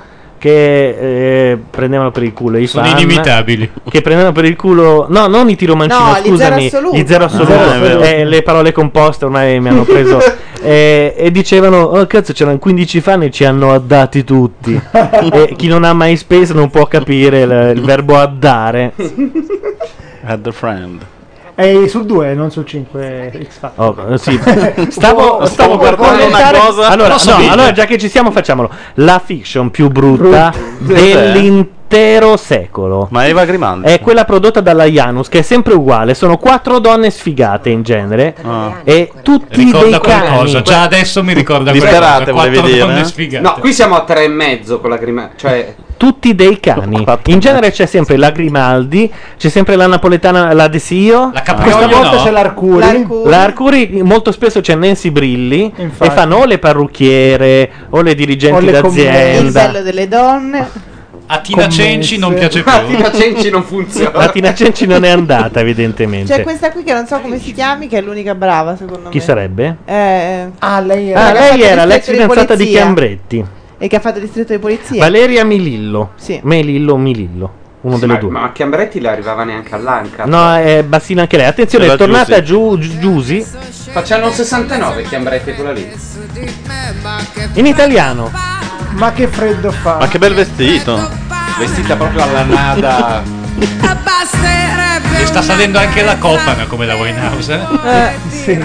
che eh, prendevano per il culo i Sono fan, inimitabili. che prendevano per il culo no non i tiro mancino, No, gli scusami, zero assoluto. gli zero assoluto, Ah, è vero. eh, le parole composte ormai mi hanno preso eh, e dicevano oh cazzo c'erano quindici fan e ci hanno addati tutti e chi non ha mai speso non può capire il, il verbo addare. Had a friend. È sul due, non sul cinque X Factor. Oh, sì. Stavo, stavo guardando una cosa. Allora, Non so no, bene. allora, già che ci siamo, facciamolo. La fiction più brutta dell'intero secolo. Ma Eva Grimaldi. È quella prodotta dalla Janus, che è sempre uguale. Sono quattro donne sfigate in genere. Ah. E tutti Ricorda dei cani. qualcosa, già adesso mi ricorda Disperate, qualcosa. volevi Quattro dire, donne eh? sfigate. No, qui siamo a tre e mezzo con la grima. Cioè, Tutti dei cani. In genere c'è sempre la Grimaldi, c'è sempre la napoletana, la Desio. La Questa Capriolo volta no. c'è l'Arcuri. L'Arcuri. La Arcuri molto spesso c'è Nancy Brilli Infatti. e fanno o le parrucchiere o le dirigenti O le Il d'azienda. bello delle donne. A Tina Commesse. Cenci non piace più. a Tina Cenci non funziona. La Tina Cenci non è andata evidentemente. C'è questa qui che non so come si chiami, che è l'unica brava secondo Chi me. sarebbe? Eh, Ah, lei Ah, è... che ha lei fatto era il l'ex distretto di fidanzata di polizia. Chiambretti. e che ha fatto il distretto di polizia. Valeria Milillo. Sì. Melillo, Milillo. Uno delle ma, due. ma Chiambretti le arrivava neanche all'anca. No, è bassina anche lei. Attenzione, C'era è tornata Giusy. giù Giu- Giusy Facciano sessantanove Chiambretti quella lì. in italiano. Ma che freddo fa. Ma che bel vestito. Vestita proprio alla nada. E sta salendo anche la copana come la Winehouse. Eh, sì.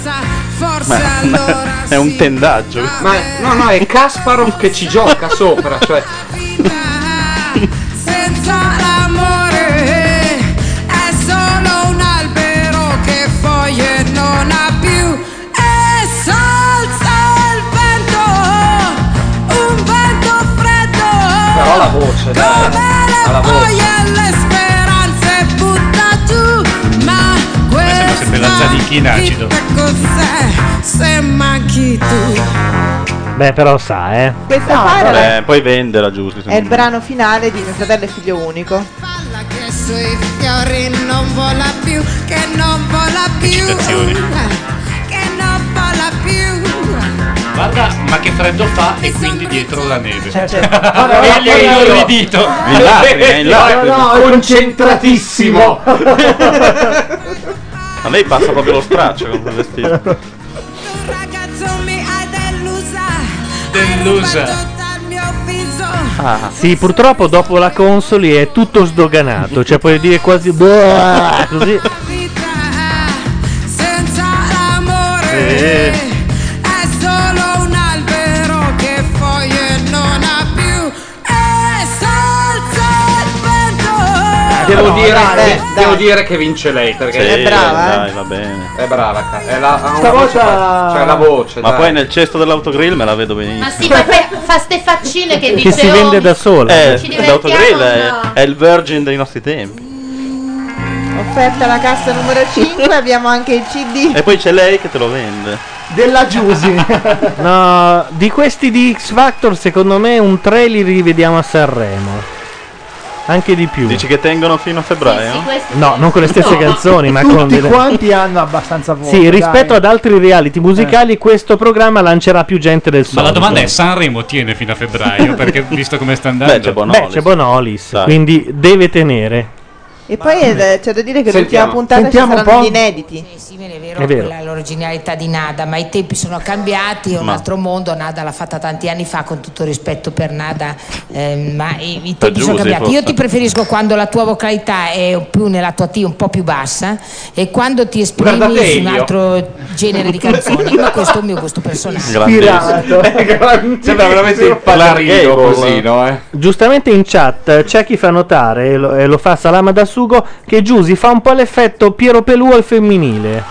Ma è un tendaggio. Ma no, no, è Kasparov che ci gioca sopra, cioè. Senza l'amore è solo un albero che foglie non ha più e salza il vento, un vento freddo. Però la voce, dai. Ha la Poi voce. e le speranze butta giù, ma Sembra sempre la Zanicchi in acido. cos'è se manchi tu? Beh, però sa, eh. Questa qua era la- Eh, poi vende la giusta. è il brano finale di Mio fratello e figlio unico. Che sui fiori non vola più, che non vola più, Citazioni. che non vola più. Guarda, ma che freddo fa e quindi dietro la neve. Guarda, E lì guarda, ho io- inolidito. In lacrime, in lacrime. No, no, è concentratissimo. A lei passa proprio lo straccio con quel vestito. Ragazzo mi hai delusa, Delusa. dal mio viso. Ah. Sì, purtroppo dopo la consoli è tutto sdoganato. Cioè, puoi dire quasi. "Boh", così. Senza l'amore Eh. è solo un albero che foglie non ha più e salza il vento. Devo, No, dire, dai, che, dai. devo dire che vince lei perché Sì, È brava, eh. dai, va bene. è brava. ca- È la, ha una Stavolta- voce fa- cioè la voce. Ma dai. poi nel cesto dell'autogrill me la vedo benissimo. Ma sì, ma fa, fa ste faccine che dice Che si vende oh, da sola. Eh, ci l'autogrill divertiamo, è, è il Virgin dei nostri tempi. Offerta la cassa numero cinque, abbiamo anche il C D. E poi c'è lei che te lo vende. Della Giusy. No, di questi di X Factor, secondo me un tre li rivediamo a Sanremo. Anche di più. Dici che tengono fino a febbraio? sì, questi No, non con le stesse No. canzoni, ma con Tutti delle... quanti hanno abbastanza voglia. Sì, rispetto dai. ad altri reality musicali, questo programma lancerà più gente del Ma solito. la domanda è: Sanremo tiene fino a febbraio? Perché visto come sta andando. Beh, c'è Bonolis. Beh, c'è Bonolis, Dai. quindi deve tenere. E poi eh, c'è da dire che l'ultima Sentiamo. puntata ci Sentiamo un saranno po'. gli inediti. Sì, è È vero, vero. quella è l'originalità di Nada, ma i tempi sono cambiati, è un Ma- altro mondo. Nada l'ha fatta tanti anni fa, con tutto rispetto per Nada, ehm, ma i, i Per tempi sono Giusy, cambiati. forse. Io ti preferisco quando la tua vocalità è più nella tua T un po' più bassa e quando ti esprimi Guardate su un Elio. altro genere di canzoni, ma questo è un mio gusto personale. Grandissimo. Sembra veramente il padrino Gable. così, no? Eh? Giustamente in chat c'è chi fa notare, e lo, e lo fa Salama da Sugo, che Giusy fa un po' l'effetto Piero Pelù al femminile.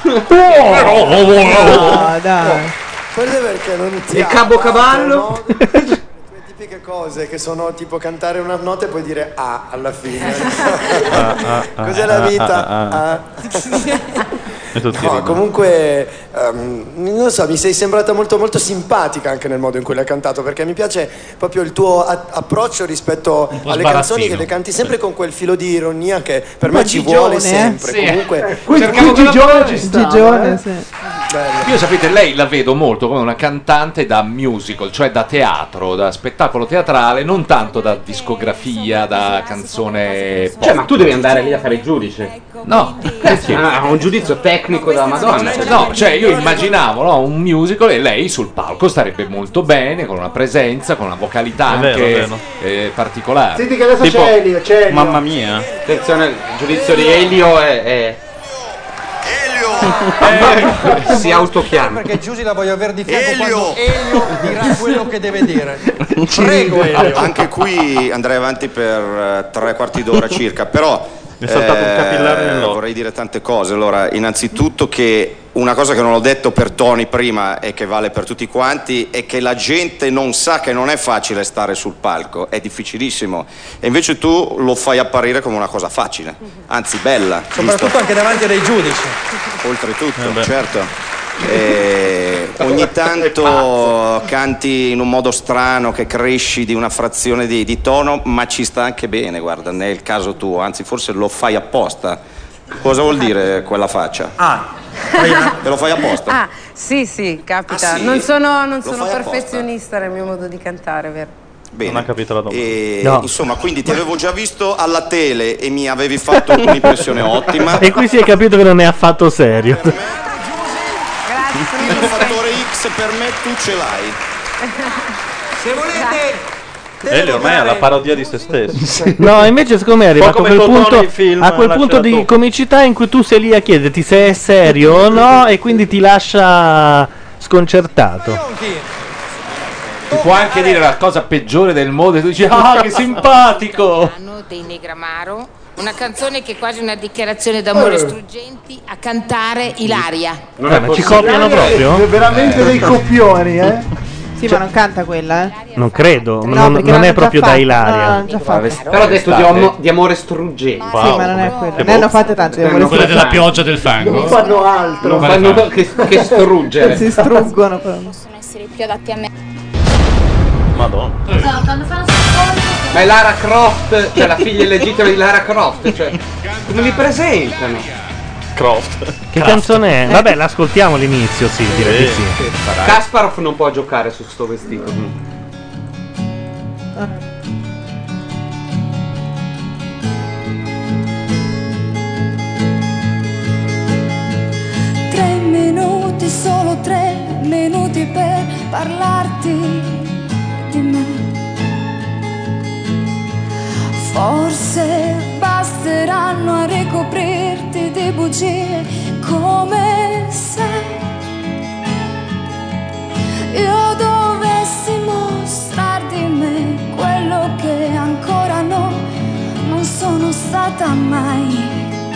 No, dai. Forse perché non ti Il ha Cabocavallo? quelle tipiche cose che sono tipo cantare una nota e poi dire ah alla fine. Ah, ah, ah, Cos'è la ah, vita? ah, ah. Ah. E tutti No, ridono. comunque ehm, non so, mi sei sembrata molto molto simpatica anche nel modo in cui l'hai cantato, perché mi piace proprio il tuo a- approccio rispetto po' alle sbarazzino. canzoni, che le canti sempre con quel filo di ironia che per Un me po' ci Gigione, vuole eh? sempre. Sì. Comunque Qui, Cercavo qui quella Gigione parola. ci sta. Gigione, eh. sì. Io sapete, lei la vedo molto come una cantante da musical, cioè da teatro, da spettacolo teatrale, non tanto da discografia, da canzone pop. Cioè, ma tu devi andare lì a fare il giudice. No, perché? Ah, un giudizio tecnico da Madonna. No, cioè io immaginavo, no, un musical e lei sul palco starebbe molto bene, con una presenza, con una vocalità È vero, anche è vero. eh, particolare. Senti che adesso Tipo- c'è Elio, c'è Elio. Mamma mia. Attenzione, il giudizio di Elio è... è... Elio! Si autochiama. Perché Giusy la voglio avere di fianco quando Elio dirà quello che deve dire. Prego Elio. Anche qui andrei avanti per eh, tre quarti d'ora circa, però Mi è saltato un capillare nell'occhio. vorrei dire tante cose. Allora, innanzitutto che una cosa che non ho detto per Tony prima e che vale per tutti quanti è che la gente non sa che non è facile stare sul palco, è difficilissimo, e invece tu lo fai apparire come una cosa facile, anzi bella, Soprattutto giusto? anche davanti a dei giudici. Oltretutto, certo. E ogni tanto canti in un modo strano che cresci di una frazione di, di tono, ma ci sta anche bene, guarda, nel caso tuo, anzi forse lo fai apposta. Cosa vuol dire quella faccia? Ah, te lo fai apposta? Ah, sì, sì, capita. Ah, sì? Non sono, non Lo sono fai apposta? perfezionista nel mio modo di cantare, vero? Bene. Non ha capito la domanda. E, No. Insomma, quindi ti avevo già visto alla tele e mi avevi fatto un'impressione ottima. E qui si è capito che non è affatto serio. Il fattore X per me tu ce l'hai. Se volete... Elio ormai è la parodia di se stesso. No, invece secondo me è arrivato a Un po' quel come punto, Totò nei film, a quel lascia punto la di tua. comicità in cui tu sei lì a chiederti se è serio o no e quindi ti lascia sconcertato. Ti può anche dire la cosa peggiore del mondo e tu dici ah che simpatico. Dei Negramaro, una canzone che è quasi una dichiarazione d'amore Eh. struggenti a cantare Ilaria. Non è Eh, ma ci copiano proprio? È veramente dei copioni, eh? Sì, ma non canta quella, eh? Non credo, No, non, perché non l'hanno è già proprio da fatta, Ilaria. no, l'hanno già fatta. Però ha detto di, amo- di amore struggente. Sì, ma non è quella. Ne hanno fatte tante. Quella amore Quella della struggenti. pioggia del fango. Non fanno altro. Non Quale fanno fa? che, che struggere. Si struggono però. Possono essere più adatti a me. Madonna. No, quando fanno scuola. Ma è Lara Croft, cioè la figlia illegittima di Lara Croft, cioè come li presentano? Croft. Che canzone è? Vabbè, l'ascoltiamo all'inizio, sì, direi di sì. Kasparov non può giocare su sto vestito. Tre minuti, solo tre minuti per parlarti di me. Forse basteranno a ricoprirti di bugie come se io dovessi mostrarti di me quello che ancora no, non sono stata mai.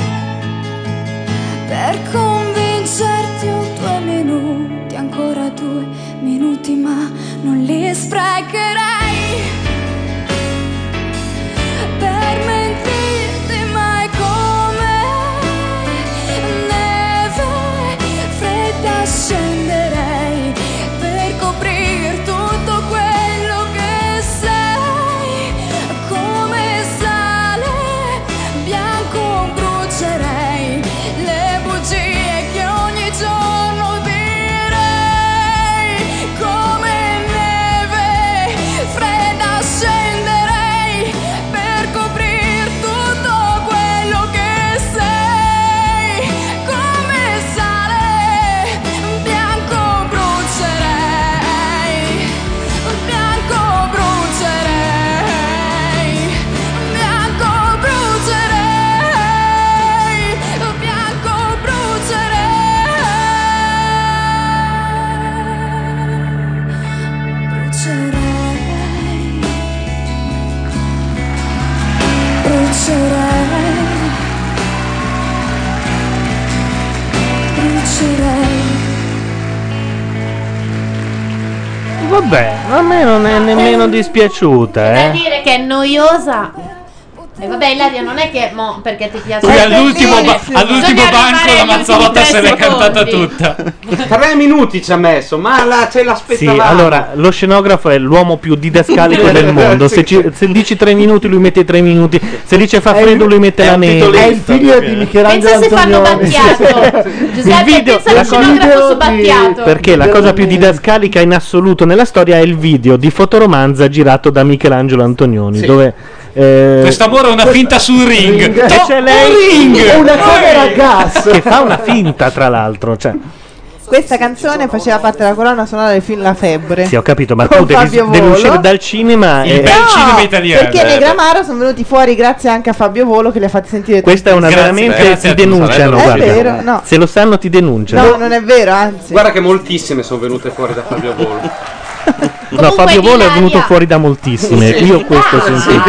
Per convincerti ho due minuti, ancora due minuti, ma non li sprecherei per mentirti mai come neve fredda scenderei per coprir tutto quello che sei, come sale bianco brucerei le bugie che ogni giorno direi, come neve fredda scenderei per coprir tutto quello che sei, come sale bianco brucerei, bianco brucerei, bianco brucerei, bianco brucerei, brucerei, brucerei. Vabbè, a me non è nemmeno dispiaciuta, Da eh. dire che è noiosa. E vabbè, Ilaria, non è che mo, perché ti piace. Lui all'ultimo, ba- all'ultimo Bisogna banco arrivare la agli Mazzotta ultimi se l'è tre cantata secondi. tutta. Tre minuti ci ha messo, ma la, ce Sì, l'aspettavamo. allora lo scenografo è l'uomo più didascalico del mondo. Se, ci- se dici tre minuti, lui mette tre minuti. Se dice fa freddo, lui mette la neve. È il figlio di Michelangelo Pensa se fanno Antonioni. Battiato. Giuseppe, video- pensa allo scenografo su Battiato. Perché la cosa più didascalica in assoluto nella storia è il video di fotoromanza girato da Michelangelo Antonioni, Sì. dove eh, Quest'amore è una finta sul ring. e To- c'è lei ring! Una camera a gas. che fa una finta, tra l'altro. Cioè, Questa canzone faceva parte della colonna sonora del film La Febbre. sì, ho capito, ma Con tu devi, Fabio devi Volo. uscire dal cinema. Il e- bel No, cinema italiano. perché nei Gramaro sono venuti fuori grazie anche a Fabio Volo che li ha fatti sentire Questa è una Grazie, veramente grazie a ti tutti. denunciano. È Guarda. vero, no. Se lo sanno, ti denunciano. No, non è vero, anzi. Guarda che moltissime sono venute fuori da Fabio Volo. No, Comunque, Fabio Volo è Ilaria- venuto fuori da moltissime. Sì. Io questo ho Dai. sentito.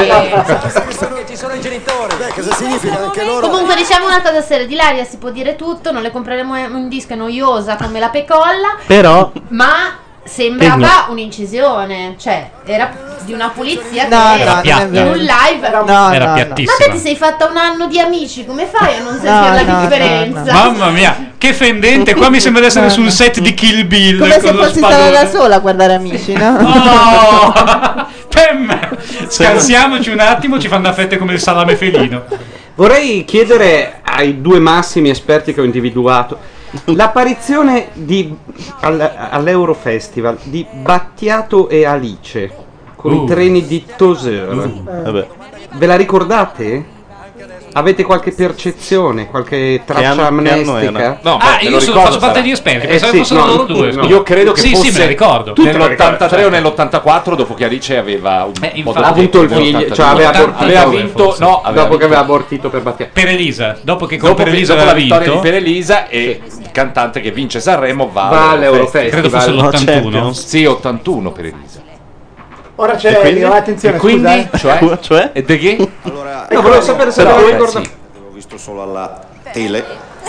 Ci sono i genitori. Beh, cosa significa? Anche loro. Comunque diciamo una cosa seria, di Ilaria si può dire tutto, non le compreremo un disco, è noiosa come la pecolla, Però ma sembrava Tegno. un'incisione, cioè era di una pulizia No, che no, non è in vero. un live. No, Era no, no. piattissima. Ma te ti sei fatta un anno di amici, come fai a non sentire No, la no, differenza? Mamma mia, che fendente. Qua mi sembra di essere sul set di Kill Bill. Come se con lo fossi stata spadone. da sola a guardare Amici, no? Oh! Pem! Scansiamoci un attimo, ci fanno a fette come il salame felino. Vorrei chiedere ai due massimi esperti che ho individuato l'apparizione di, al, all'Eurofestival di Battiato e Alice con Uh. i treni di Toseur. Vabbè. Ve la ricordate? Avete qualche percezione, qualche traccia anno- che anno amnestica? era? No, Ah, beh, me io lo sono, ricordo, faccio parte sarà. degli esperti, Eh pensavo sì, fossero no, loro tu- due. no. scusa. Io credo che sì, fosse sì, me la ricordo. Tu te la nell'ottantatré o ricordi, nell'ottantaquattro, dopo che Alice aveva un Eh, po' infatti, Ha avuto il tempo, figlio, cioè aveva nell'ottantadue. abortito, aveva vinto, forse. no, aveva dopo che aveva vinto- abortito per Battiato. Per Elisa, dopo che con dopo, per Elisa dopo la aveva vittoria vinto. di Per Elisa e il cantante che vince Sanremo va, Va all'Eurofestival. all'Eurofestival. Credo fosse No, l'ottantuno. Champions. Sì, ottantuno per Elisa. Ora E c'è quindi? Elio, attenzione, E quindi? scusa. Cioè? Cioè? E de che? Allora, No, volevo sapere se Però- lo eh, ricordo. sì. l'ho visto solo alla tele.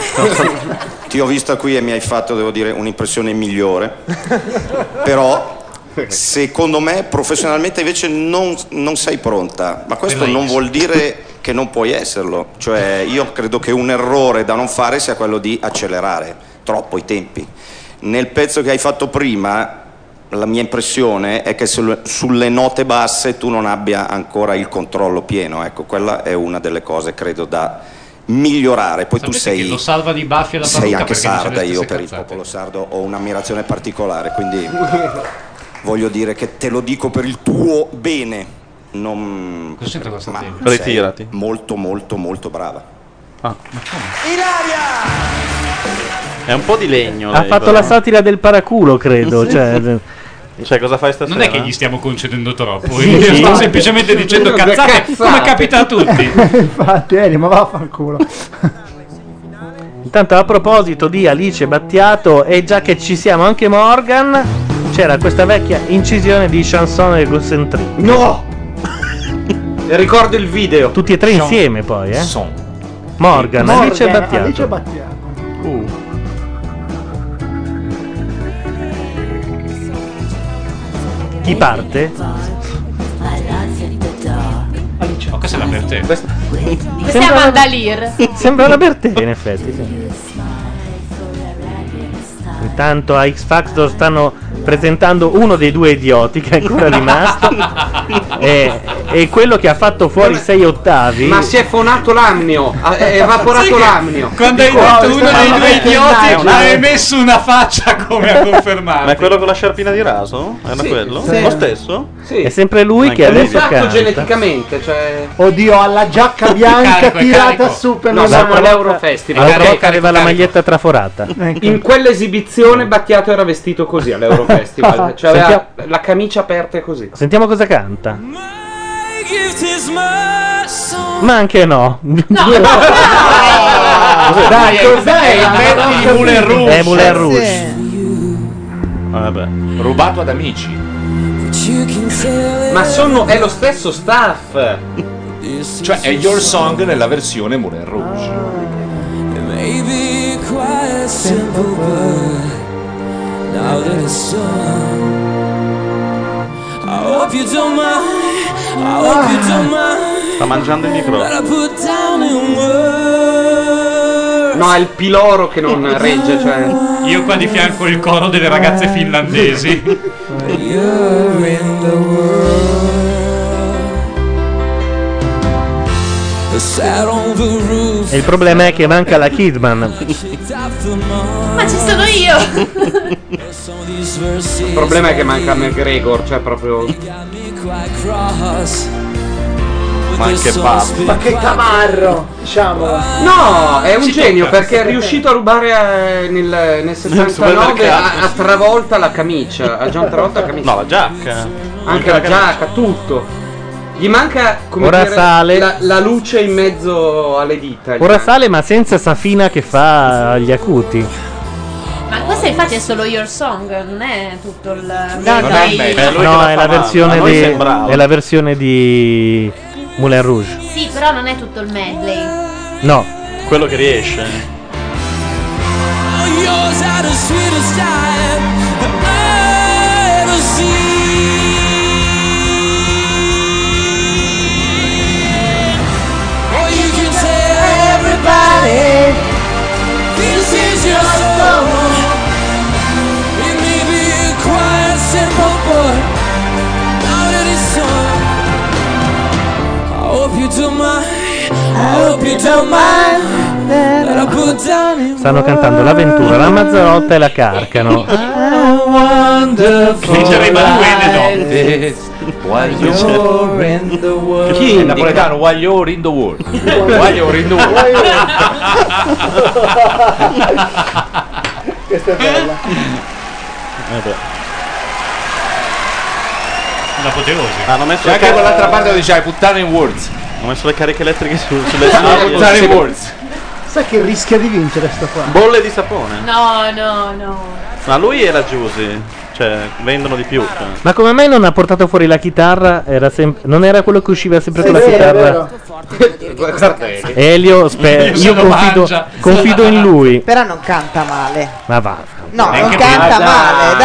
Ti ho vista qui e mi hai fatto, devo dire, un'impressione migliore. Però secondo me professionalmente invece non, non sei pronta. Ma questo Per la non X. vuol dire che non puoi esserlo. Cioè io credo che un errore da non fare sia quello di accelerare troppo i tempi. Nel pezzo che hai fatto prima, la mia impressione è che sul- sulle note basse tu non abbia ancora il controllo pieno. Ecco, quella è una delle cose, credo, da migliorare. Poi tu Sapete che sei, lo salva di baffi alla sei parrucca anche perché dice sarda, le io stesse per il cazzate. popolo sardo ho un'ammirazione particolare, quindi voglio dire che te lo dico per il tuo bene. Non... Cosa c'entra questa ma tela? sei Ritirati. molto molto molto brava. È un po' di legno. ha lei, fatto però. la satira del paraculo, credo. Cioè, Cioè, cosa fai stasera? Non è che gli stiamo concedendo troppo, Sì, io sì. sto semplicemente dicendo cazzate, Cazzate. come capita a tutti. Infatti, Elio, ma vaffanculo. Intanto, a proposito di Alice Battiato, e già che ci siamo anche Morgan, c'era questa vecchia incisione di Chanson e Egocentrie. No! Ricordo il video. Tutti e tre insieme, poi, eh? Son. Morgan, Alice e Morgan, Battiato. Alice Battiato. Uh. Chi parte? Oh, questa è la per te. Questa è Amanda Lear. Sembra una per te, in effetti. Sì. Intanto a X Factor stanno presentando uno dei due idioti che è ancora rimasto. e, e quello che ha fatto fuori sei ottavi. Ma si è fonato l'amnio, ha- è evaporato Sai che l'amnio. Quando hai Wow, detto uno questa dei è due una idioti, vecchia hai messo una faccia come a confermare. Ma è quello con la sciarpina di raso? Era Sì, quello? sì. Lo stesso? Sì. È sempre lui Anche che lui. adesso Fatto canta. geneticamente, cioè... Oddio, alla giacca bianca Carico, è tirata carico. su per No, non siamo volta- all'Eurofestival. L'altra ok? volta aveva la carico. maglietta traforata. In quell'esibizione Battiato era vestito così all'Eurofestival, cioè aveva la camicia aperta e così. Sentiamo cosa canta. Ma anche no. Dai, cos'è? il pezzo di Moulin Rouge. È Moulin Rouge. Vabbè. Rubato ad amici. Ma sono, è lo stesso staff. Cioè è Your Song nella versione Moulin Rouge. Maybe quite simple, but now that it's done, I hope you don't mind. I hope you don't mind. Sta mangiando il microfono. No, è il piloro che non regge, cioè. Io qua di fianco il coro delle ragazze finlandesi. E il problema è che manca la Kidman. Ma ci sono io. Il problema è che manca McGregor, cioè proprio. Ma anche Pablo. Ma che tamarro, diciamolo. No, è un Ci genio tocca. perché è riuscito a rubare eh, nel, nel sessantanove a, a travolta la camicia. Ha già travolta la camicia. No, la giacca. Anche la giacca, tutto. Gli manca come Ora dire, sale. La, la luce in mezzo alle dita. Ora sale, ma senza Safina che fa gli acuti. Ma questo infatti è solo Your Song, non è tutto il No, medley. no, è la versione di è la versione di Moulin Rouge. Sì, però non è tutto il medley. No, quello che riesce. Yours are the sweetest I've ever seen. Oh, you can tell everybody this is your song. It may be a quiet, simple boy, now that it's song. I hope you don't mind. I hope you don't mind. That I put down in stanno cantando l'avventura, la Mazzarotta e la Carcano. Leggerei Emanuele While you're in the world. Chi è il napoletano? While you're in the world. While you're in the world. Questa è bella. Un'apoteosi. Hanno messo C'è anche quell'altra parte dove dice I puttana in words. Hanno messo le cariche elettriche su, sulle Ah, sedie. puttana in words. Sai che rischia di vincere sto qua? Bolle di sapone. No, no, no. Ma lui e la Giusy, cioè vendono di più. Cioè. Ma come mai non ha portato fuori la chitarra? Era sem- non era quello che usciva sempre con la chitarra? Elio, spe- Io se io lo confido, mangia. confido in lui. Però non canta male. Ma va. No, non Neanche canta prima. male,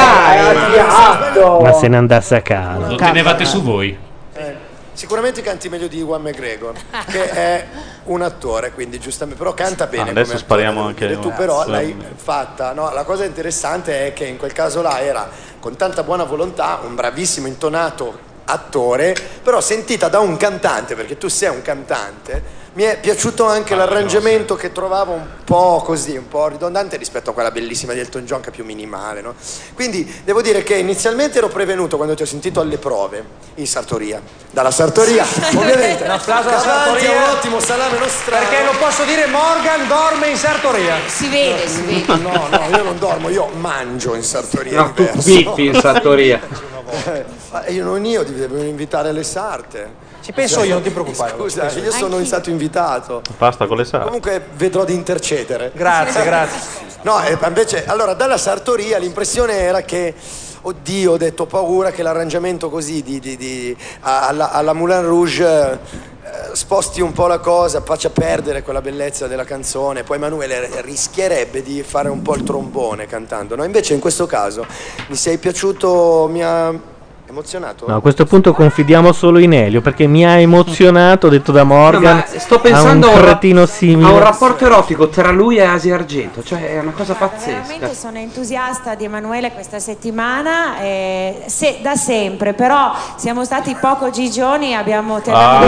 dai. Ma se ne andasse a casa. Lo tenevate su voi. Sicuramente canti meglio di Ewan McGregor, che è un attore, quindi giustamente, però canta bene. Ah, adesso come spariamo attore, anche- tu però sì. l'hai fatta, no? La cosa interessante è che in quel caso là era con tanta buona volontà, un bravissimo intonato attore, però sentita da un cantante, perché tu sei un cantante. Mi è piaciuto anche l'arrangiamento che trovavo un po' così, un po' ridondante rispetto a quella bellissima di Elton John che è più minimale, no? Quindi devo dire che inizialmente ero prevenuto quando ti ho sentito alle prove in sartoria. Dalla sartoria, ovviamente. Un applauso alla Davanti sartoria. a un ottimo salame nostrano. Perché lo posso dire, Morgan dorme in sartoria. Si vede, si vede. No, no, io non dormo, io mangio in sartoria. No, tu diverso. bippi in sartoria. Eh, ma io non io, ti devo invitare alle sarte. Ci penso io, non ti preoccupare. Scusa, io sono stato invitato. Pasta con le sale. Comunque vedrò di intercedere. Grazie, grazie. No, eh, invece, allora, dalla sartoria l'impressione era che, oddio, ho detto, ho paura che l'arrangiamento così di, di- di- alla, alla Moulin Rouge eh, sposti un po' la cosa, faccia perdere quella bellezza della canzone. Poi Emanuele rischierebbe di fare un po' il trombone cantando, no? Invece in questo caso mi sei piaciuto, mi ha emozionato. No, a questo punto confidiamo solo in Elio perché mi ha emozionato, detto da Morgan. No, ma sto pensando a a un un ra- cretino simile. Ha un rapporto erotico tra lui e Asia Argento, cioè è una cosa Veramente pazzesca. sono entusiasta di Emanuele questa settimana, eh, se- da sempre, però siamo stati poco gigioni, abbiamo tirato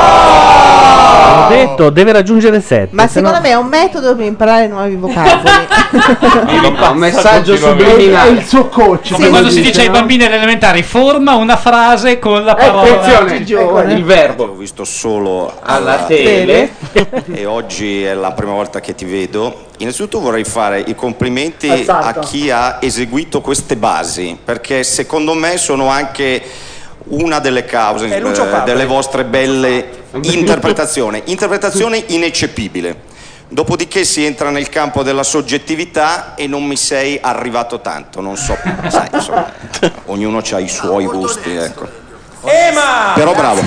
Ho detto, deve raggiungere sette. Ma se no- secondo me è un metodo per imparare nuovi vocaboli. Un messaggio È subliminale. il suo coach. Come come quando si dice, dice ai no? bambini elementari, forma una frase con la parola. Attenzione, il verbo. Ho visto solo Alla tele. e oggi è la prima volta che ti vedo. Innanzitutto vorrei fare i complimenti Alzato. a chi ha eseguito queste basi, perché secondo me sono anche una delle cause È Lucio eh, Fabri. delle vostre belle interpretazioni. Interpretazione ineccepibile. Dopodiché si entra nel campo della soggettività e non mi sei arrivato tanto, non so, sai, insomma, ognuno ha i suoi gusti, ecco. Ema! Però bravo.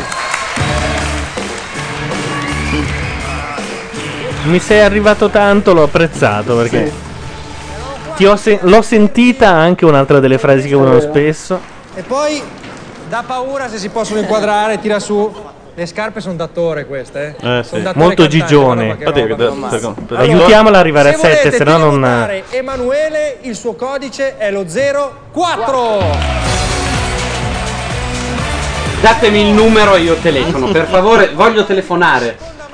Mi sei arrivato tanto, l'ho apprezzato perché ti ho se- l'ho sentita anche un'altra delle frasi che uso spesso. E poi dà paura se si possono inquadrare, tira su Le scarpe sono d'attore queste, eh? Eh, Sono sì. d'attore Molto cantante, gigione. guarda che Infatti, roba. per- Ammazza. per- per- aiutiamola ad arrivare a se sette, volete se no non- telefonare Emanuele, il suo codice è lo zero quattro. Datemi il numero e io telefono, per favore, voglio telefonare.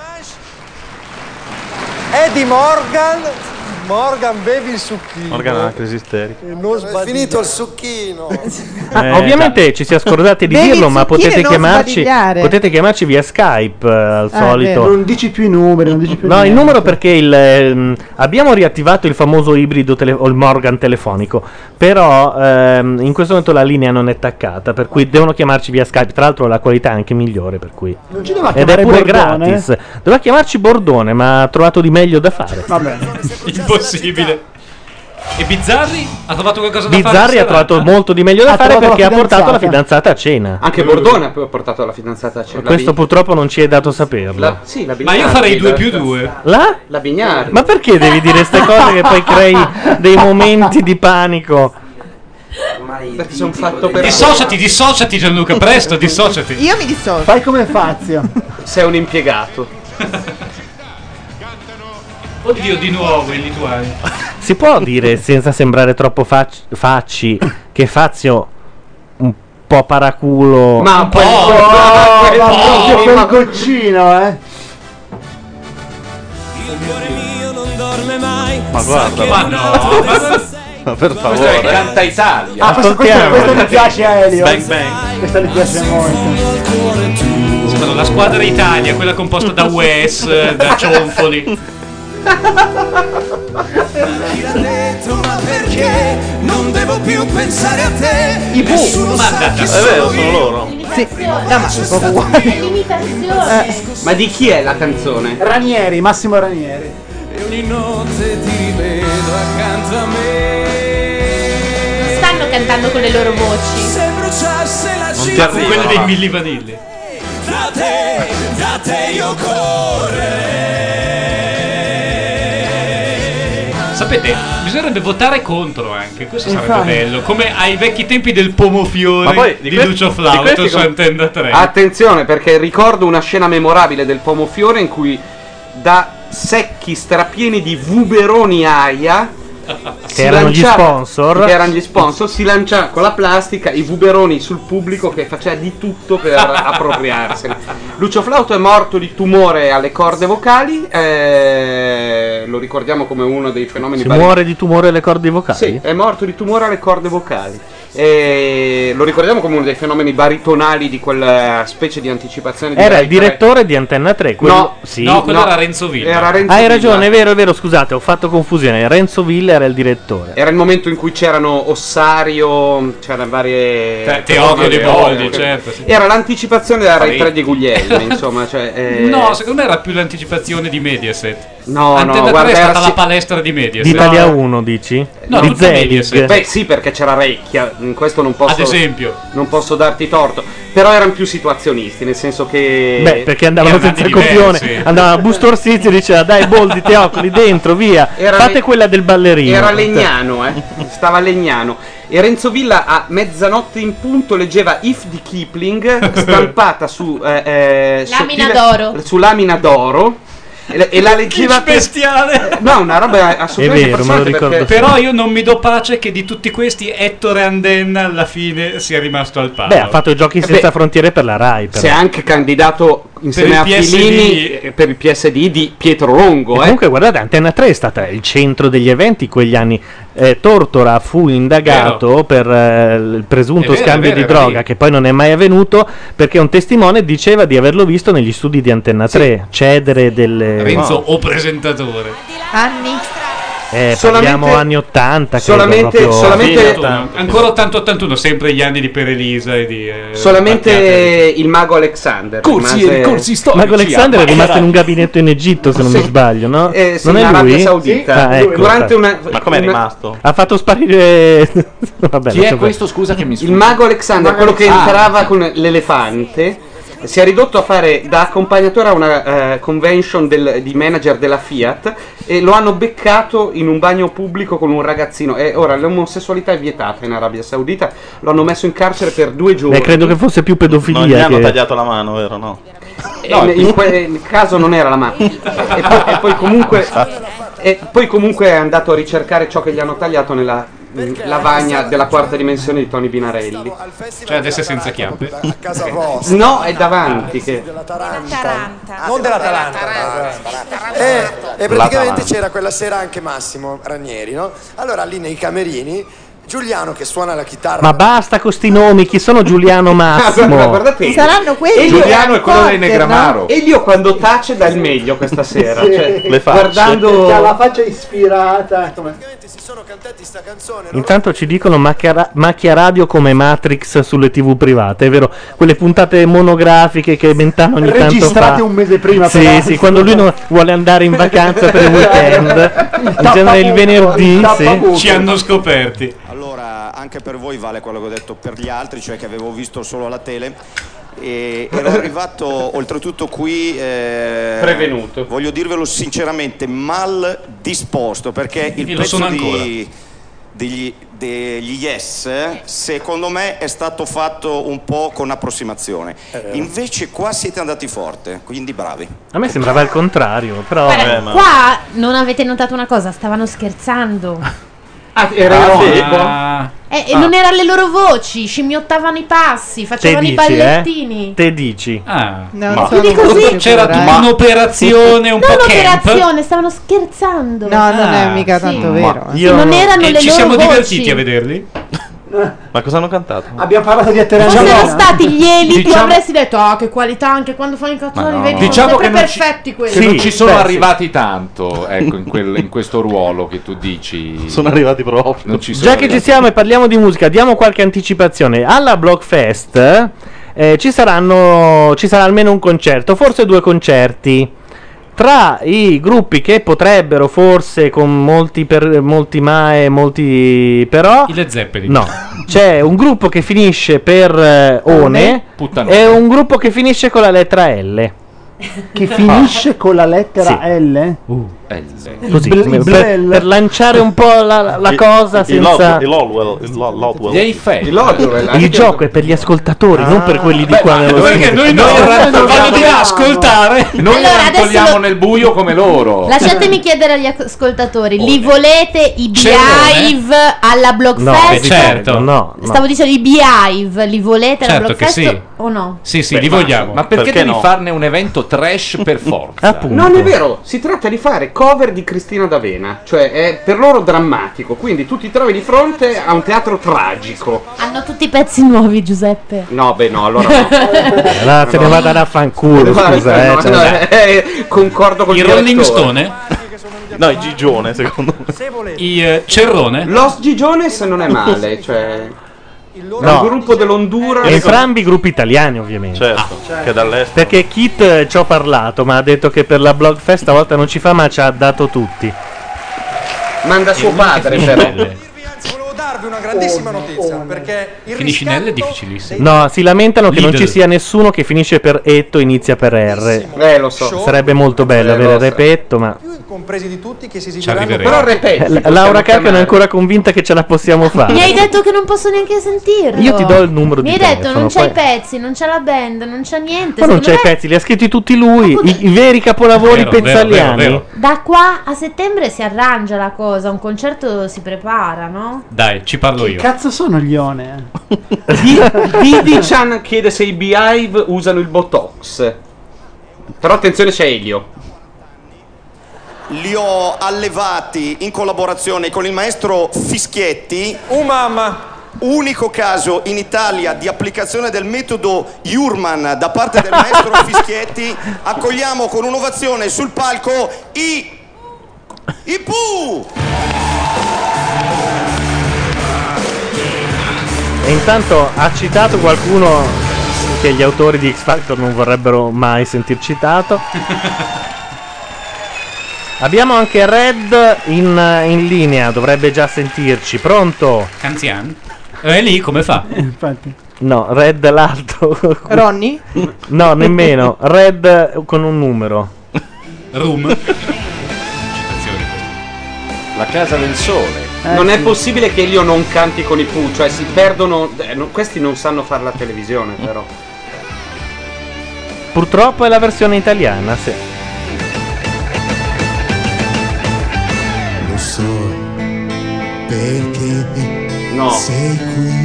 Eddie Morgan, Morgan bevi il succhino. Morgan ha una crisi isterica. E non È finito il succhino. Ah, Eh, ovviamente ci si è scordati di Bevi dirlo, il ma zucchino e potete non chiamarci, sbadigliare. potete chiamarci via Skype eh, al Ah, solito. vero. Non dici più i numeri, non dici più No, il niente. numero perché il, ehm, abbiamo riattivato il famoso ibrido tele- o il Morgan telefonico, però ehm, in questo momento la linea non è attaccata, per cui devono chiamarci via Skype. Tra l'altro la qualità è anche migliore, per cui Non ci doveva ed è chiamare pure Bordone? gratis. Doveva chiamarci Bordone, ma ha trovato di meglio da fare. Vabbè. Impossibile. E Bizzarri? Ha trovato qualcosa da fare? Bizzarri ha stasera? trovato molto di meglio da Ha fare trovato perché la ha portato la fidanzata. fidanzata a cena. Anche Bordone ha poi portato la fidanzata a cena. Questo purtroppo non ci è dato saperlo. La- sì, la Ma io Bignardi, farei due la- più due. La? La Bignardi. Ma perché devi dire queste cose che poi crei dei momenti di panico? Perché sono fatto per Dissociati, dissociati Gianluca, presto, dissociati. Io mi dissocio. Fai come Fazio. Sei un impiegato. Oddio, di nuovo i lituani. Si può dire senza sembrare troppo fac- facci che Fazio un po' paraculo. Ma un po'. Oh, ma proprio quel ma- goccino, eh. Ma guarda, Ma no, ma ma per Questo è favore. Canta Italia. Ah, questo, questo, Ascoltiamo. questo mi piace a Elio. Bang bang. Questa mi piace molto. Sembrano la squadra Italia, quella composta da Wes, da Cionfoli. Ma perché non devo più pensare a te? I Bu. Nessuno sa chi È vero, sono sono io. loro. Sì, no, ma sono proprio uguali. L'imitazione. Ma di chi è la canzone? Ranieri, Massimo Ranieri. E ogni notte ti vedo accanto a me. Non stanno cantando con le loro voci. Se bruciasse la Non ti città, Quelle arrivano. dei va. Milli Vanilli. da te, da te io correrei. Sapete, bisognerebbe votare contro anche, questo sarebbe Infatti. bello. Come ai vecchi tempi del Pomofiore Ma poi di, di que- Lucio di Flauto questi su com- Antenne tre. Attenzione, perché ricordo una scena memorabile del Pomofiore in cui da secchi strapieni di Vuberoni Aia Che erano gli sponsor. che erano gli sponsor, si lanciava con la plastica i Vuberoni sul pubblico che faceva di tutto per appropriarsene. Lucio Flauto è morto di tumore alle corde vocali, eh, lo ricordiamo come uno dei fenomeni Si vari- muore di tumore alle corde vocali? Sì, è morto di tumore alle corde vocali. E lo ricordiamo come uno dei fenomeni baritonali di quella specie di anticipazione di Era Rai il direttore di Antenna tre. quello- No, sì. no, quello era Renzo Villa. Era Renzo Ah, hai Villa. ragione, è vero, è vero, scusate, ho fatto confusione. Renzo Villa era il direttore. Era il momento in cui c'erano Ossario, c'erano varie. Te- Teodio De Boldi, certo, sì. Era l'anticipazione della Rai Parecchio. tre di Guglielmi, insomma. Cioè, eh, No, secondo me era più l'anticipazione di Mediaset. No, Antenne no, tre guarda, è stata era la si- palestra di Mediaset. Di Italia uno, dici? No, di tutta Mediaset. Beh, sì, perché c'era Recchia, in questo non posso. Ad esempio. Non posso darti torto. Però erano più situazionisti, nel senso che. Beh, perché andavano erano senza diversi. copione. Andava a Busto Orsizio e diceva dai Boldi, Teocoli, dentro, via. Era Fate le- quella del ballerino. Era Legnano, eh. Stava a Legnano. E Renzo Villa a mezzanotte in punto leggeva If di Kipling, stampata su. Eh, eh, Lamina sottile- d'oro. Su lamina d'oro. E, e la leggeva. per- bestiale. No, una roba assolutamente È vero, me lo impressionante ricordo. perché- Però io non mi do pace che di tutti questi Ettore Andenna alla fine sia rimasto al palo. Beh, ha fatto i giochi Eh senza beh, frontiere per la Rai. Però. Si è anche candidato insieme il a P S D. Filini eh, per il P S D di Pietro Longo. E Eh. comunque guardate, Antenna tre è stata il centro degli eventi quegli anni. Eh, Tortora fu indagato per eh, il presunto È vero, scambio è vero, di era droga lì. che poi non è mai avvenuto perché un testimone diceva di averlo visto negli studi di Antenna tre, cedere delle... Renzo No. o presentatore. Anni. Eh, Solamente- parliamo anni ottanta, credo, solamente- proprio- solamente- ottantuno. Ancora ottanta ottantuno, sempre gli anni di Perelisa e di... eh, Solamente Battiato. il mago Alexander. Corsi rimase- e corsi storici. Mago Alexander è ah, rimasto era- in un gabinetto in Egitto, se non Sì. mi sbaglio, no? Eh, sì, non in è Arabia lui? Saudita. Ah, ecco, Durante una, Ma com'è una- rimasto? Ha fatto sparire... Vabbè, Chi lascia è perdere. questo? Scusa che mi Il sfugge. mago Alexander, Mago quello che Alexander. entrava con l'elefante, si è ridotto a fare da accompagnatore a una eh, convention del- di manager della Fiat e lo hanno beccato in un bagno pubblico con un ragazzino. E ora l'omosessualità è vietata in Arabia Saudita, lo hanno messo in carcere per due giorni. Beh, credo che fosse più pedofilia Non gli hanno che... tagliato la mano, vero? No. E no, in quel caso non era la mano. E poi, e poi comunque e poi comunque è andato a ricercare ciò che gli hanno tagliato nella lavagna della quarta dimensione di Tony Binarelli. Cioè adesso è senza chiappe. A casa vostra. No, è davanti che Non della Taranta. E, e praticamente c'era quella sera anche Massimo Ranieri, no? Allora lì nei camerini Giuliano che suona la chitarra. Ma basta con sti nomi, chi sono Giuliano Massimo? Guarda, guardate. Saranno quelli E Giuliano è quello dei Negramaro. E io quando tace dà il meglio questa sera. Sì. Cioè, Le facce. guardando Ha la faccia ispirata. Come... Intanto ci dicono macchia, macchia radio come Matrix sulle tv private, è vero? Quelle puntate monografiche che Mentano ogni tanto fa. Registrate un mese prima. Sì, però. sì, quando lui non vuole andare in vacanza per il weekend, in genere il venerdì, sì. Ci hanno scoperti. Allora, anche per voi vale quello che ho detto per gli altri, cioè che avevo visto solo la tele. E ero arrivato oltretutto qui eh, prevenuto, voglio dirvelo sinceramente, mal disposto, perché il Io lo pezzo sono ancora. di, degli, degli Yes secondo me è stato fatto un po' con approssimazione, invece qua siete andati forte, quindi bravi. A me sembrava il contrario, però... Guarda, qua non avete notato una cosa, stavano scherzando. Ah, era Ah, ironico? Ah. Eh, e Ah. non erano le loro voci, scimmiottavano i passi, Te facevano i dici, eh? ballettini. Te dici. Ah. Non Ma- sono molto C'era sicura, tutta eh. un'operazione un Non po' camp. un'operazione, stavano scherzando. No, non è Ah, mica sì. tanto Ma vero. eh. Sì, non erano E le ci loro siamo voci. divertiti a vederli? Ma cosa hanno cantato? Abbiamo parlato di Atterra Fossero Giallona. stati gli Eli, tu Diciamo- avresti detto, ah, che qualità anche quando fanno i Ma canzoni, no. vedi, Diciamo sono che sempre non ci- perfetti quelli. Che non ci sono beh, sì. arrivati tanto, ecco, in, quel- in questo ruolo che tu dici. Sono arrivati proprio. Non ci sono Già che ci arrivati. siamo e parliamo di musica, diamo qualche anticipazione. Alla Blockfest eh, ci saranno ci sarà almeno un concerto, forse due concerti. Tra i gruppi che potrebbero, forse con molti per, molti ma e molti però, I Led Zeppelin. no, c'è un gruppo che finisce per eh, One Puttanone. e un gruppo che finisce con la lettera L. Che finisce con la lettera L? Così, Bl- per, Blel. per lanciare un po' la, la Il- cosa il senza... Lodwell, il Lodwell, il Lo- Lodwell. Gli Eiffel. Il gioco è per gli ascoltatori, non per quelli di qua nello Perché studio. noi no, vanno di là a ascoltare. Noi Allora, adesso rantoliamo lo- nel buio come loro. Lasciatemi chiedere agli ascoltatori, li volete i Cerone? Beehive alla No, Blockfest? vi certo. prego, no, no. Stavo dicendo i Beehive, li volete alla Certo che Blockfest sì. o no? Sì, sì, Beh, li ma- vogliamo. Ma perché, Perché devi no? farne un evento trash per forza? Appunto. Non è vero, si tratta di fare cover di Cristina D'Avena, cioè è per loro drammatico, quindi tu ti trovi di fronte a un teatro tragico. Hanno tutti i pezzi nuovi, Giuseppe. No, beh no, allora no. Allora se ne vada da fanculo, scusa, eh, No, cioè, no, dai. eh, concordo con I il Rolling direttore. Stone? No, il Gigione, secondo me. I eh, Cerrone? Los Gigiones non è male, cioè è un No. gruppo dell'Honduras. Entrambi gruppi italiani, ovviamente. Certo, che dall'estero. Perché Kit eh, ci ho parlato, ma ha detto che per la Blockfest stavolta non ci fa, ma ci ha dato tutti. Manda suo padre però. Volevo darvi una grandissima notizia, perché il Finisci in L è difficilissimo. No, si lamentano che non Lidl. ci sia nessuno che finisce per Etto e inizia per R. Eh, lo so. Sarebbe molto bello Eh, avere lo il so. repetto, ma compresi di tutti che si Ci esibiranno. arriveremo. Però repeti. Eh, possiamo Laura Carpion è chiamare. ancora convinta che ce la possiamo fare. Mi hai detto che non posso neanche sentirlo. Io ti do il numero Mi di hai detto telefono, non c'è poi- i pezzi, non c'è la band, non c'è niente. Ma non Secondo c'è i me, pezzi, li ha scritti tutti lui, i, i veri capolavori Vero, vero, pezzaliani. vero, vero. Da qua a settembre si arrangia la cosa, un concerto si prepara, no? Dai, ci parlo Che io. cazzo sono gli One? Didi Chan chiede se i Beehive usano il Botox. Però attenzione, c'è Elio. Li ho allevati in collaborazione con il maestro Fischietti. Oh mamma! Unico caso in Italia di applicazione del metodo Jurman da parte del maestro Fischietti. Accogliamo con un'ovazione sul palco i i Pooh! E intanto ha citato qualcuno che gli autori di X Factor non vorrebbero mai sentir citato. Abbiamo anche Red in, in linea, dovrebbe già sentirci. Pronto? Canzian? È lì, come fa? Infatti. No, Red l'altro. Ronny? No, nemmeno. Red con un numero. Room? La casa del sole. Non è possibile che Elio non canti con i Pooh, cioè si perdono. eh, no, questi non sanno fare la televisione, però. Purtroppo è la versione italiana, sì. Lo so perché No. sei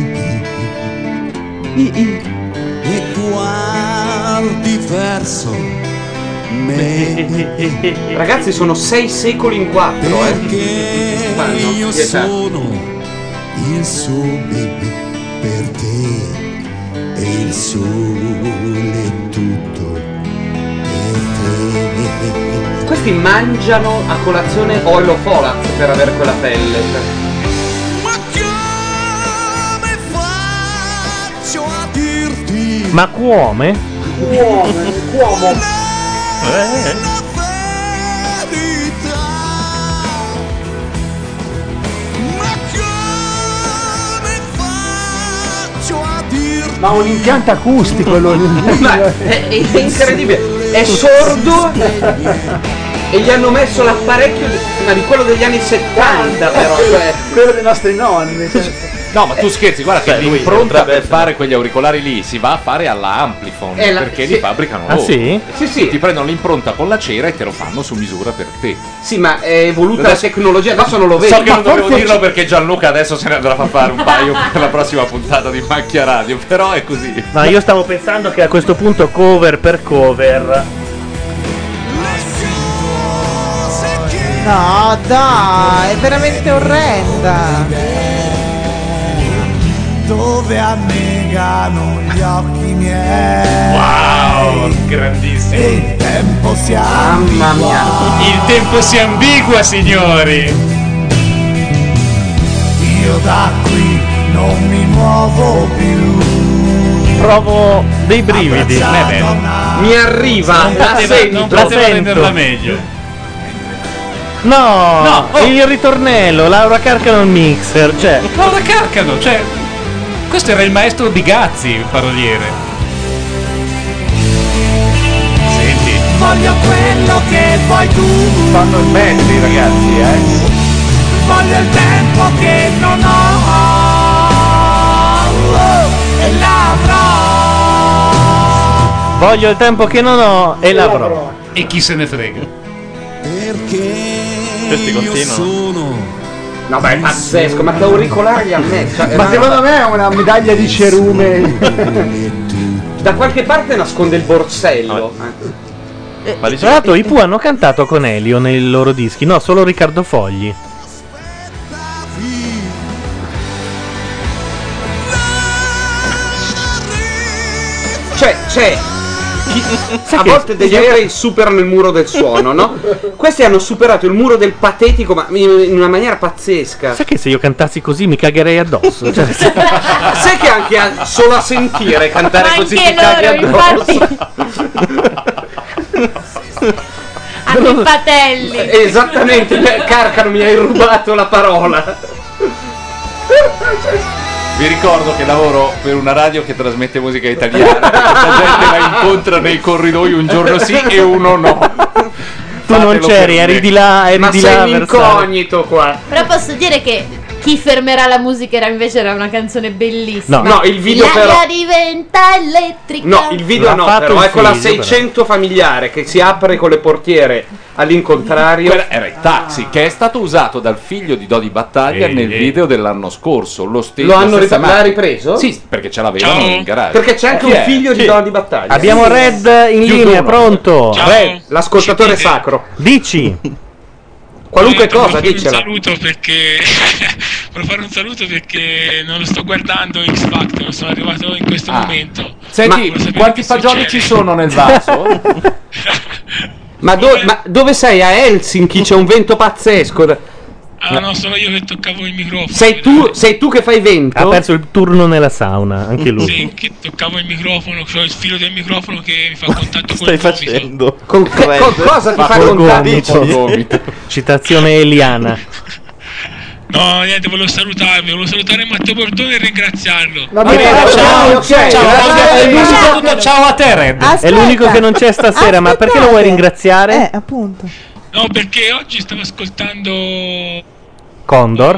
qui e guardi verso me. Ragazzi, sono sei secoli in quattro, eh. Perché io dieci anni. sono il sole per te e il sole è tutto per te. Questi mangiano a colazione oil of Olaf per avere quella pelle. Faccio a dirti Ma come? Uomo, uomo. Eh. Ma un impianto acustico lo... Ma è, è incredibile, è sordo e gli hanno messo l'apparecchio di, ma di quello degli anni settanta però, cioè. Quello dei nostri nonni. No, ma tu scherzi, guarda che Cioè, lui l'impronta potrebbe per essere- fare quegli auricolari lì si va a fare alla Amplifon, Eh, la- perché sì. li fabbricano Ah, loro. sì? Sì, sì. Ti prendono l'impronta con la cera e te lo fanno su misura per te. Sì, ma è evoluta la Adesso- tecnologia, adesso non lo vedo. So che non dovevo forse dirlo ci- perché Gianluca adesso se ne andrà a fare un paio per la prossima puntata di Macchia Radio, però è così. No, io stavo pensando che a questo punto cover per cover. No, dai, è veramente orrenda. dove annegano gli occhi miei. Wow, grandissimo. E il tempo si Mamma mia. Il tempo si ambigua, signori. Io da qui non mi muovo più. Provo dei brividi. Abbracciato Eh beh. a una- Mi arriva, Non la poteva, sento. non la poteva sento. renderla meglio. No, No, oh. il ritornello, Laura Carcano al mixer, cioè. Laura Carcano, cioè. Questo era il maestro Bigazzi, il paroliere. Senti. Voglio quello che vuoi tu. Fanno il medley, ragazzi, eh. Voglio il tempo che non ho. E l'avrò. Voglio il tempo che non ho e l'avrò. E chi se ne frega. Perché Questi io continuano. sono. No, beh, è pazzesco, ma che auricolari ha messo? Ma secondo me è una medaglia di cerume. Da qualche parte nasconde il borsello. Eh, Tra l'altro i Pooh hanno cantato con Elio nei loro dischi, no, solo Riccardo Fogli. Cioè, c'è. A volte degli aerei superano il muro del suono, no? Questi hanno superato il muro del patetico, ma in una maniera pazzesca. Sai che se io cantassi così mi cagherei addosso? Cioè, Sai che anche a- solo a sentire cantare Ma così anche ti caghi loro, addosso. Hanno i patelli. Eh, Esattamente, beh, Carcano mi hai rubato la parola. Vi ricordo che lavoro per una radio che trasmette musica italiana. La gente la incontra nei corridoi un giorno sì e uno no. tu non Fatelo c'eri, per me. eri di là, eri Ma di là. sei a un versare. incognito qua. Però posso dire che Chi fermerà la musica era invece era una canzone bellissima. No, no, il video L'aria però- diventa elettrica. No, il video L'ha no, fatto però il è con la figlio, seicento familiare che si apre con le portiere all'incontrario. Quella era il taxi che è stato usato dal figlio di Dodi Battaglia Ehi, nel ehi. video dell'anno scorso. Lo stesso. Lo hanno la stessa rip- l'ha macchina. ripreso? Sì, perché ce l'avevano in garage. Perché c'è anche Chi un è? figlio di Chi? Dodi Battaglia. Abbiamo Red in Più linea, d'uno. pronto? Ciao. Red. L'ascoltatore sacro. Dici. Qualunque Volevo cosa, fare un dicela. saluto perché volevo fare un saluto perché non lo sto guardando X Factor, sono arrivato in questo Ah. momento. Senti, Volevo sapere quanti che fagioli succede. ci sono nel vaso? Ma, do- ma dove sei? A Helsinki c'è un vento pazzesco. Ah no, sono io che toccavo il microfono. Sei tu, sei tu che fai vento? Ha perso il turno nella sauna, anche lui. Sì, che toccavo il microfono, cioè il filo del microfono che mi fa contatto Stai con il facendo? Con, che- con cosa ti fa Col contatto? gomito. Citazione eliana. No, niente, volevo salutarvi, volevo salutare Matteo Bordone e ringraziarlo. Va bene, ciao, ok. ciao, È l'unico- ciao, ciao a te, Red. È l'unico che non c'è stasera, ma perché lo vuoi ringraziare? Eh, appunto. No, perché oggi stavo ascoltando Condor.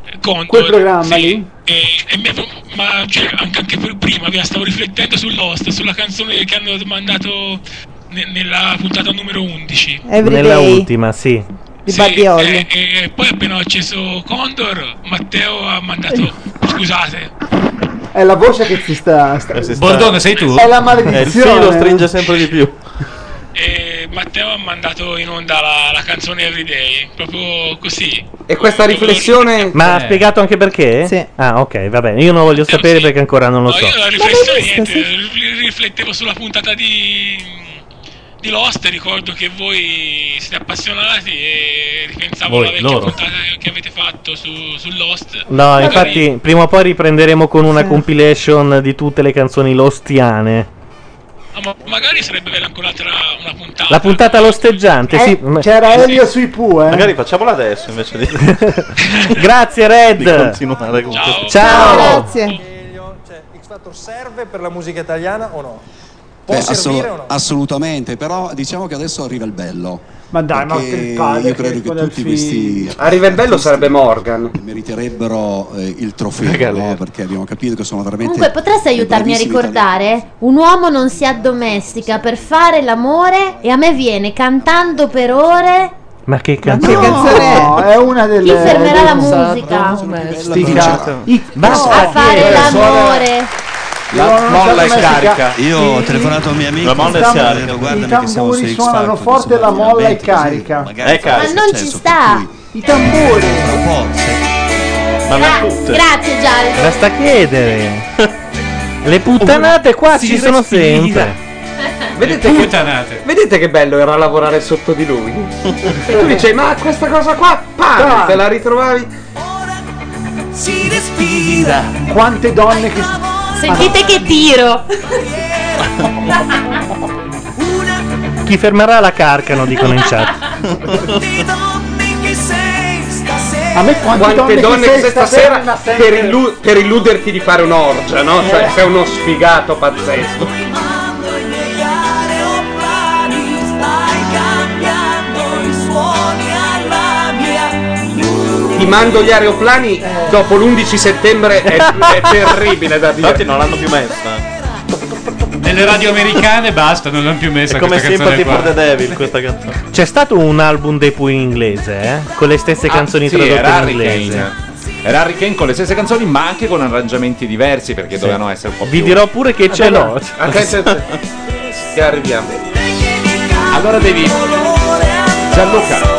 Condor, Quel programma sì, lì? E, e mi avevo- ma cioè, anche, anche per prima vi stavo riflettendo sull'host, sulla canzone che hanno mandato ne- nella puntata numero undici. Nella ultima, sì. Di Sì, Buddy Holly. e, e poi appena ho acceso Condor, Matteo ha mandato, scusate, È la voce che si sta. sta- si sta- Bordone, sei tu? È la Eh, il maledizione. filo stringe sempre di più. e Matteo ha mandato in onda la, la canzone Everyday, proprio così. E questa riflessione. Ma ha spiegato anche perché? Sì. Ah, ok, va bene. Io non voglio sapere perché ancora non lo No, so. io la riflessione niente, ri- riflettevo sulla puntata di, di Lost, ricordo che voi siete appassionati e ripensavo Voi, alla vecchia loro. puntata che avete fatto su, su Lost. No, Magari- infatti, prima o poi riprenderemo con una compilation di tutte le canzoni lostiane. Ah, ma magari sarebbe bella anche un'altra una puntata. La puntata losteggiante, Eh, sì. ma- c'era Elio sui Pooh, eh. Magari facciamola adesso invece di. Grazie, Red. Di continuare con questo. Ciao. Grazie. X Factor serve per la musica italiana o no? Può Beh, servire assolut- o no? assolutamente, però diciamo che adesso arriva il bello. Ma dai, ma Perché il padre io credo che che con il tutti figlio. questi Arriva il bello sarebbe Morgan. meriterebbero eh, il trofeo, no? Perché abbiamo capito che sono veramente Comunque potresti aiutarmi a bravissimi ricordare? Un uomo non si addomestica per fare l'amore e a me viene cantando per ore. Ma che Ma canzone? che canzone è? È una delle. Chi fermerà la delle- musica? Stica. I- Basta. A fare l'amore. La molla è carica. Io ho telefonato a un mio amico. La molla è e ho carica. detto, I guardami che siamo su tamburi X suonano Factor, forte, la insomma, molla è veramente così, carica. magari È fa carica. Ma non ci successo, sta. I tamburi. per cui un po', se- Ma Gra- non tutte. grazie Giallo. Basta chiedere. Le puttanate qua ci sono sempre. Vedete che, Puttanate. vedete che bello era lavorare sotto di lui? E tu dici, ma questa cosa qua, pam, te la ritrovavi. Si respira. Quante donne che. Sentite che tiro. Chi fermerà la carcano, dicono in chat. A me quante, Quante donne che sei stasera mi ha per, sempre- illu- per illuderti di fare un'orgia, no? Cioè sei uno sfigato pazzesco. Ti mando gli aeroplani dopo l'undici settembre è, è terribile da Infatti dire. non l'hanno più messa. Nelle radio americane basta, non l'hanno più messa È come questa canzone Sympathy for qua. the Devil questa canzone. C'è stato un album dei Pooh in inglese, eh? Con le stesse Ah, canzoni sì, tradotte era in Harry inglese. Kane. Era Harry Kane con le stesse canzoni, ma anche con arrangiamenti diversi perché dovevano essere un po' Vi più. dirò pure che ce l'ho. Aspetta, che arriviamo. Allora devi. Gianluca.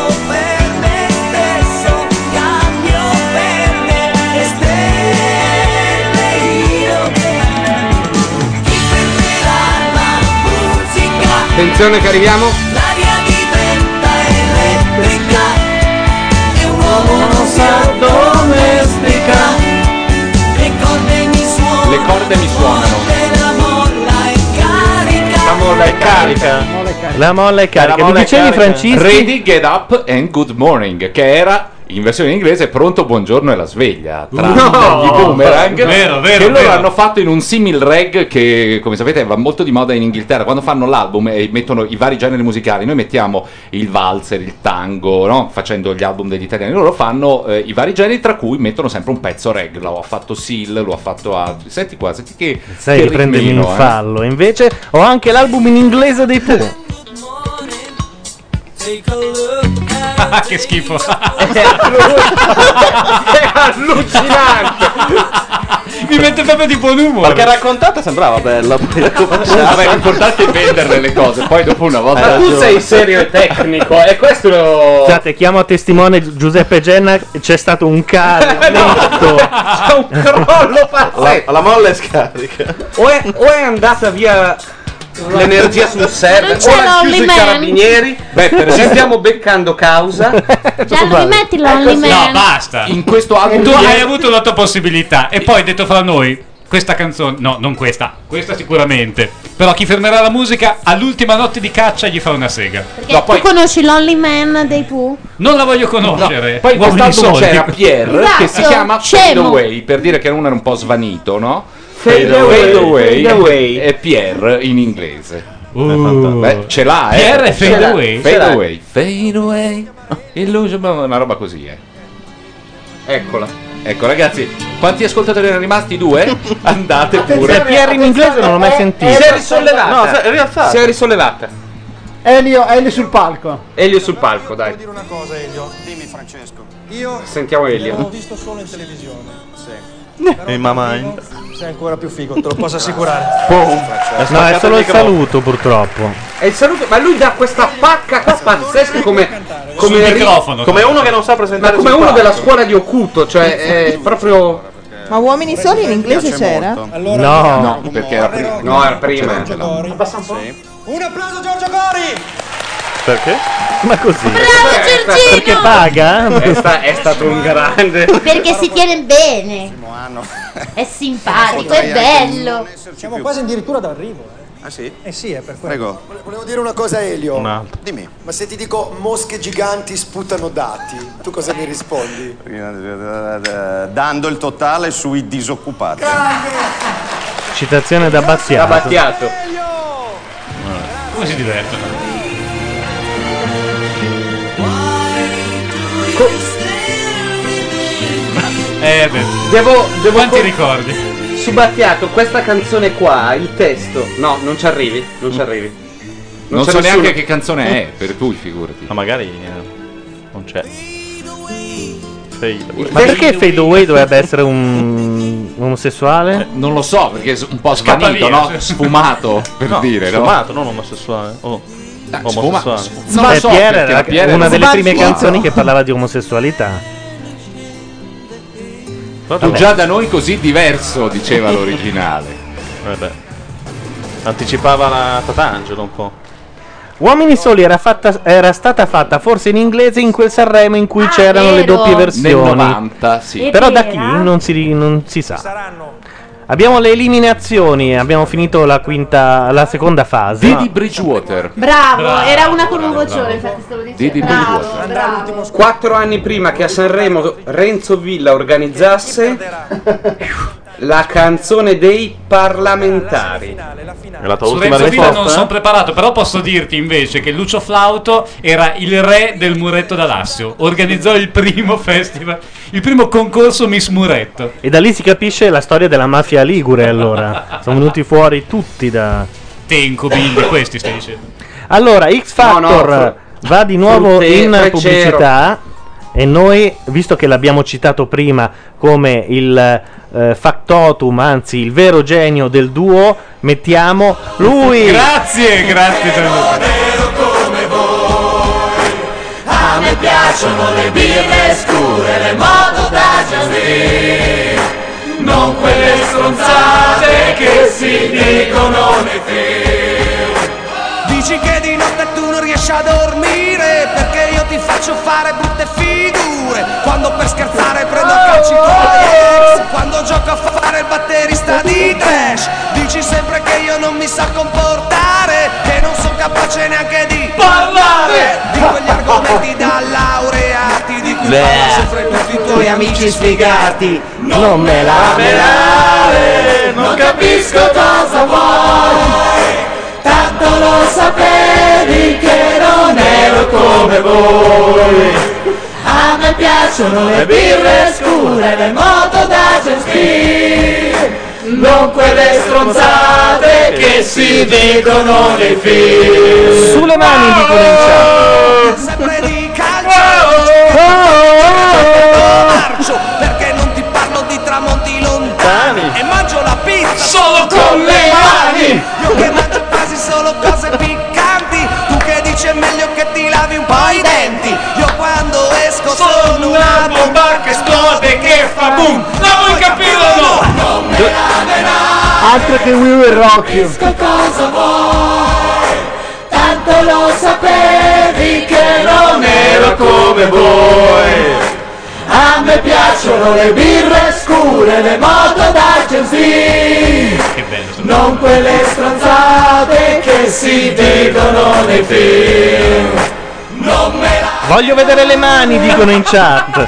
Attenzione che arriviamo. L'aria diventa elettrica e un uomo non si addomestica. Le corde mi suonano. Le corde mi suonano. La molla è carica. La molla è carica. La molla è carica. La molla Mi è dicevi, carica. Francischi? Ready, get up and good morning, che era in versione inglese pronto buongiorno e la sveglia tra No! gli Boomerang, Vero, vero, che loro vero. hanno fatto in un simil reg che come sapete va molto di moda in Inghilterra quando fanno l'album e mettono i vari generi musicali. Noi mettiamo il valzer, il tango, no? Facendo gli album degli italiani, loro fanno eh, i vari generi, tra cui mettono sempre un pezzo reg. Lo ha fatto Seal, lo ha fatto altri. Senti qua, senti che Sai che riprendermi in ritmino, eh. fallo. Invece ho anche l'album in inglese dei Pooh. Ah, che schifo. È allucinante. Mi mette proprio di buon umore. Perché raccontata sembrava bella. Poi Vabbè, l'importante è venderle le cose, poi dopo una volta. Ma tu sei serio e tecnico e questo lo... Scusate, chiamo a testimone Giuseppe Genna. C'è stato un calo netto. C'è un crollo pazzesco. la, la molla è scarica. O è, o è andata via l'energia sul server, Non c'è o l'ha chiuso l'Only i Man. carabinieri. Beh, per Ci esempio, stiamo beccando causa. Giallo, rimetti l'Only No, Man. basta. in questo album Tu di- hai avuto la tua possibilità e poi detto fra noi questa canzone, no, non questa, questa sicuramente. Però chi fermerà la musica all'ultima notte di caccia gli fa una sega. Perché No, poi- tu conosci l'Only Man dei Pooh? Non la voglio conoscere. Poi in Uomini quest'album soldi. c'era Pierre Esatto, che si chiama Fade scemo. Away, per dire che uno era un po' svanito, no? Fade away, fade away. E Pierre in inglese. Uh. Beh, ce l'ha, eh. Pierre e Ce Fade l'ha. Away? Fade Ce l'ha. away. Fade away. Illusion, una roba così, eh. Eccola. Ecco ragazzi, quanti ascoltatori erano rimasti? Due? Andate pure. Se Pierre in inglese non l'ho mai sentito. Si è risollevata. No, si è rialzata. Si è risollevata. Elio, Elio sul palco. Elio sul palco, dai. Devo dire una cosa, Elio. Dimmi Francesco. Io Sentiamo l'ho Elio. visto solo in televisione. Sì. E mamma in- Sei ancora più figo, te lo posso assicurare. No, è solo il saluto purtroppo. E il saluto, ma lui dà questa pacca qua pazzesca come come Sul ri- microfono, come uno che non sa presentare Ma come sul uno palco. della scuola di Occulto, cioè è proprio Ma Uomini Soli in inglese c'era? No. No, perché era prima. No, era prima. Abbassa un po'. Un applauso a Giorgio Gori! Perché? Ma così. Bravo Giorgino! Perché paga? È, sta- è stato un grande. Perché si tiene bene. È simpatico, è bello. Siamo quasi addirittura d'arrivo. Eh. Ah sì? Eh sì, è per quello. Prego. Volevo dire una cosa a Elio. Un altro. Dimmi. Ma se ti dico mosche giganti sputano dati, tu cosa mi rispondi? Dando il totale sui disoccupati. Citazione da Battiato. Da Battiato. Come si divertono? Eh beh. Devo, devo Quanti co- ricordi? Su Battiato, questa canzone qua, il testo. No, non ci arrivi, non ci arrivi. Non c'è so nessuno- neanche che canzone è, per cui figurati. Ma magari eh, non c'è. Fade away. Ma perché Fade Away dovrebbe essere un omosessuale? Non lo so, perché è un po' Scappa svanito, via, no? sì. Sfumato, per No, dire, no? sfumato, non omosessuale. Oh. Ah, Omosessuale. sfuma- non lo Eh, so, Pierre perché era la Pierre una è- delle prime Sfumato. canzoni che parlava di omosessualità. Tu già da noi così diverso, diceva l'originale. Vabbè. Anticipava la Tatangelo un po'. Uomini Soli era, fatta, era stata fatta forse in inglese in quel Sanremo in cui Ah, c'erano le vero. doppie Nel versioni. novanta, sì. E Però da era? chi non si, ri- non si sa. Saranno. Abbiamo le eliminazioni, abbiamo finito la quinta, la seconda fase. Didi Bridgewater. Bravo, Bravo, era una con un bravo, vocione, bravo. infatti stavo Didi dicendo. Bravo, Bridgewater. bravo. Quattro anni prima che a Sanremo Renzo Villa organizzasse la canzone dei parlamentari. È la tua Su ultima Renzo Villa risposta? non sono preparato, però posso dirti invece che Lucio Flauto era il re del muretto d'Alassio. Organizzò il primo festival, il primo concorso Miss Muretto. E da lì si capisce la storia della mafia ligure allora. Sono venuti fuori tutti da... Tenco, Billy, questi stai dicendo. Allora, X Factor No, no, fr- va di nuovo frutte- in freccero. pubblicità e noi, visto che l'abbiamo citato prima come il eh, factotum, anzi il vero genio del duo, mettiamo lui. Grazie, grazie Gianluca. A me piacciono le birre scure, le moto da Justin, non quelle stronzate che si dicono nei film. Dici che di notte tu non riesci a dormire perché io ti faccio fare brutte figure. Quando per scherzare prendo a calci con la ex, quando gioco a fare il batterista di trash. Dici sempre che io non mi sa comportare, che non sono capace neanche di parlare di quegli argomenti da laureati di cui parlano sempre tutti i tuoi amici sfigati. Non me la menare, non capisco cosa vuoi, tanto lo sapevi che non ero come voi. A me piacciono le birre scure, le moto da gestire, non quelle stronzate che si vedono nei film. Sulle mani dicono in chat. Sempre di calcio, marcio, perché non ti parlo di tramonti lontani e mangio la pizza Solo con le mani. Io che mangio quasi solo cose piccanti, tu che dici è meglio che ti lavi un po' i denti. Io quando esco sono una bomba che esplode, che fa boom. La vuoi capire o no? Non me la menare, Altro che We Will Rock You. capisco cosa vuoi, tanto lo sapevi che non ero come voi. A me piacciono le birre scure, le moto da Chelsea, Che bello. non quelle stronzate che si vedono nei film. Non me la Voglio vedere le mani, dicono in chat.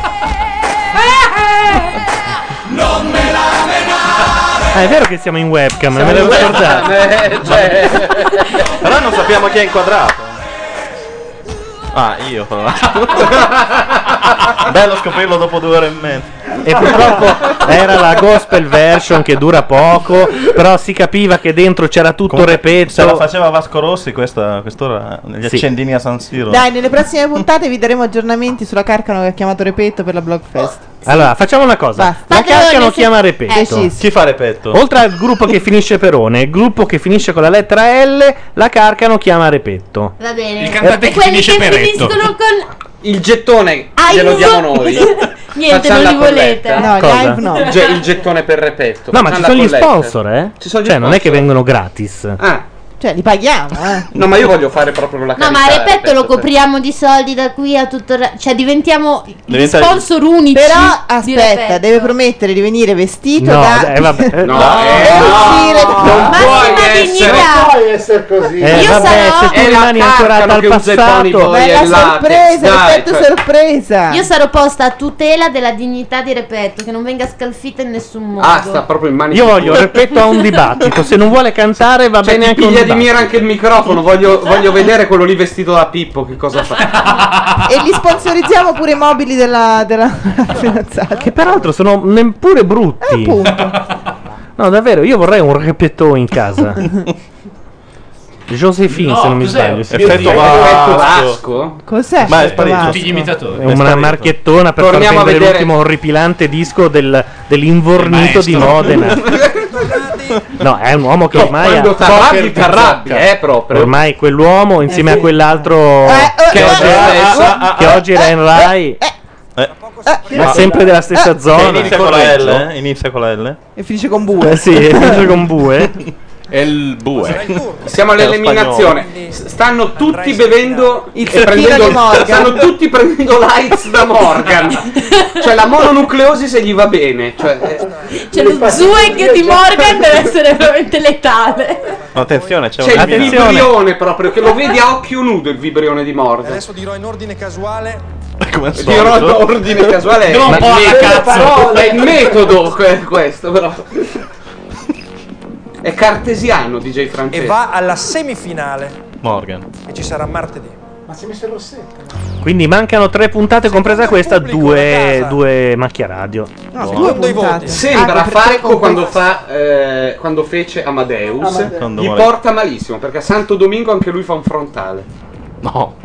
non me la menare. Ah, è vero che siamo in webcam, me l'avevo scordato. Eh, cioè, Però non sappiamo chi è inquadrato. Ah, io fra l'altro. Bello scoprirlo dopo due ore e mezza. E purtroppo era la gospel version che dura poco, però si capiva che dentro c'era tutto Comunque, Repetto. se la faceva Vasco Rossi questa quest'ora negli Sì. accendini a San Siro. Dai, nelle prossime puntate vi daremo aggiornamenti sulla Carcano che ha chiamato Repetto per la Blogfest. Allora, facciamo una cosa. La Padrone, Carcano se- chiama Repetto. Eh, sì, Chi fa Repetto? Oltre al gruppo che finisce per One, il gruppo che finisce con la lettera L, la Carcano chiama Repetto. Va bene. Il cantante E che quelli finisce che per finiscono Etto. con Il gettone Aiuto. glielo diamo noi. Niente, Facciamo non la li volete. colletta. No, Cosa? live no. Il, ge- il gettone per Repetto. No, ma ci Facciamo sono la gli colletta. sponsor, eh? Ci sono gli Cioè, non è che sponsor. vengono gratis. Ah. Cioè, li paghiamo, eh. No, ma io voglio fare proprio la No, carità. ma Repetto Repetto, lo per- copriamo di soldi da qui a tutto il re- cioè diventiamo gli Diventa- sponsor unici. Però di aspetta, Repetto. deve promettere di venire vestito No, da eh, vabbè. No, e eh, uscire non massima puoi dignità. essere- puoi essere così. Eh, Io vabbè, sarò- se tu È la rimani ancorata Carcano al che usa i toni passato. poi. Bella il latte. sorpresa, Dai, effetto cioè- sorpresa. Io sarò posta a tutela della dignità di Repetto, che non venga scalfita in nessun modo. Ah, sta proprio in mani Io sicure. voglio Repetto a un dibattito. Se non vuole cantare va Cioè, bene ti anche un piglia di dibattito. mira anche il microfono. Voglio, voglio vedere quello lì vestito da Pippo. Che cosa fa? E li sponsorizziamo pure i mobili della, della fidanzata. Che peraltro sono neppure brutti. No, davvero, io vorrei un Repetto in casa. Josephine, No, se non mi cos'è? sbaglio. sì. Effetto Effetto Vasco. Vasco? Cos'è? Ma è questo sparito. Vasco? Tutti gli imitatori. È una sparito. marchettona per Torniamo a far vendere vedere- l'ultimo orripilante disco del, dell'invornito Il di maestro. Modena. No, è un uomo che No, ormai quando ha t'arrabbi, t'arrabbi, eh, proprio. ormai quell'uomo insieme a quell'altro Eh, che, eh, oggi, eh, che oggi era in Rai, Eh, ma sempre della stessa che zona. inizia con la L? eh? Inizia con la L? E finisce con bue. Eh sì, finisce con bue. È il bue. Siamo all'eliminazione. spagnolo. S- Stanno tutti bevendo Il e secchino prendendo, di Morgan. stanno tutti prendendo lights da Morgan. Cioè la mononucleosi se gli va bene. Cioè, eh, Cioè lo Zweg di Morgan deve essere veramente letale. Ma attenzione, c'è, c'è un il eliminato. vibrione proprio, che lo vedi a occhio nudo il vibrione di Morgan. Adesso dirò in ordine casuale. Come al Dirò solito. ordine casuale. Dirò un ma- po' alla ma- cazzo. È il metodo que- questo, però. È cartesiano D J E Francesco. va alla semifinale, Morgan. che ci sarà martedì. Ma si è messo il rossetto? Quindi mancano tre puntate, compresa questa, pubblico due, da casa. due macchia radio. No, Secondo due i puntate. voti. Sembra Ah, per tre Falco quando, comprese. fa, eh, quando fece Amadeus, Amadeus. Quando gli vuole. porta malissimo perché a Santo Domingo anche lui fa un frontale. No.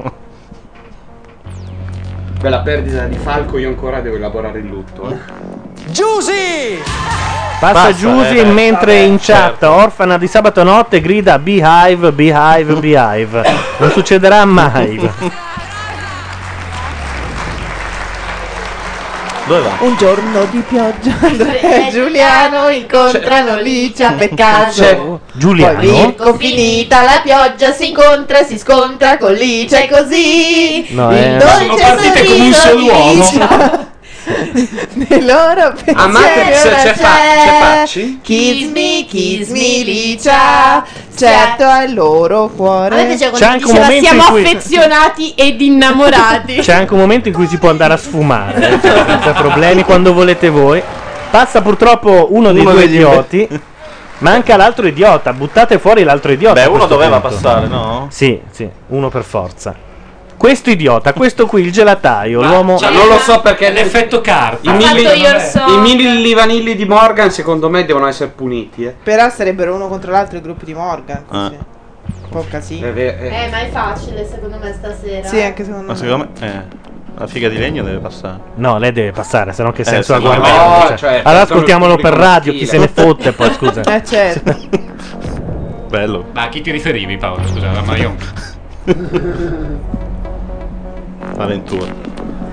Per la perdita di Falco io ancora devo elaborare il lutto. Eh. Giusy! Passa, Passa, Giusy eh, mentre vabbè, in chat, certo. orfana di sabato notte, grida Beehive, Beehive, Beehive. Non succederà mai. Dove va? Un giorno di pioggia Andrea e Giuliano incontrano Licia per caso. C'è- Poi Giuliano? Mirko, finita la pioggia, si incontra, si scontra con Licia e così. No, il eh. Sono dolce partite come un sorriso solo di uomo. Licia. Nei loro A Matrix pensieri c'è, fa- c'è Facci? Kiss me, kiss me Licia. Certo al loro A me cuore. piaceva C'è quando anche un diceva momento siamo in cui- affezionati ed innamorati. C'è anche un momento in cui si può andare a sfumare, cioè, senza problemi, quando volete voi. Passa purtroppo uno dei Uno due degli idioti. Manca l'altro idiota, buttate fuori l'altro idiota. Beh, a uno questo doveva punto. passare, no? Sì, sì, uno per forza. Questo idiota, questo qui, il gelataio, l'uomo... Cioè, non lo so perché L'effetto carta. i mili, fatto io so. i mili vanilli di Morgan secondo me devono essere puniti. Eh. Però sarebbero uno contro l'altro i gruppi di Morgan. Così. Ah. Un po' casino. È ver- è- Eh, ma è facile secondo me stasera. Sì, anche secondo Ma me. secondo me. Eh. La figa di legno deve passare. No, lei deve passare, se no che Eh, senso ha sì, no, guardare? cioè, Cioè, allora sono il ascoltiamolo per pubblico radio, chi se maschile. ne fotte poi, scusa. Eh certo. Bello. Ma a chi ti riferivi, Paolo? Scusa, a Marion. Avventura.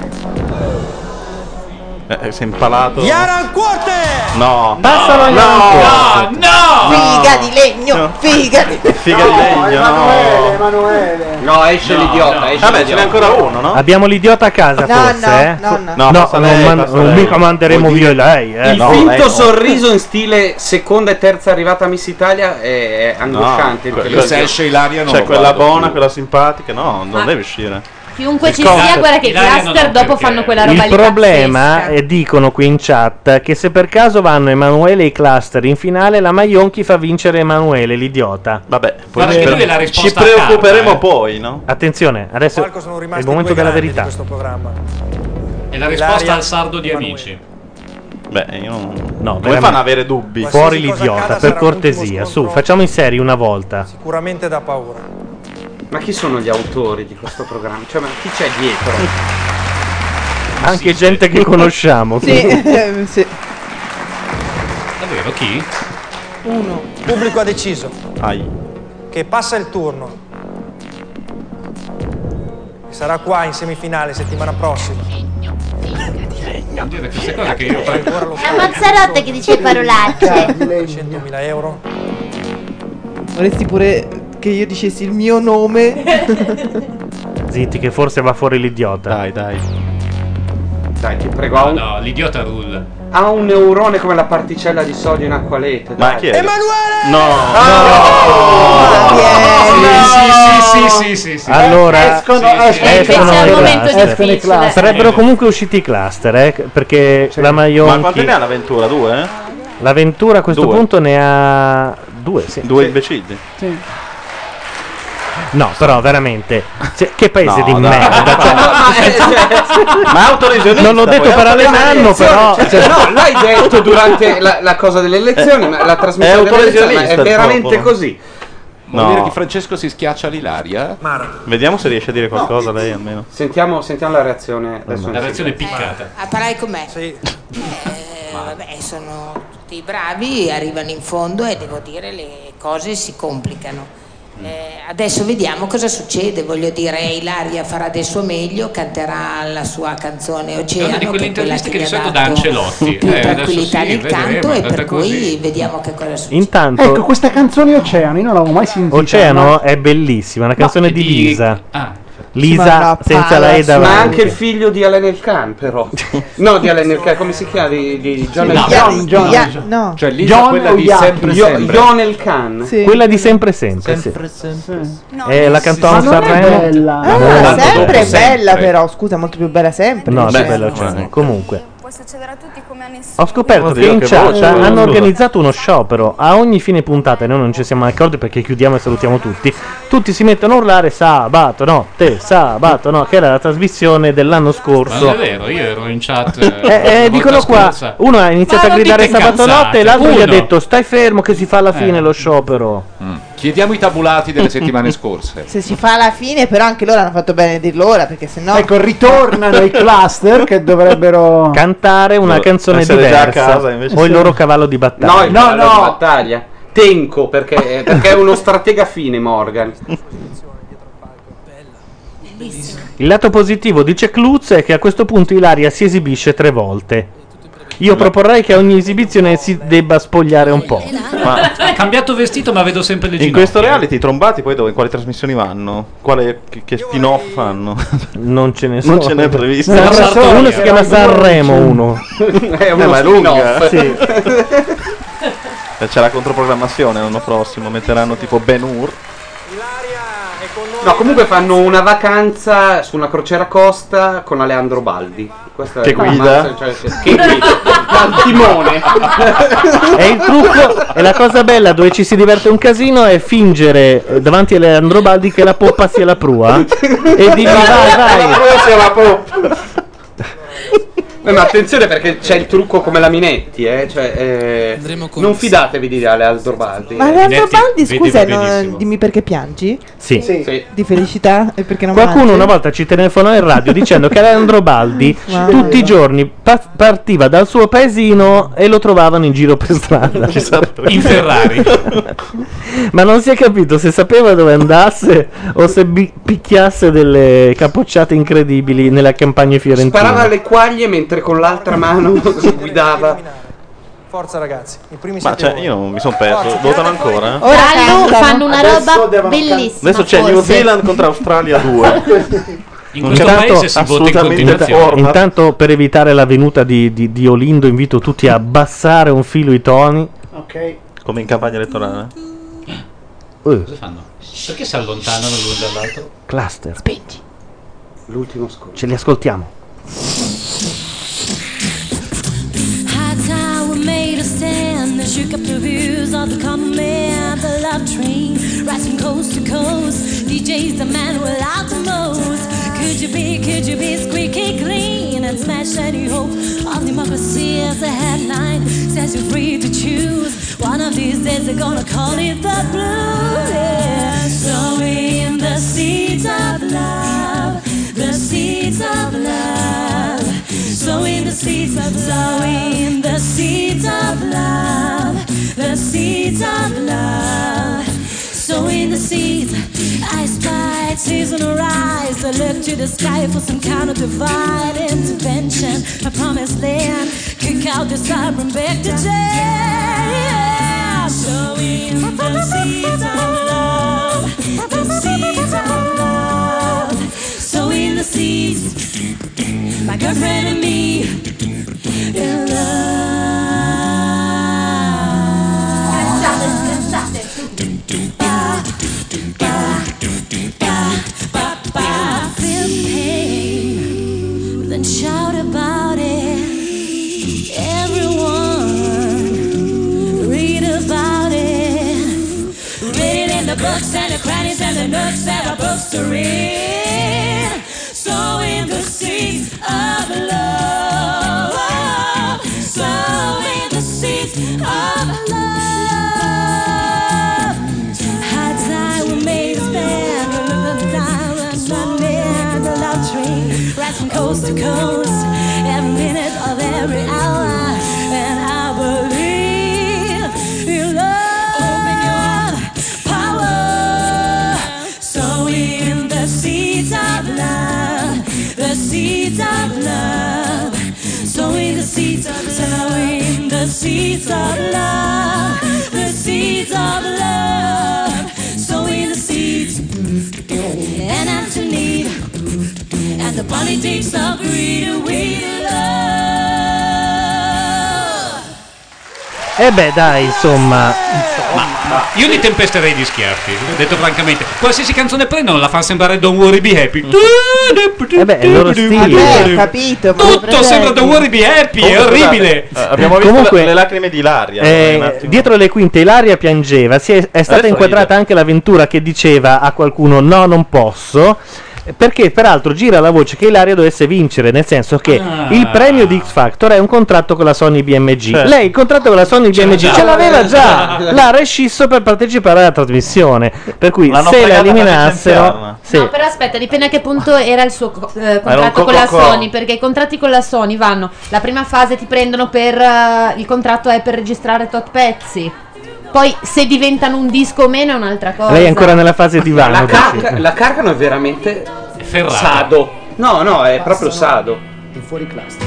Eh, si è impalato. Yaran Quarter! No. Passalo agli altri. No! Figa di legno, figa di Figa di legno, Emanuele, no. Emanuele. No, esce l'idiota. Esce Vabbè, ce l'idiota. n'è ancora uno, no? Abbiamo l'idiota a casa, No, forse, no, eh? no, no. No, No, passa non, lei, man- passa non lei. mica manderemo Vuol via dire- lei, eh? Il No, finto lei no. sorriso in stile seconda e terza arrivata Miss Italia è angosciante. No, perché quello- lo- Se esce Ilaria non C'è lo quella guardo buona, più. quella simpatica. No, non Ma- deve uscire. Chiunque Il ci concept. sia, guarda che i Ilaria non cluster ho dopo perché- fanno quella roba Il lì problema pazzesca. è, dicono qui in chat, che se per caso vanno Emanuele e i cluster in finale, la Maionchi fa vincere Emanuele, l'idiota. Vabbè, poi Guarda che spero- lui è la risposta ci a preoccuperemo carta, eh. poi, no? Attenzione, adesso Falco sono è rimasti il momento due della grandi verità. di questo programma. È la risposta al sardo di Amici. Beh, io non. No, Come veramente. fanno ad avere dubbi? Fuori l'idiota, per cortesia. Su, facciamo in serie una volta. Sicuramente da paura. Ma chi sono gli autori di questo programma? Cioè, ma chi c'è dietro? Anche gente che conosciamo. Sì, sì. Davvero, chi? Uno. Il pubblico ha deciso Ai. che passa il turno. Sarà qua in semifinale settimana prossima. Non dire queste cose che io prendo. È Mazzarotta che dice parolacce. centomila euro. Vorresti pure che io dicessi il mio nome? Zitti, che forse va fuori l'idiota. Dai, dai. Dai, ti prego. No, no, l'idiota rule. Ha un neurone come la particella di sodio in acqualete. Ma dai. chi è? Emanuele! No! Sì, sì, sì, sì, sì. Allora, Escono, Sì, sì. escono, escono i i cluster. cluster. Escono i cluster. Sarebbero comunque usciti i cluster, eh, perché la Maionchi. Ma quante ne ha l'avventura? Due? Eh? L'avventura a questo Due. punto ne ha due, sì. Due imbecilli. Sì. No, però veramente, cioè, che paese No, di dai. merda. Cioè, Ma è autolesionista. non ho detto poi, per è Alemanno, però. Cioè, no, l'hai detto durante la, la cosa delle elezioni, ma la trasmissione È delle elezioni, ma autolesionista è il veramente popolo. così. Vuol dire No. che Francesco si schiaccia l'Ilaria? Vediamo se riesce a dire qualcosa lei almeno. Sentiamo, sentiamo la reazione. Adesso La reazione piccata. A parlare con me? Sì. Eh, vabbè, sono tutti bravi, arrivano in fondo e devo dire le cose si complicano. Eh, adesso vediamo cosa succede, voglio dire, Ilaria farà del suo meglio, canterà la sua canzone È Oceano, una di quelle che è quella interviste che gli di ha solito dà dato Ancelotti. più Eh, adesso tranquillità sì, nel vedremo, canto è e per andata cui così. vediamo che cosa succede. Intanto, Ecco, questa canzone Oceano, io non l'avevo mai sentita. Oceano no? è bellissima, una canzone di di- Lisa. Ah. Lisa Ma no, senza pala lei su- davanti. Ma anche il figlio di Alain El Khan, però. No, di Alain El Khan, come si chiama? Di, di John El No. Khan. John, John, Ya- John. no. Cioè Lisa John quella o di Ian? sempre Io- sempre. John El Khan. Sì. Quella di sempre sempre, sì. Eh, la cantò Ma a non è Sanremo. bella. Ah, L'anno sempre dopo è bella sempre. però, scusa, molto più bella sempre. No, Cioè, è bella Oceano. Comunque, Può succedere a tutti come a nessuno. ho scoperto Oddio, che in che chat voce, hanno scusa. organizzato uno sciopero a ogni fine puntata, e noi non ci siamo mai accorti perché chiudiamo e salutiamo tutti. Tutti si mettono a urlare sabato notte, sabato no, che era la trasmissione dell'anno Ma scorso. non è vero, io ero in chat. Eh, la eh, volta dicono qua, scorsa. uno ha iniziato Ma a non gridare dite sabato cazzate, notte e l'altro gli ha uno. detto stai fermo che si fa alla fine Eh. lo sciopero. Mm. Chiediamo i tabulati delle settimane scorse. Se si fa alla fine, però anche loro hanno fatto bene a dirlo ora, perché sennò. Ecco, ritornano i cluster che dovrebbero Cantare una No, canzone essere già a diversa casa, invece. o il loro cavallo di battaglia. No, il No, cavallo no. di battaglia. Tenco, perché, perché è uno stratega fine, Morgan. Il lato positivo, dice Cluz, è che a questo punto Ilaria si esibisce tre volte. Io proporrei che a ogni esibizione si debba spogliare un po'. Ma Ha cambiato vestito, ma vedo sempre le in ginocchia. questo reality i trombati poi dove, in quali trasmissioni vanno? Quale, che, che spin-off fanno? Non ce ne sono. Non ce n'è previsto. Sanremo- Sartoria. uno si chiama Sanremo, uno. È uno Eh, ma è lunga. spin-off. Sì. Eh, C'è la controprogrammazione l'anno prossimo, metteranno tipo Ben Hur. No, comunque fanno una vacanza su una crociera costa con Aleandro Baldi. Questa Che è una guida? mazza, cioè, che che guida? Al timone. E il trucco, e la cosa bella dove ci si diverte un casino è fingere eh, davanti a Leandro Baldi che la poppa sia la prua e dirgli vai vai. Dove sia la poppa? Eh, ma attenzione perché c'è il trucco come la Minetti, eh? Cioè, eh, non fidatevi di Aleandro Baldi. Ma eh. Leandro Baldi, vedi, scusa, va non- benissimo. dimmi perché piangi? Sì. Sì. Di felicità? E perché non Qualcuno mangi? una volta ci telefonò in radio dicendo che Leandro Baldi Mamma tutti mia. i giorni pa- partiva dal suo paesino e lo trovavano in giro per strada. In Ferrari. Ma non si è capito se sapeva dove andasse o se bi- picchiasse delle capocciate incredibili nelle campagne fiorentine. Sparava alle quaglie mentre con l'altra mano guidava. Forza ragazzi, i primi Ma sette cioè, voti. io non mi sono perso. Votano ancora? Ora Fanno, cantano. fanno una Adesso roba devono bellissima. Adesso c'è New forse. Zealand contro Australia due. In Non questo c'è paese si vota in assolutamente continuazione. forma. Intanto, per evitare la venuta di, di, di Olindo, invito tutti a abbassare un filo i toni. Ok. Come in campagna elettorale. Eh, Cosa fanno? Perché si allontanano l'uno dall'altro? cluster. Speggi. L'ultimo scopo. Ce li ascoltiamo. High tower made a stand that shook up the views of the common man. The love train rising coast to coast. D J's the man without the most. Could you be, could you be squeaky clean? can smash any hope. All democracy is a headline, says you're free to choose. One of these days they're gonna call it the blues. Yeah. Sowing the seeds of love, the seeds of love. Sowing the seeds of love, sowing the seeds of love, the seeds of love. Sowing the seeds, I spy seasonal rise. I look to the sky for some kind of divine intervention. My promised land, kick out the stubborn back to jail. Sowing the seeds of love, the seeds of love. Sowing the seeds, my girlfriend and me in love. Feel pain, then shout about it. Everyone, read about it. Read it in the books and the crannies and the nooks that are books to read. Sowing the seeds of love, sowing the seeds of love. Hearts I will make a stand, the diamonds not near the love train, right from coast to coast, every minute of every hour, and I believe in love, power, sowing the seeds of love, the seeds of love, sowing the seeds of love, sowing the seeds of love, the seeds of love, sowing the seeds, and after need, and the politics of greed away to love. E beh, dai, insomma. Ma io li tempesterei di schiaffi, detto francamente. Qualsiasi canzone prendono la fa sembrare Don't Worry Be Happy. Eh beh, è il loro stile. Vabbè, ho capito. ma Tutto presenti. sembra Don't Worry Be Happy, è Comunque, orribile. scusate, eh, abbiamo visto Comunque, le, le lacrime di Ilaria. Eh, un attimo. dietro le quinte Ilaria piangeva, si è, è stata Adesso inquadrata ride. anche l'avventura che diceva a qualcuno no non posso, perché peraltro gira la voce che Ilaria dovesse vincere, nel senso che Ah. il premio di X Factor è un contratto con la Sony B M G. Certo. Lei il contratto con la Sony B M G già. ce l'aveva già, l'ha rescisso per partecipare alla trasmissione, per cui L'hanno se la fregata per eliminassero licenziarla. sì. No, però aspetta, dipende a che punto era il suo co- eh, un contratto con la co-co-co. Sony, perché i contratti con la Sony vanno, la prima fase ti prendono per, eh, il contratto è per registrare tot pezzi, poi se diventano un disco o meno è un'altra cosa. Lei è ancora nella fase di La, vano. carca, la carcano è veramente ferrata. sado. No, no, è proprio sado. In fuori classe.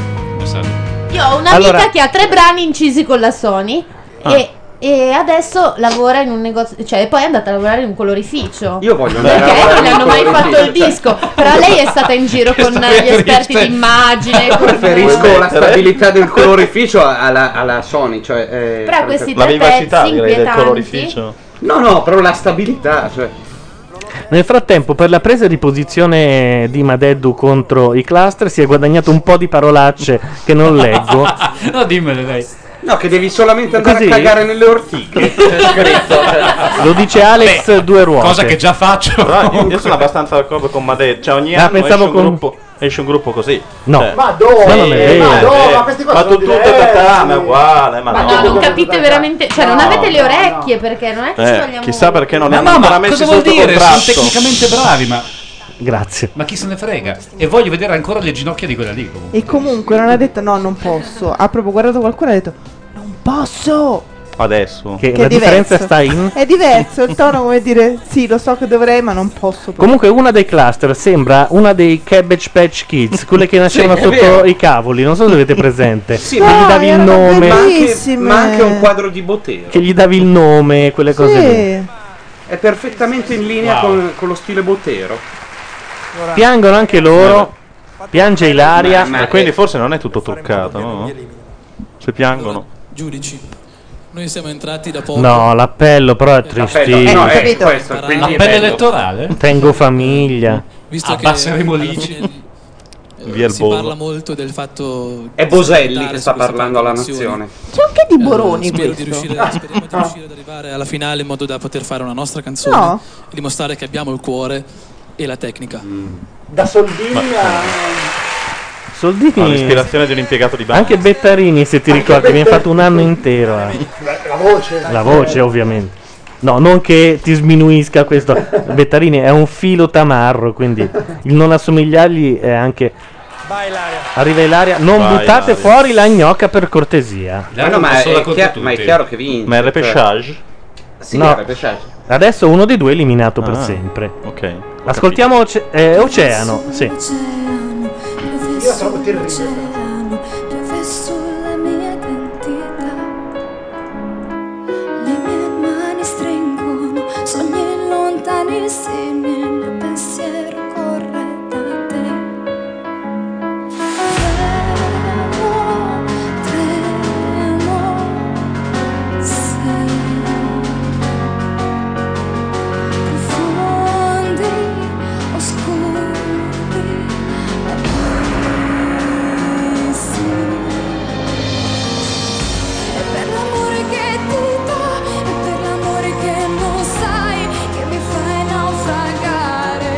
Io ho un'amica Allora- che ha tre brani incisi con la Sony Ah. e, e adesso lavora in un negozio, cioè poi è andata a lavorare in un colorificio. Io voglio andare a Perché lavorare non le in hanno mai colorificio. fatto il disco. Però lei è stata in giro con Questo gli esperti preferisce- d'immagine. con- Preferisco la stabilità del colorificio alla, alla Sony, cioè, eh, Però questi La tre vivacità, pezzi direi, del inquietanti. colorificio. No, no, però la stabilità, cioè. Nel frattempo, per la presa di posizione di Madeddu contro i cluster, si è guadagnato un po' di parolacce che non leggo. No, dimmele lei. No, che devi solamente andare Così? a cagare nelle ortiche. Scritto. Lo dice Alex Beh, due ruote. Cosa che già faccio. Però io, io sono abbastanza d'accordo con Madeddu. Cioè, ogni Ah, anno pensavo esce un, con- gruppo, esce un gruppo così. No. Cioè, Ma dove? Ma non è vero. Ma dove? eh, Ma questi qua ma sono tu tutto diversi. tatame è uguale. Ma, Ma no. no, non capite veramente, cioè non No, avete le no, orecchie perché non è che ci Eh, vogliamo. chissà perché non Ma è no, ancora ma messi cosa vuol sotto dire? Sono contratto. tecnicamente bravi, ma, Grazie. ma chi se ne frega? E voglio vedere ancora le ginocchia di quella lì. Comunque. E comunque non ha detto no, non posso. Ha proprio guardato qualcuno e ha detto non posso. Adesso. Che, Che la è differenza diverso. sta in. È diverso il tono, come dire sì, lo so che dovrei, ma non posso. proprio. Comunque una dei cluster sembra una dei Cabbage Patch Kids, quelle che nascevano Sì, è sotto vero. i cavoli, non so se avete presente. Sì, che ma gli davi il erano nome, Ma anche, Bellissime. ma anche un quadro di bottega. che gli davi il nome, quelle cose lì. Sì. È perfettamente in linea Wow. con, con lo stile Botero. Piangono anche loro. Piange Ilaria. Ma- ma- E quindi forse non è tutto truccato, no? Se piangono. Giudici, noi siamo entrati da poco. No, l'appello però è L'appello, tristissimo. no, è capito? questo, quindi è L'appello bello. elettorale? Tengo famiglia. Visto che Abbasseremo alla l'I C I. fine, eh, Via il si bollo. parla molto del fatto È di Boselli aspettare che su sta queste parlando alla produzioni. nazione. C'è anche di Eh, Boroni spero di questo. riuscire, speriamo di riuscire ad arrivare alla finale in modo da poter fare una nostra canzone No. e dimostrare che abbiamo il cuore e la tecnica. Da Soldini a... Soldini. No, l'ispirazione di un impiegato di banca. Anche Bettarini, se ti Anche ricordi, mi ha Bettarini. fatto un anno intero. eh. La voce. La voce, ovviamente. No, non che ti sminuisca questo. Bettarini è un filo tamarro, quindi il non assomigliargli è anche. Arriva Ilaria, non Vai, buttate Ilaria. fuori la gnocca per cortesia. Ma no, ma è, chia- ma è chiaro che vince. Ma è il cioè- repechage? Sì, No. è il repechage. Adesso uno dei due è eliminato per Ah, sempre. Ok. Ascoltiamo Oce- eh, Oceano. Sì. Io trovo terribile. Piove sulla mia identità. Le mie mani stringono sogni lontanissimi, il mio pensiero corre da te. Tremo, tremo, sei profondi, oscuri. E per l'amore che ti do, e per l'amore che non sai, che mi fai naufragare.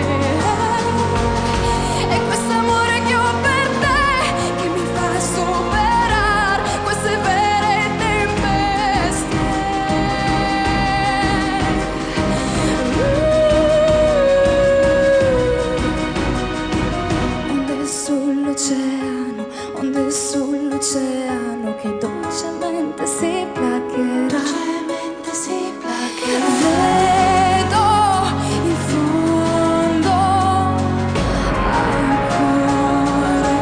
E questo amore che ho per te, che mi fa superare queste vere tempeste. Onde sull'oceano, onde sull'oceano che dolcemente si placherà. Dolcemente si placherà. Vedo in fondo al cuore.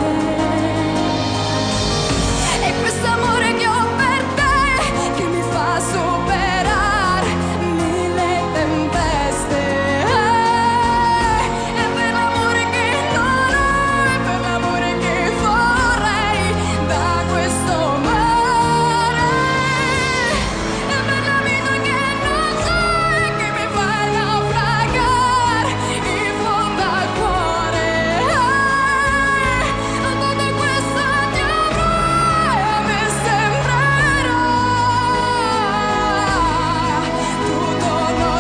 E questo amore che ho per te, che mi fa superare mille tempeste. E per l'amore che non ho, e per l'amore che vorrei da questo mare. E per la vita che non c'è, che mi fai naufragare in fondo al cuore. Tutta questa ti avrò e a me sembrerà tutto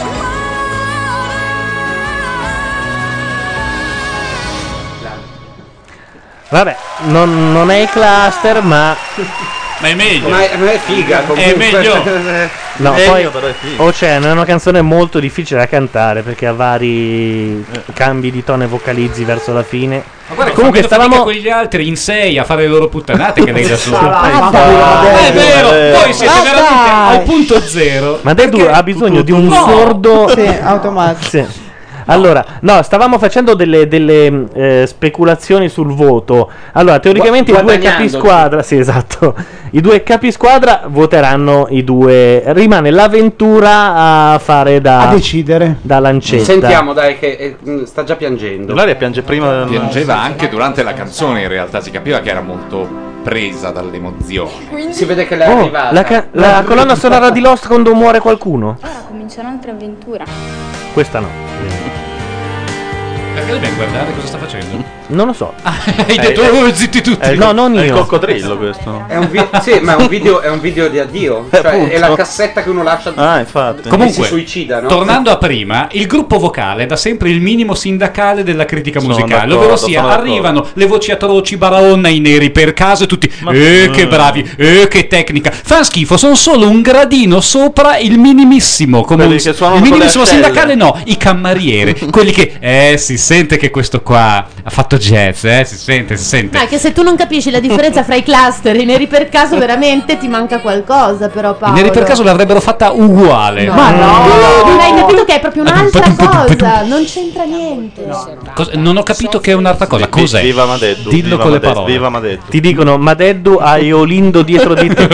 Vabbè, non, non è i cluster, ma. Ma è meglio. Ma è, ma è figa comunque. È meglio. No, Meglio, poi però è figo. Oceano è una canzone molto difficile da cantare perché ha vari cambi di tono e vocalizzi verso la fine. Ma guarda, Comunque stavamo. con gli altri in sei a fare le loro puttanate che lei da solo. Ah, è vero, eh. voi siete Ah, veramente dai. al punto zero. Ma Dedu ha bisogno di un No. sordo. Sì, automatico. Sì. Allora, no, stavamo facendo delle, delle eh, speculazioni sul voto. Allora, teoricamente Gua- i due guadagnandoci. capisquadra, sì, esatto. I due capisquadra voteranno i due. Rimane l'avventura a fare da A decidere. da lancetta. Sentiamo, dai, che eh, mh, sta già piangendo. Ilaria piange prima del... Piangeva anche durante la canzone, in realtà si capiva che era molto presa dall'emozione. Si vede che l'è Oh, arrivata. la, ca- la colonna sonora di Lost quando muore qualcuno? Ora comincia un'altra avventura. Questa no. Perché dobbiamo guardare cosa sta facendo? Non lo so. Hai detto, eh, oh, zitti tutti. È il, No, non è il io. coccodrillo questo. È un, vi- sì, ma è un video, è un video di addio. Eh, Cioè, è appunto. la cassetta che uno lascia Ah, infatti. e si Comunque, suicida, no? tornando a prima, il gruppo vocale è da sempre il minimo sindacale della critica Sono musicale, d'accordo, ovvero sia sono d'accordo. arrivano le voci atroci, Baraonna, i neri per caso e tutti Ma- eh che Mm. bravi, eh che tecnica. Fan schifo, sono solo un gradino sopra il minimissimo, come Quelli un- che suonano il con le minimissimo ascelle. sindacale no, i cammarieri, quelli che eh si sente che questo qua ha fatto jazz, eh, si sente, si sente. No, è che se tu non capisci la differenza fra i cluster e i neri per caso, veramente ti manca qualcosa, però I Paolo. neri per caso l'avrebbero fatta uguale. No. Ma no! Non hai capito che è proprio un'altra cosa, non c'entra niente. Cos- non ho capito che è un'altra cosa. Vi- Cos'è? Viva Madeddu. Dillo viva con le Madeddu, parole. Viva Madeddu. Ti dicono Madeddu hai Olindo dietro di te.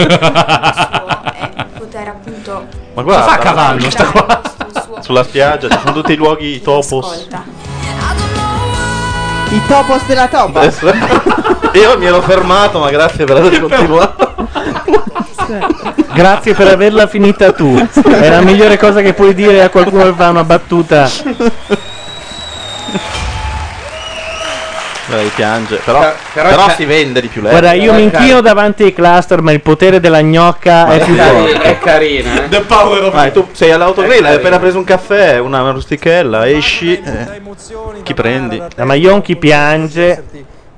Poter appunto Ma guarda, fa a cavallo sta qua? Sulla spiaggia ci sono tutti i luoghi i topos. I topos della topa. Adesso- Io mi ero fermato, ma grazie per aver continuato. Grazie per averla finita tu. È la migliore cosa che puoi dire a qualcuno che fa una battuta. Lei piange, però, Però- però, però c'è- si vende di più lei. Guarda, io mi inchino davanti ai cluster, ma il potere della gnocca è È, più cari- forte. è carina, eh. The power of Vai, tu sei all'autogrill, È hai appena carino. preso un caffè, una, una rustichella, esci, eh, chi prendi? La Maionchi piange.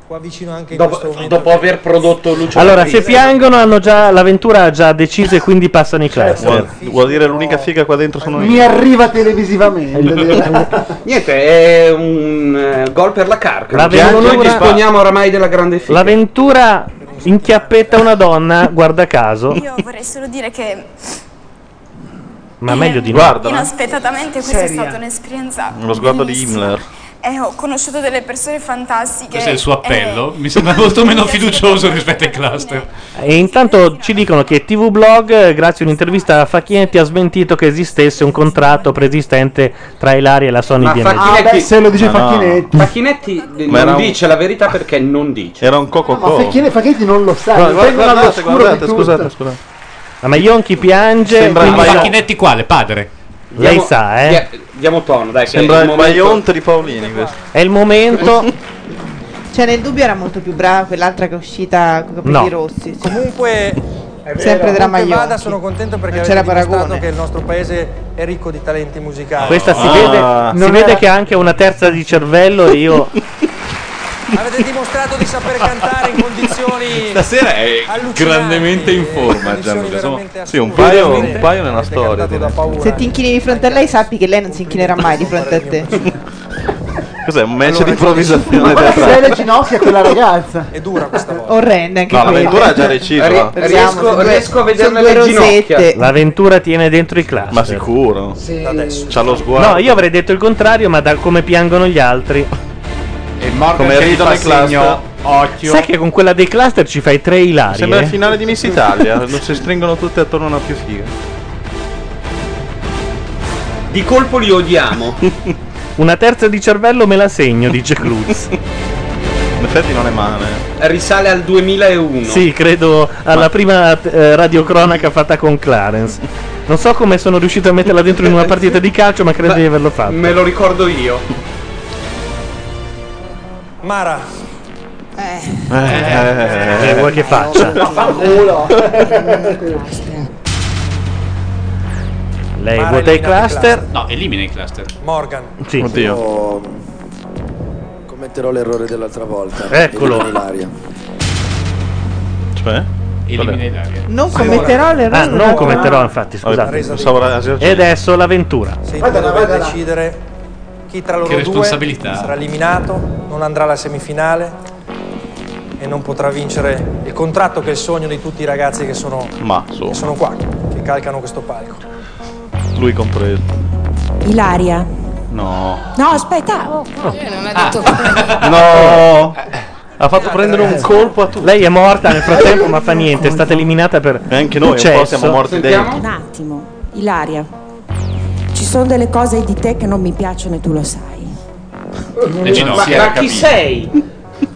qua vicino anche in Dopo, questo momento. dopo aver prodotto Lucio Allora, Battisti. se piangono, hanno già, l'avventura ha già deciso e quindi passano i cluster. Vuol, vuol dire l'unica figa qua dentro sono Mi io. arriva televisivamente. Niente, è un eh, gol per la Carca. L'avventura- Noi disponiamo oramai della grande figa. L'avventura inchiappetta una donna, guarda caso, Io vorrei solo dire che ma meglio di no. Guarda, inaspettatamente questa è Seria. stata un'esperienza lo sguardo di bellissima. Himmler. E ho conosciuto delle persone fantastiche. Questo è il suo appello. e- Mi sembra molto meno fiducioso rispetto ai cluster. E intanto ci dicono che T V Blog, eh, grazie a un'intervista a Facchinetti, ha smentito che esistesse un contratto preesistente tra Ilaria e la Sony Ma B M G. Facchinetti, Ah, beh, se lo dice Ma no. Facchinetti. Facchinetti Ma era non un- dice la verità perché non dice. Era un coco Ma co. Facchinetti, Facchinetti non lo sa. Guarda, lo tengono guardate, all'oscuro guardate, di scusate, tutto. scusate. Ah, ma Yonchi piange, Sembra il quindi Baio- sa- Facchinetti quale? Padre. lei Diamo- sa, eh. dia- Diamo tono, dai. che Sembra è il momento- Baionte di Paolini questo. È il momento. Cioè, nel dubbio era molto più brava quell'altra che è uscita con i capelli No. rossi. sì. Comunque, Sempre della comunque Maionchi. vada, sono contento perché Non avete c'era dimostrato paragone. che il nostro paese è ricco di talenti musicali. Questa si Ah. vede, si Non vede era- che ha anche una terza di cervello e io Avete dimostrato di saper cantare in condizioni Stasera è allucinanti, grandemente in forma condizioni Gianluca. Insomma, veramente Sì, un assurde. paio, Veramente un paio nella avete storia. cantato da direi. paura. Se ti inchini di fronte a lei, sappi che lei non si inchinerà mai di fronte a te. Cos'è? Un match Allora, di improvvisazione Ma guarda se teatrale. le ginocchia quella ragazza. È dura questa volta. Orrende anche No, quella. l'avventura ha già deciso. Ri- eh. Vediamo, riesco, sono due- riesco a sono vederle due le ginocchia. rosette. l'avventura tiene dentro i cluster. Ma sicuro. Da adesso. C'ha lo sguardo. No, io avrei detto il contrario, ma da come piangono gli altri. E Morgan Come che gli ridono fa i cluster. segno occhio. Sai che con quella dei cluster ci fai tre Ilarie? Sembra il eh? finale di Miss Italia. Non si stringono tutte attorno a una più figa. Di colpo li odiamo. Una terza di cervello me la segno, dice Cluz. In effetti non è male. Risale al duemilauno. Sì, credo alla prima eh, radiocronaca fatta con Clarence. Non so come sono riuscito a metterla dentro in una partita di calcio, ma credo Ma- di averlo fatto. Me lo ricordo io. Mara, Eh, vuoi che faccia? Lei Mara vota i elimina i cluster. No, elimina i cluster. Morgan, Sì. Oddio. Io commetterò l'errore dell'altra volta. Eccolo. Elimino Ilaria. Cioè? Elimina Ilaria. Non commetterò l'errore. Ah, non commetterò, infatti, Vabbè, scusate. pensavo era esercito. E adesso l'avventura. sei tu Guarda a là, dover guarda là. decidere chi tra loro Che due responsabilità. sarà eliminato, non andrà alla semifinale e non potrà vincere il contratto che è il sogno di tutti i ragazzi che sono, Ma che su, sono qua, che calcano questo palco. lui compreso. Ilaria. No. No, aspetta. Oh. non ha detto No. Ha fatto prendere un colpo a tutti. Lei è morta nel frattempo, ma fa niente, è stata eliminata per E anche noi un po' successo. siamo morti Sentiamo. dentro. Un attimo. Ilaria. Ci sono delle cose di te che non mi piacciono e tu lo sai. Le ginocchia. Ma, si era ma chi capito. sei?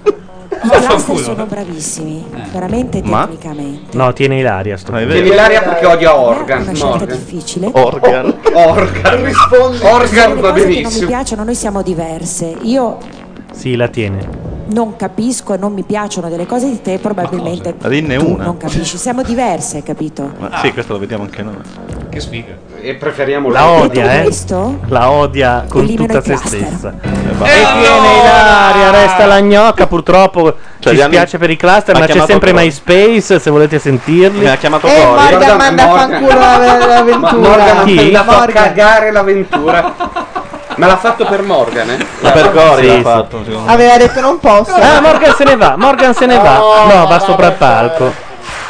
I cluster Vaffanculo. sono bravissimi, veramente Ma? tecnicamente. No, tiene Ilaria sto. Ah, è Tieni vero. l'aria perché odia Organ. Una scelta Morgan. difficile. Organ. Organ. Organ Sono va delle cose che non mi benissimo. piacciono, noi siamo diverse. Io Sì, la tiene. non capisco e non mi piacciono delle cose di te, probabilmente Rinne tu una. non capisci. Siamo diverse, hai capito? Ma sì, questo lo vediamo anche noi. Che sfiga. E preferiamo La lei. odia, eh. Questo? La odia con Elimina tutta i se cluster. stessa. Eh, E va. tiene Ilaria, resta la gnocca, purtroppo Cioè, ci gli hanno- spiace per i cluster, ha ma c'è chiamato sempre Cori. MySpace se volete sentirli. Mi ha chiamato E Cori. Morgan Guarda, manda a Morgan- fanculo la- Ma l'avventura. Morgan ha Chi? mandato a Morgan. cagare l'avventura. Ma l'ha fatto per Morgan, eh? Ma per Cori Sì, l'ha sì. fatto, secondo me. Aveva detto non posso. Ah, Morgan se ne va, Morgan se ne va. No, va sopra il palco.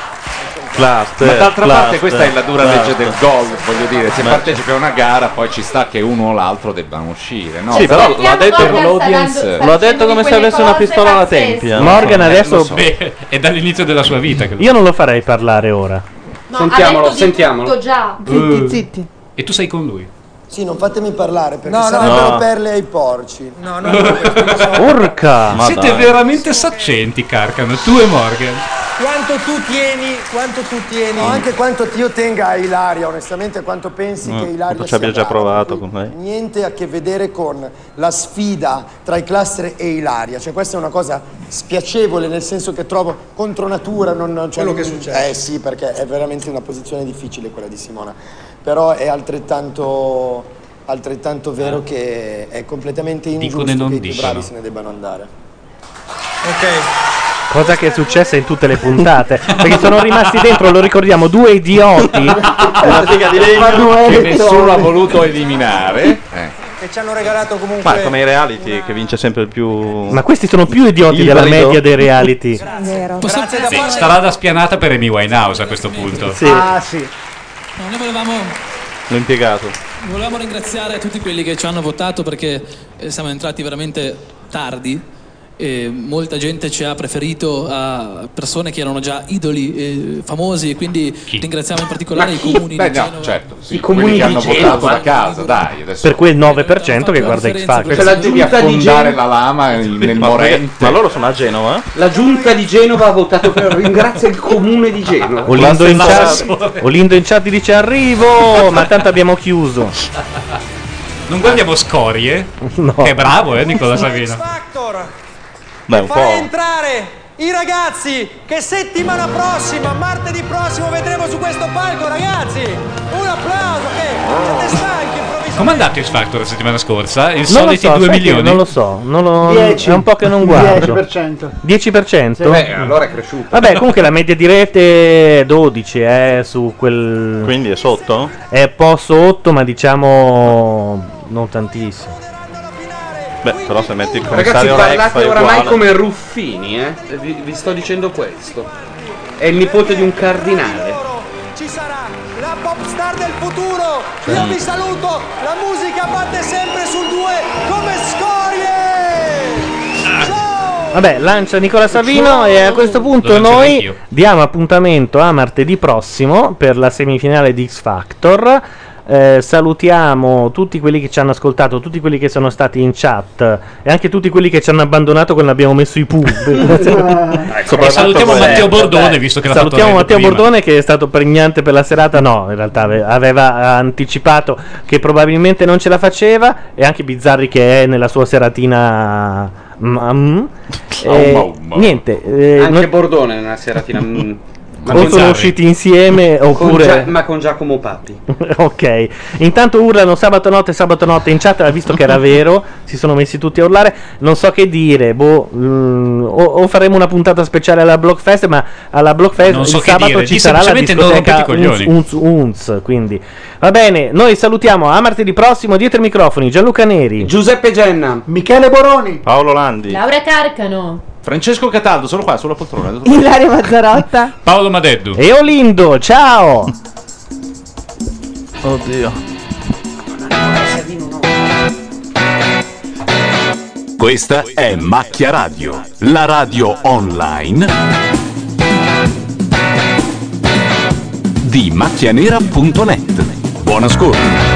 Cluster, Ma d'altra parte cluster, questa è la dura cluster. legge del gol, voglio dire, se Ma- partecipi a una gara poi ci sta che uno o l'altro debbano uscire, no? Sì, però l'ha detto con l'audience. L'ho detto come se avesse una pistola alla tempia. Morgan Eh, adesso lo so. Beh, è dall'inizio della sua vita che lo- io non lo farei parlare ora. No, Sentiamolo, ha detto di sentiamolo. tutto già. Zitti, zitti. E tu sei con lui. Sì, non fatemi parlare perché No, no, sarebbero no. perle ai porci. No, no, no, questo- Urca! Ma Siete dai. veramente saccenti, Carcano, tu e Morgan. quanto tu tieni, quanto tu tieni. No, anche quanto io tenga a Ilaria, onestamente, quanto pensi Mm, che Ilaria quanto ci sia abbia già brava. provato Quindi con lei. Niente a che vedere con la sfida tra i cluster e Ilaria. Cioè, questa è una cosa spiacevole, nel senso che trovo contro natura. Non, non- cioè, Quello che è non- successo. Eh sì, perché è veramente una posizione difficile quella di Simona. Però è altrettanto, altrettanto vero che è completamente ingiusto Dicono e non che i più dicono. bravi se ne debbano andare. Ok. Cosa che è successa in tutte le puntate. Perché sono rimasti dentro, lo ricordiamo, due idioti. Una figa di legno che nessuno ha voluto eliminare. Eh. Che ci hanno regalato comunque. Ma come i reality che vince sempre il più. Ma questi sono più idioti della Ibrido. media dei reality. Sì, sarà da spianata per Amy Winehouse a questo punto. Sì. Ah, sì. No, noi volevamo, L'ho impiegato. volevamo ringraziare tutti quelli che ci hanno votato perché eh, siamo entrati veramente tardi e molta gente ci ha preferito a persone che erano già idoli eh, famosi, quindi ringraziamo in particolare Ma i chi? comuni Beh, di no, Genova. certo, sì, I quelli comuni che hanno di votato Genova. da casa, dai, adesso. Per quel nove per cento che guarda X Factor. Cioè, la devi affondare la lama nel Ma morente. ma loro sono a Genova? La giunta di Genova ha votato per ringrazia il comune di Genova. Olindo in, chat, Olindo in chat dice arrivo, ma tanto abbiamo chiuso. Non guardiamo scorie? No. Che bravo, eh, Nicola Savino. Beh, un Fare po'. entrare i ragazzi che settimana prossima, martedì prossimo, vedremo su questo palco, ragazzi. Un applauso, che siete stanchi improvvisamente. Com'è andato X Factor la settimana scorsa? Il Non lo soliti so, due sai che milioni? non lo so, non lo- dieci. è un po' che non guardo. dieci per cento. dieci per cento? Beh, allora è cresciuto. Vabbè, comunque la media di rete è dodici, eh, su quel. Quindi è sotto? È un po' sotto, ma diciamo non tantissimo. Beh, però se metti il Ragazzi, commissario Rex parlate fai oramai uguale. come Ruffini, eh? Vi, vi sto dicendo questo. È il nipote di un cardinale. Ci sarà la pop star del futuro. Io vi saluto. La musica batte sempre sul due come scorie. Ciao. Vabbè, lancia Nicola Savino e a questo punto Lo lancerò noi anch'io. diamo appuntamento a martedì prossimo per la semifinale di X Factor. Eh, salutiamo tutti quelli che ci hanno ascoltato, tutti quelli che sono stati in chat e anche tutti quelli che ci hanno abbandonato quando abbiamo messo i pub. E salutiamo Matteo Bordone, visto che l'ha fatto Salutiamo Redo Matteo prima. Bordone che è stato pregnante per la serata. No, in realtà ave- aveva anticipato che probabilmente non ce la faceva, e anche Bizzarri che è nella sua seratina. mm, eh, Mau, mau, mau. niente, eh, Anche non- Bordone nella seratina. mm, ma o sono Bizzarri. usciti insieme Con oppure Gia- ma con Giacomo Papi. ok, intanto urlano sabato notte, sabato notte in chat, ha visto che era vero, si sono messi tutti a urlare, non so che dire, boh, mm, o, o faremo una puntata speciale alla Blockfest, ma alla Blockfest Non so il che sabato dire, ci di sarà la semplicemente non discoteca rompete i Unz, coglioni. Unz, Unz, quindi va bene, noi salutiamo a martedì prossimo, dietro i microfoni Gianluca Neri, Giuseppe Genna, Michele Boroni, Paolo Landi, Laura Carcano. Francesco Cataldo, solo qua, sulla poltrona. Ilaria Mazzarotta. Paolo Madeddu. e Olindo, ciao. Oddio. Questa è Macchia Radio, la radio online di macchianera punto net. Buon ascolto.